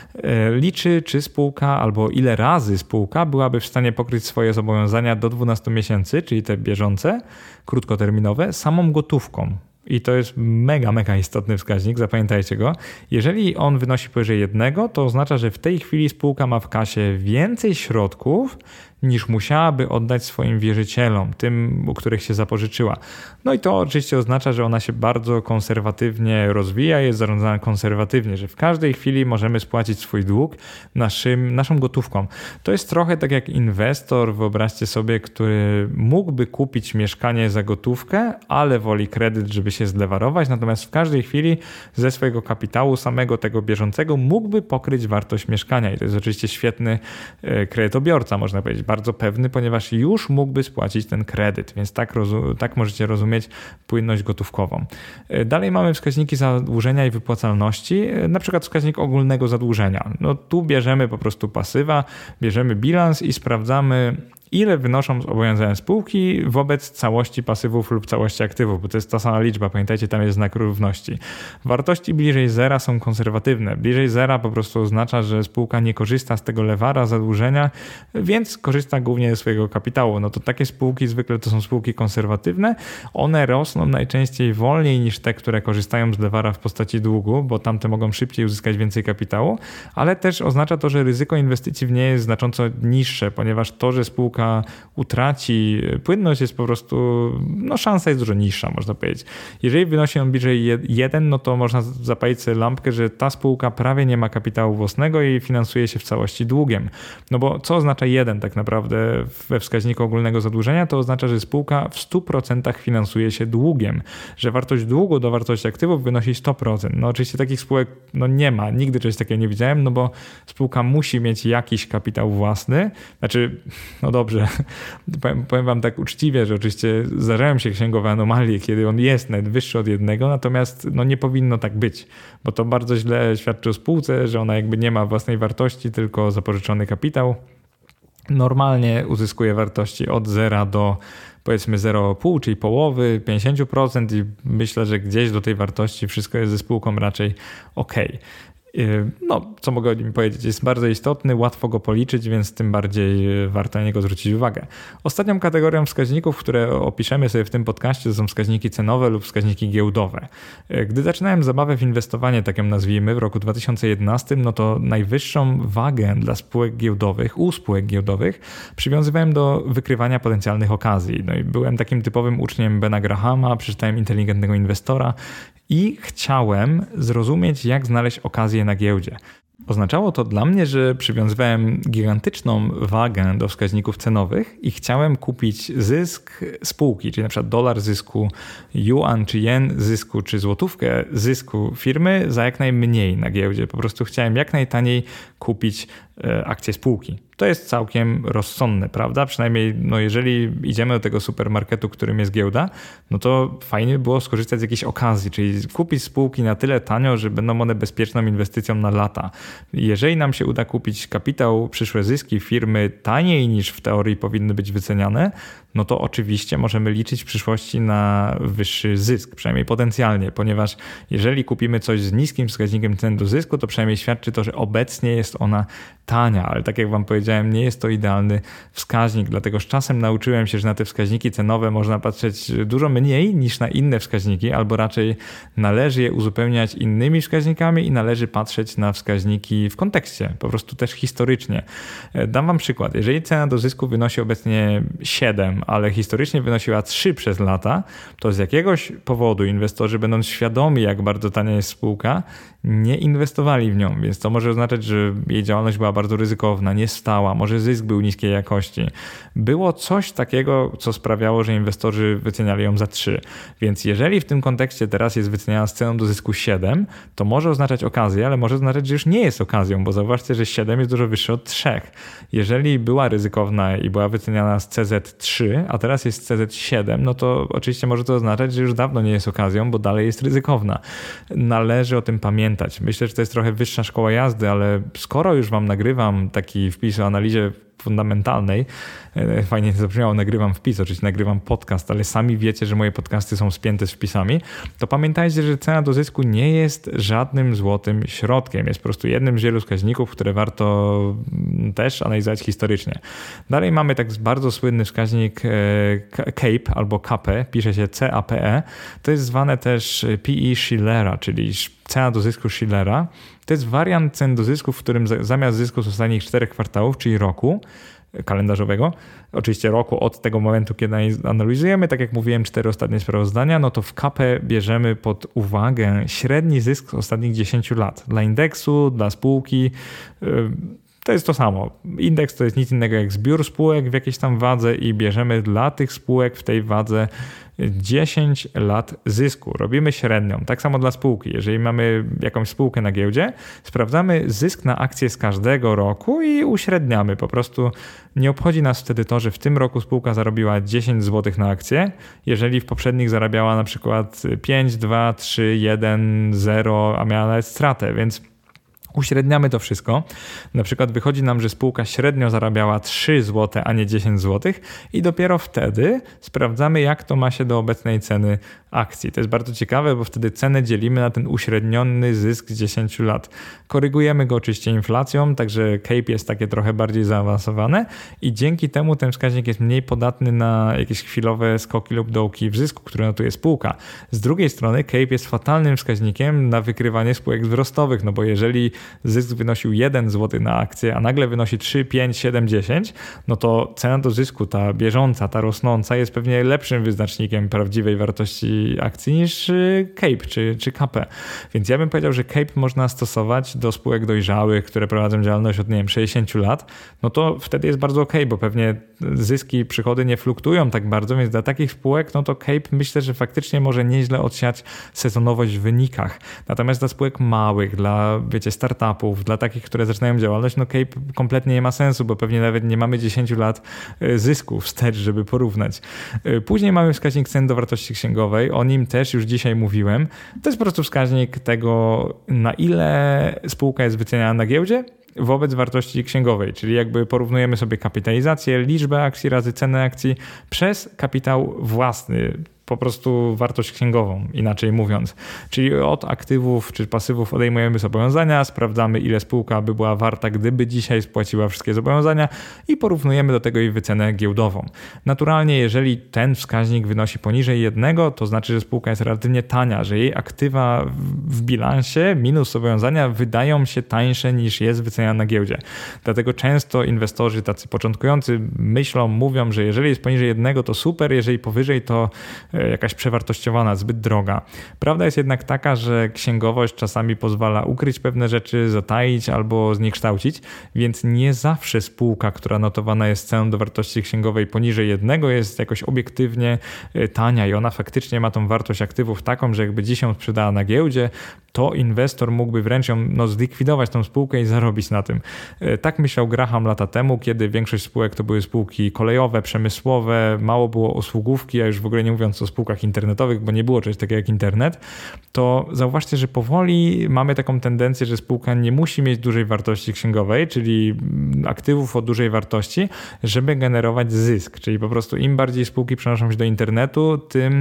Liczy, czy spółka albo ile razy spółka byłaby w stanie pokryć swoje zobowiązania do dwunastu miesięcy, czyli te bieżące, krótkoterminowe, samą gotówką. I to jest mega, mega istotny wskaźnik, zapamiętajcie go. Jeżeli on wynosi powyżej jednego, to oznacza, że w tej chwili spółka ma w kasie więcej środków, niż musiałaby oddać swoim wierzycielom, tym, u których się zapożyczyła. No i to oczywiście oznacza, że ona się bardzo konserwatywnie rozwija, jest zarządzana konserwatywnie, że w każdej chwili możemy spłacić swój dług naszym, naszą gotówką. To jest trochę tak jak inwestor, wyobraźcie sobie, który mógłby kupić mieszkanie za gotówkę, ale woli kredyt, żeby się zlewarować, natomiast w każdej chwili ze swojego kapitału, samego tego bieżącego, mógłby pokryć wartość mieszkania. I to jest oczywiście świetny kredytobiorca, można powiedzieć, bardzo pewny, ponieważ już mógłby spłacić ten kredyt, więc tak, rozu- tak możecie rozumieć płynność gotówkową. Dalej mamy wskaźniki zadłużenia i wypłacalności, na przykład wskaźnik ogólnego zadłużenia. No tu bierzemy po prostu pasywa, bierzemy bilans i sprawdzamy, ile wynoszą zobowiązania spółki wobec całości pasywów lub całości aktywów, bo to jest ta sama liczba, pamiętajcie, tam jest znak równości. Wartości bliżej zera są konserwatywne. Bliżej zera po prostu oznacza, że spółka nie korzysta z tego lewara zadłużenia, więc korzysta głównie ze swojego kapitału. No to takie spółki zwykle to są spółki konserwatywne. One rosną najczęściej wolniej niż te, które korzystają z lewara w postaci długu, bo tamte mogą szybciej uzyskać więcej kapitału, ale też oznacza to, że ryzyko inwestycji w nie jest znacząco niższe, ponieważ to, że spółka utraci płynność, jest po prostu, no szansa jest dużo niższa, można powiedzieć. Jeżeli wynosi on bliżej jeden, no to można zapalić sobie lampkę, że ta spółka prawie nie ma kapitału własnego i finansuje się w całości długiem. No bo co oznacza jeden tak naprawdę we wskaźniku ogólnego zadłużenia? To oznacza, że spółka w stu procentach finansuje się długiem, że wartość długu do wartości aktywów wynosi sto procent. No oczywiście takich spółek no nie ma, nigdy czegoś takiego nie widziałem, no bo spółka musi mieć jakiś kapitał własny, znaczy, no dobrze, powiem, powiem wam tak uczciwie, że oczywiście zdarzają się księgowe anomalie, kiedy on jest nawet wyższy od jednego, natomiast no nie powinno tak być, bo to bardzo źle świadczy o spółce, że ona jakby nie ma własnej wartości, tylko zapożyczony kapitał. Normalnie uzyskuje wartości od zera do powiedzmy zero przecinek pięć, czyli połowy, pięćdziesiąt procent i myślę, że gdzieś do tej wartości wszystko jest ze spółką raczej ok. No, co mogę o nim powiedzieć? Jest bardzo istotny, łatwo go policzyć, więc tym bardziej warto na niego zwrócić uwagę. Ostatnią kategorią wskaźników, które opiszemy sobie w tym podcaście, to są wskaźniki cenowe lub wskaźniki giełdowe. Gdy zaczynałem zabawę w inwestowanie, tak ją nazwijmy, w roku dwa tysiące jedenastym, no to najwyższą wagę dla spółek giełdowych, u spółek giełdowych przywiązywałem do wykrywania potencjalnych okazji. No i byłem takim typowym uczniem Bena Grahama, przeczytałem Inteligentnego Inwestora i chciałem zrozumieć, jak znaleźć okazję na giełdzie. Oznaczało to dla mnie, że przywiązywałem gigantyczną wagę do wskaźników cenowych i chciałem kupić zysk spółki, czyli na przykład dolar zysku, yuan czy jen zysku, czy złotówkę zysku firmy za jak najmniej na giełdzie. Po prostu chciałem jak najtaniej kupić akcje spółki. To jest całkiem rozsądne, prawda? Przynajmniej no jeżeli idziemy do tego supermarketu, którym jest giełda, no to fajnie było skorzystać z jakiejś okazji, czyli kupić spółki na tyle tanio, że będą one bezpieczną inwestycją na lata. Jeżeli nam się uda kupić kapitał, przyszłe zyski firmy taniej niż w teorii powinny być wyceniane, no to oczywiście możemy liczyć w przyszłości na wyższy zysk, przynajmniej potencjalnie, ponieważ jeżeli kupimy coś z niskim wskaźnikiem cen do zysku, to przynajmniej świadczy to, że obecnie jest ona tania, ale tak jak wam powiedziałem, nie jest to idealny wskaźnik, dlatego z czasem nauczyłem się, że na te wskaźniki cenowe można patrzeć dużo mniej niż na inne wskaźniki, albo raczej należy je uzupełniać innymi wskaźnikami i należy patrzeć na wskaźniki w kontekście, po prostu też historycznie. Dam wam przykład. Jeżeli cena do zysku wynosi obecnie siedem, ale historycznie wynosiła trzy przez lata, to z jakiegoś powodu inwestorzy, będąc świadomi, jak bardzo tania jest spółka, nie inwestowali w nią, więc to może oznaczać, że jej działalność była bardzo ryzykowna, nie stała, może zysk był niskiej jakości. Było coś takiego, co sprawiało, że inwestorzy wyceniali ją za trzy. Więc jeżeli w tym kontekście teraz jest wyceniana z ceną do zysku siedem, to może oznaczać okazję, ale może oznaczać, że już nie jest okazją, bo zauważcie, że siedem jest dużo wyższe od trzy. Jeżeli była ryzykowna i była wyceniana z C Z trzy, a teraz jest C Z siedem, no to oczywiście może to oznaczać, że już dawno nie jest okazją, bo dalej jest ryzykowna. Należy o tym pamiętać. Myślę, że to jest trochę wyższa szkoła jazdy, ale skoro już wam nagrywam taki wpis o analizie fundamentalnej, fajnie to zabrzmiało, nagrywam wpis, oczywiście nagrywam podcast, ale sami wiecie, że moje podcasty są spięte z wpisami, to pamiętajcie, że cena do zysku nie jest żadnym złotym środkiem, jest po prostu jednym z wielu wskaźników, które warto też analizować historycznie. Dalej mamy tak bardzo słynny wskaźnik C A P E albo K P E, pisze się C A P E, to jest zwane też P E Shillera, czyli cena do zysku Shillera. To jest wariant cen do zysku, w którym zamiast zysku z ostatnich czterech kwartałów, czyli roku kalendarzowego, oczywiście roku od tego momentu, kiedy analizujemy, tak jak mówiłem, cztery ostatnie sprawozdania, no to w K P E bierzemy pod uwagę średni zysk z ostatnich dziesięciu lat. Dla indeksu, dla spółki to jest to samo. Indeks to jest nic innego jak zbiór spółek w jakiejś tam wadze i bierzemy dla tych spółek w tej wadze dziesięć lat zysku. Robimy średnią. Tak samo dla spółki. Jeżeli mamy jakąś spółkę na giełdzie, sprawdzamy zysk na akcję z każdego roku i uśredniamy. Po prostu nie obchodzi nas wtedy to, że w tym roku spółka zarobiła dziesięć złotych na akcję, jeżeli w poprzednich zarabiała na przykład pięć, dwa, trzy, jeden, zero, a miała nawet stratę, więc uśredniamy to wszystko. Na przykład wychodzi nam, że spółka średnio zarabiała trzy złote, a nie dziesięć złotych i dopiero wtedy sprawdzamy, jak to ma się do obecnej ceny akcji. To jest bardzo ciekawe, bo wtedy cenę dzielimy na ten uśredniony zysk z dziesięciu lat. Korygujemy go oczywiście inflacją, także C A P E jest takie trochę bardziej zaawansowane i dzięki temu ten wskaźnik jest mniej podatny na jakieś chwilowe skoki lub dołki w zysku, które notuje spółka. Z drugiej strony C A P E jest fatalnym wskaźnikiem na wykrywanie spółek wzrostowych, no bo jeżeli zysk wynosił jeden złoty na akcję, a nagle wynosi trzy, pięć, siedem, dziesięć, no to cena do zysku, ta bieżąca, ta rosnąca jest pewnie lepszym wyznacznikiem prawdziwej wartości akcji niż C A P E czy, czy K P E. Więc ja bym powiedział, że C A P E można stosować do spółek dojrzałych, które prowadzą działalność od, nie wiem, sześćdziesięciu lat, no to wtedy jest bardzo okej, bo pewnie zyski, przychody nie fluktuują tak bardzo, więc dla takich spółek, no to C A P E myślę, że faktycznie może nieźle odsiać sezonowość w wynikach. Natomiast dla spółek małych, dla, wiecie, startupów, dla takich, które zaczynają działalność, no C A P E kompletnie nie ma sensu, bo pewnie nawet nie mamy dziesięciu lat zysku wstecz, żeby porównać. Później mamy wskaźnik cen do wartości księgowej, o nim też już dzisiaj mówiłem. To jest po prostu wskaźnik tego, na ile spółka jest wyceniana na giełdzie wobec wartości księgowej, czyli jakby porównujemy sobie kapitalizację, liczbę akcji razy cenę akcji przez kapitał własny, po prostu wartość księgową, inaczej mówiąc. Czyli od aktywów czy pasywów odejmujemy zobowiązania, sprawdzamy, ile spółka by była warta, gdyby dzisiaj spłaciła wszystkie zobowiązania i porównujemy do tego jej wycenę giełdową. Naturalnie, jeżeli ten wskaźnik wynosi poniżej jednego, to znaczy, że spółka jest relatywnie tania, że jej aktywa w bilansie minus zobowiązania wydają się tańsze niż jest wyceniana na giełdzie. Dlatego często inwestorzy tacy początkujący myślą, mówią, że jeżeli jest poniżej jednego, to super, jeżeli powyżej, to jakaś przewartościowana, zbyt droga. Prawda jest jednak taka, że księgowość czasami pozwala ukryć pewne rzeczy, zataić albo zniekształcić, więc nie zawsze spółka, która notowana jest ceną do wartości księgowej poniżej jednego, jest jakoś obiektywnie tania i ona faktycznie ma tą wartość aktywów taką, że jakby dziś ją sprzedała na giełdzie, to inwestor mógłby wręcz ją no, zlikwidować tą spółkę i zarobić na tym. Tak myślał Graham lata temu, kiedy większość spółek to były spółki kolejowe, przemysłowe, mało było usługówki, a już w ogóle nie mówiąc o spółkach internetowych, bo nie było czegoś takiego jak internet, to zauważcie, że powoli mamy taką tendencję, że spółka nie musi mieć dużej wartości księgowej, czyli aktywów o dużej wartości, żeby generować zysk. Czyli po prostu im bardziej spółki przenoszą się do internetu, tym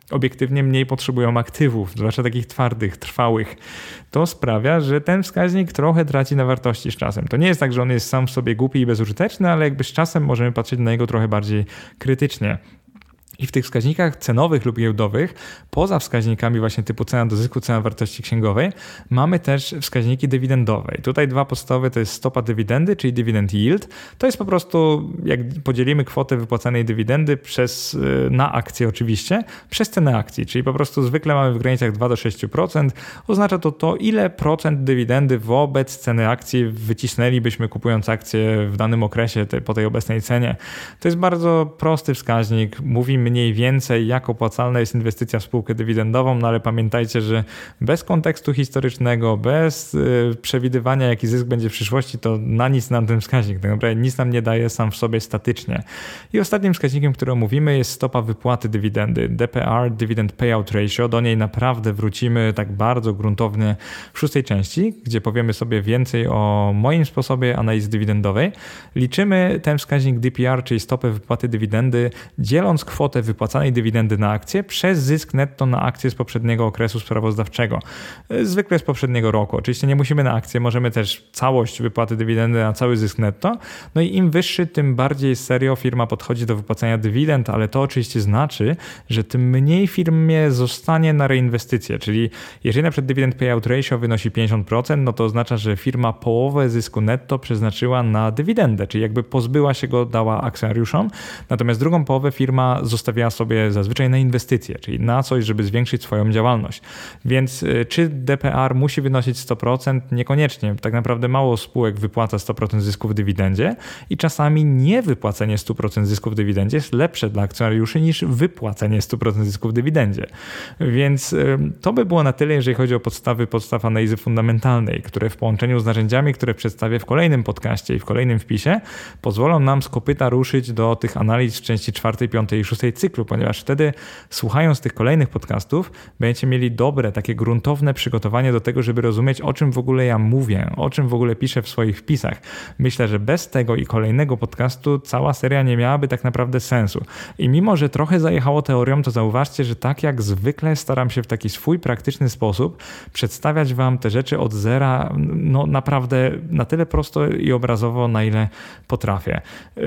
obiektywnie mniej potrzebują aktywów, zwłaszcza takich twardych, trwałych. To sprawia, że ten wskaźnik trochę traci na wartości z czasem. To nie jest tak, że on jest sam w sobie głupi i bezużyteczny, ale jakby z czasem możemy patrzeć na niego trochę bardziej krytycznie. I w tych wskaźnikach cenowych lub giełdowych, poza wskaźnikami właśnie typu cena do zysku, cena wartości księgowej, mamy też wskaźniki dywidendowe. I tutaj dwa podstawowe to jest stopa dywidendy, czyli dividend yield. To jest po prostu, jak podzielimy kwotę wypłacanej dywidendy przez, na akcję oczywiście, przez cenę akcji, czyli po prostu zwykle mamy w granicach dwa do sześciu procent. Oznacza to to, ile procent dywidendy wobec ceny akcji wycisnęlibyśmy kupując akcję w danym okresie te, po tej obecnej cenie. To jest bardzo prosty wskaźnik, mówimy mniej więcej, jak opłacalna jest inwestycja w spółkę dywidendową, no ale pamiętajcie, że bez kontekstu historycznego, bez y, przewidywania, jaki zysk będzie w przyszłości, to na nic nam ten wskaźnik tak naprawdę nic nam nie daje sam w sobie statycznie. I ostatnim wskaźnikiem, który omówimy, jest stopa wypłaty dywidendy, D P R, Dividend Payout Ratio. Do niej naprawdę wrócimy tak bardzo gruntownie w szóstej części, gdzie powiemy sobie więcej o moim sposobie analizy dywidendowej. Liczymy ten wskaźnik D P R, czyli stopę wypłaty dywidendy, dzieląc kwotę wypłacanej dywidendy na akcję przez zysk netto na akcję z poprzedniego okresu sprawozdawczego. Zwykle z poprzedniego roku. Oczywiście nie musimy na akcję, możemy też całość wypłaty dywidendy na cały zysk netto. No i im wyższy, tym bardziej serio firma podchodzi do wypłacania dywidend, ale to oczywiście znaczy, że tym mniej firmie zostanie na reinwestycje. Czyli jeżeli na przykład dividend payout ratio wynosi pięćdziesiąt procent, no to oznacza, że firma połowę zysku netto przeznaczyła na dywidendę, czyli jakby pozbyła się go, dała akcjonariuszom. Natomiast drugą połowę firma zostawiała sobie zazwyczaj na inwestycje, czyli na coś, żeby zwiększyć swoją działalność. Więc czy D P R musi wynosić sto procent? Niekoniecznie. Tak naprawdę mało spółek wypłaca sto procent zysku w dywidendzie i czasami niewypłacenie sto procent zysku w dywidendzie jest lepsze dla akcjonariuszy niż wypłacenie sto procent zysku w dywidendzie. Więc to by było na tyle, jeżeli chodzi o podstawy podstaw analizy fundamentalnej, które w połączeniu z narzędziami, które przedstawię w kolejnym podcaście i w kolejnym wpisie, pozwolą nam z kopyta ruszyć do tych analiz w części czwartej, piątej i szóstej cyklu, ponieważ wtedy słuchając tych kolejnych podcastów będziecie mieli dobre, takie gruntowne przygotowanie do tego, żeby rozumieć, o czym w ogóle ja mówię, o czym w ogóle piszę w swoich wpisach. Myślę, że bez tego i kolejnego podcastu cała seria nie miałaby tak naprawdę sensu. I mimo, że trochę zajechało teorią, to zauważcie, że tak jak zwykle staram się w taki swój praktyczny sposób przedstawiać wam te rzeczy od zera, no naprawdę na tyle prosto i obrazowo, na ile potrafię.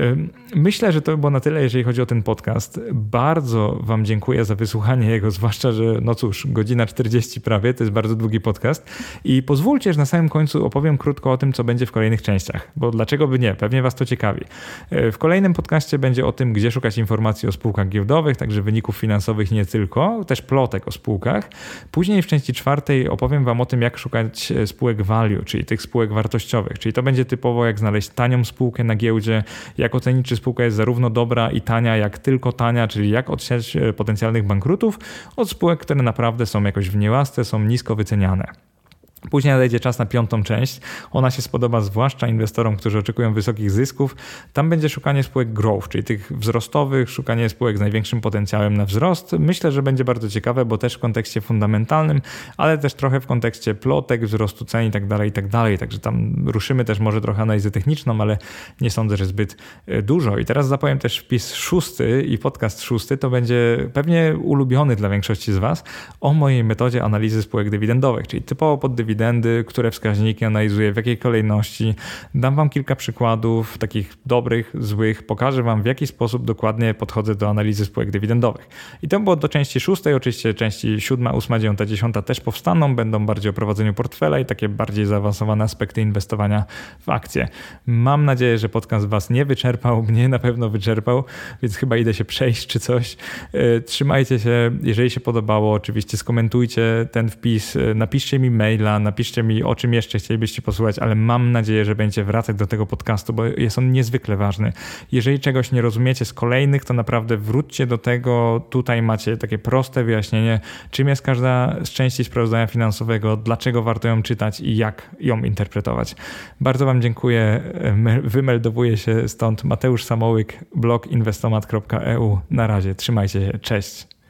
Myślę, że to by było na tyle, jeżeli chodzi o ten podcast. Bardzo wam dziękuję za wysłuchanie jego, zwłaszcza, że no cóż, godzina czterdzieści prawie, to jest bardzo długi podcast i pozwólcie, że na samym końcu opowiem krótko o tym, co będzie w kolejnych częściach, bo dlaczego by nie, pewnie was to ciekawi. W kolejnym podcaście będzie o tym, gdzie szukać informacji o spółkach giełdowych, także wyników finansowych nie tylko, też plotek o spółkach. Później w części czwartej opowiem wam o tym, jak szukać spółek value, czyli tych spółek wartościowych, czyli to będzie typowo jak znaleźć tanią spółkę na giełdzie, jak ocenić, czy spółka jest zarówno dobra i tania, jak tylko tania, czyli jak odsiać potencjalnych bankrutów od spółek, które naprawdę są jakoś w niełasce, są nisko wyceniane. Później nadejdzie czas na piątą część. Ona się spodoba zwłaszcza inwestorom, którzy oczekują wysokich zysków. Tam będzie szukanie spółek growth, czyli tych wzrostowych, szukanie spółek z największym potencjałem na wzrost. Myślę, że będzie bardzo ciekawe, bo też w kontekście fundamentalnym, ale też trochę w kontekście plotek, wzrostu cen i tak dalej, i tak dalej. Także tam ruszymy też może trochę analizę techniczną, ale nie sądzę, że zbyt dużo. I teraz zapowiem też wpis szósty i podcast szósty. To będzie pewnie ulubiony dla większości z was o mojej metodzie analizy spółek dywidendowych, czyli typowo pod dywidendy, które wskaźniki analizuję, w jakiej kolejności. Dam wam kilka przykładów takich dobrych, złych. Pokażę wam, w jaki sposób dokładnie podchodzę do analizy spółek dywidendowych. I to było do części szóstej. Oczywiście części siódma, ósma, dziewiąta, dziesiąta też powstaną. Będą bardziej o prowadzeniu portfela i takie bardziej zaawansowane aspekty inwestowania w akcje. Mam nadzieję, że podcast was nie wyczerpał. Mnie na pewno wyczerpał, więc chyba idę się przejść czy coś. Trzymajcie się. Jeżeli się podobało, oczywiście skomentujcie ten wpis. Napiszcie mi maila, napiszcie mi, o czym jeszcze chcielibyście posłuchać, ale mam nadzieję, że będziecie wracać do tego podcastu, bo jest on niezwykle ważny. Jeżeli czegoś nie rozumiecie z kolejnych, to naprawdę wróćcie do tego. Tutaj macie takie proste wyjaśnienie, czym jest każda z części sprawozdania finansowego, dlaczego warto ją czytać i jak ją interpretować. Bardzo wam dziękuję. Wymeldowuję się stąd Mateusz Samołyk, blog inwestomat kropka e u. Na razie, trzymajcie się, cześć.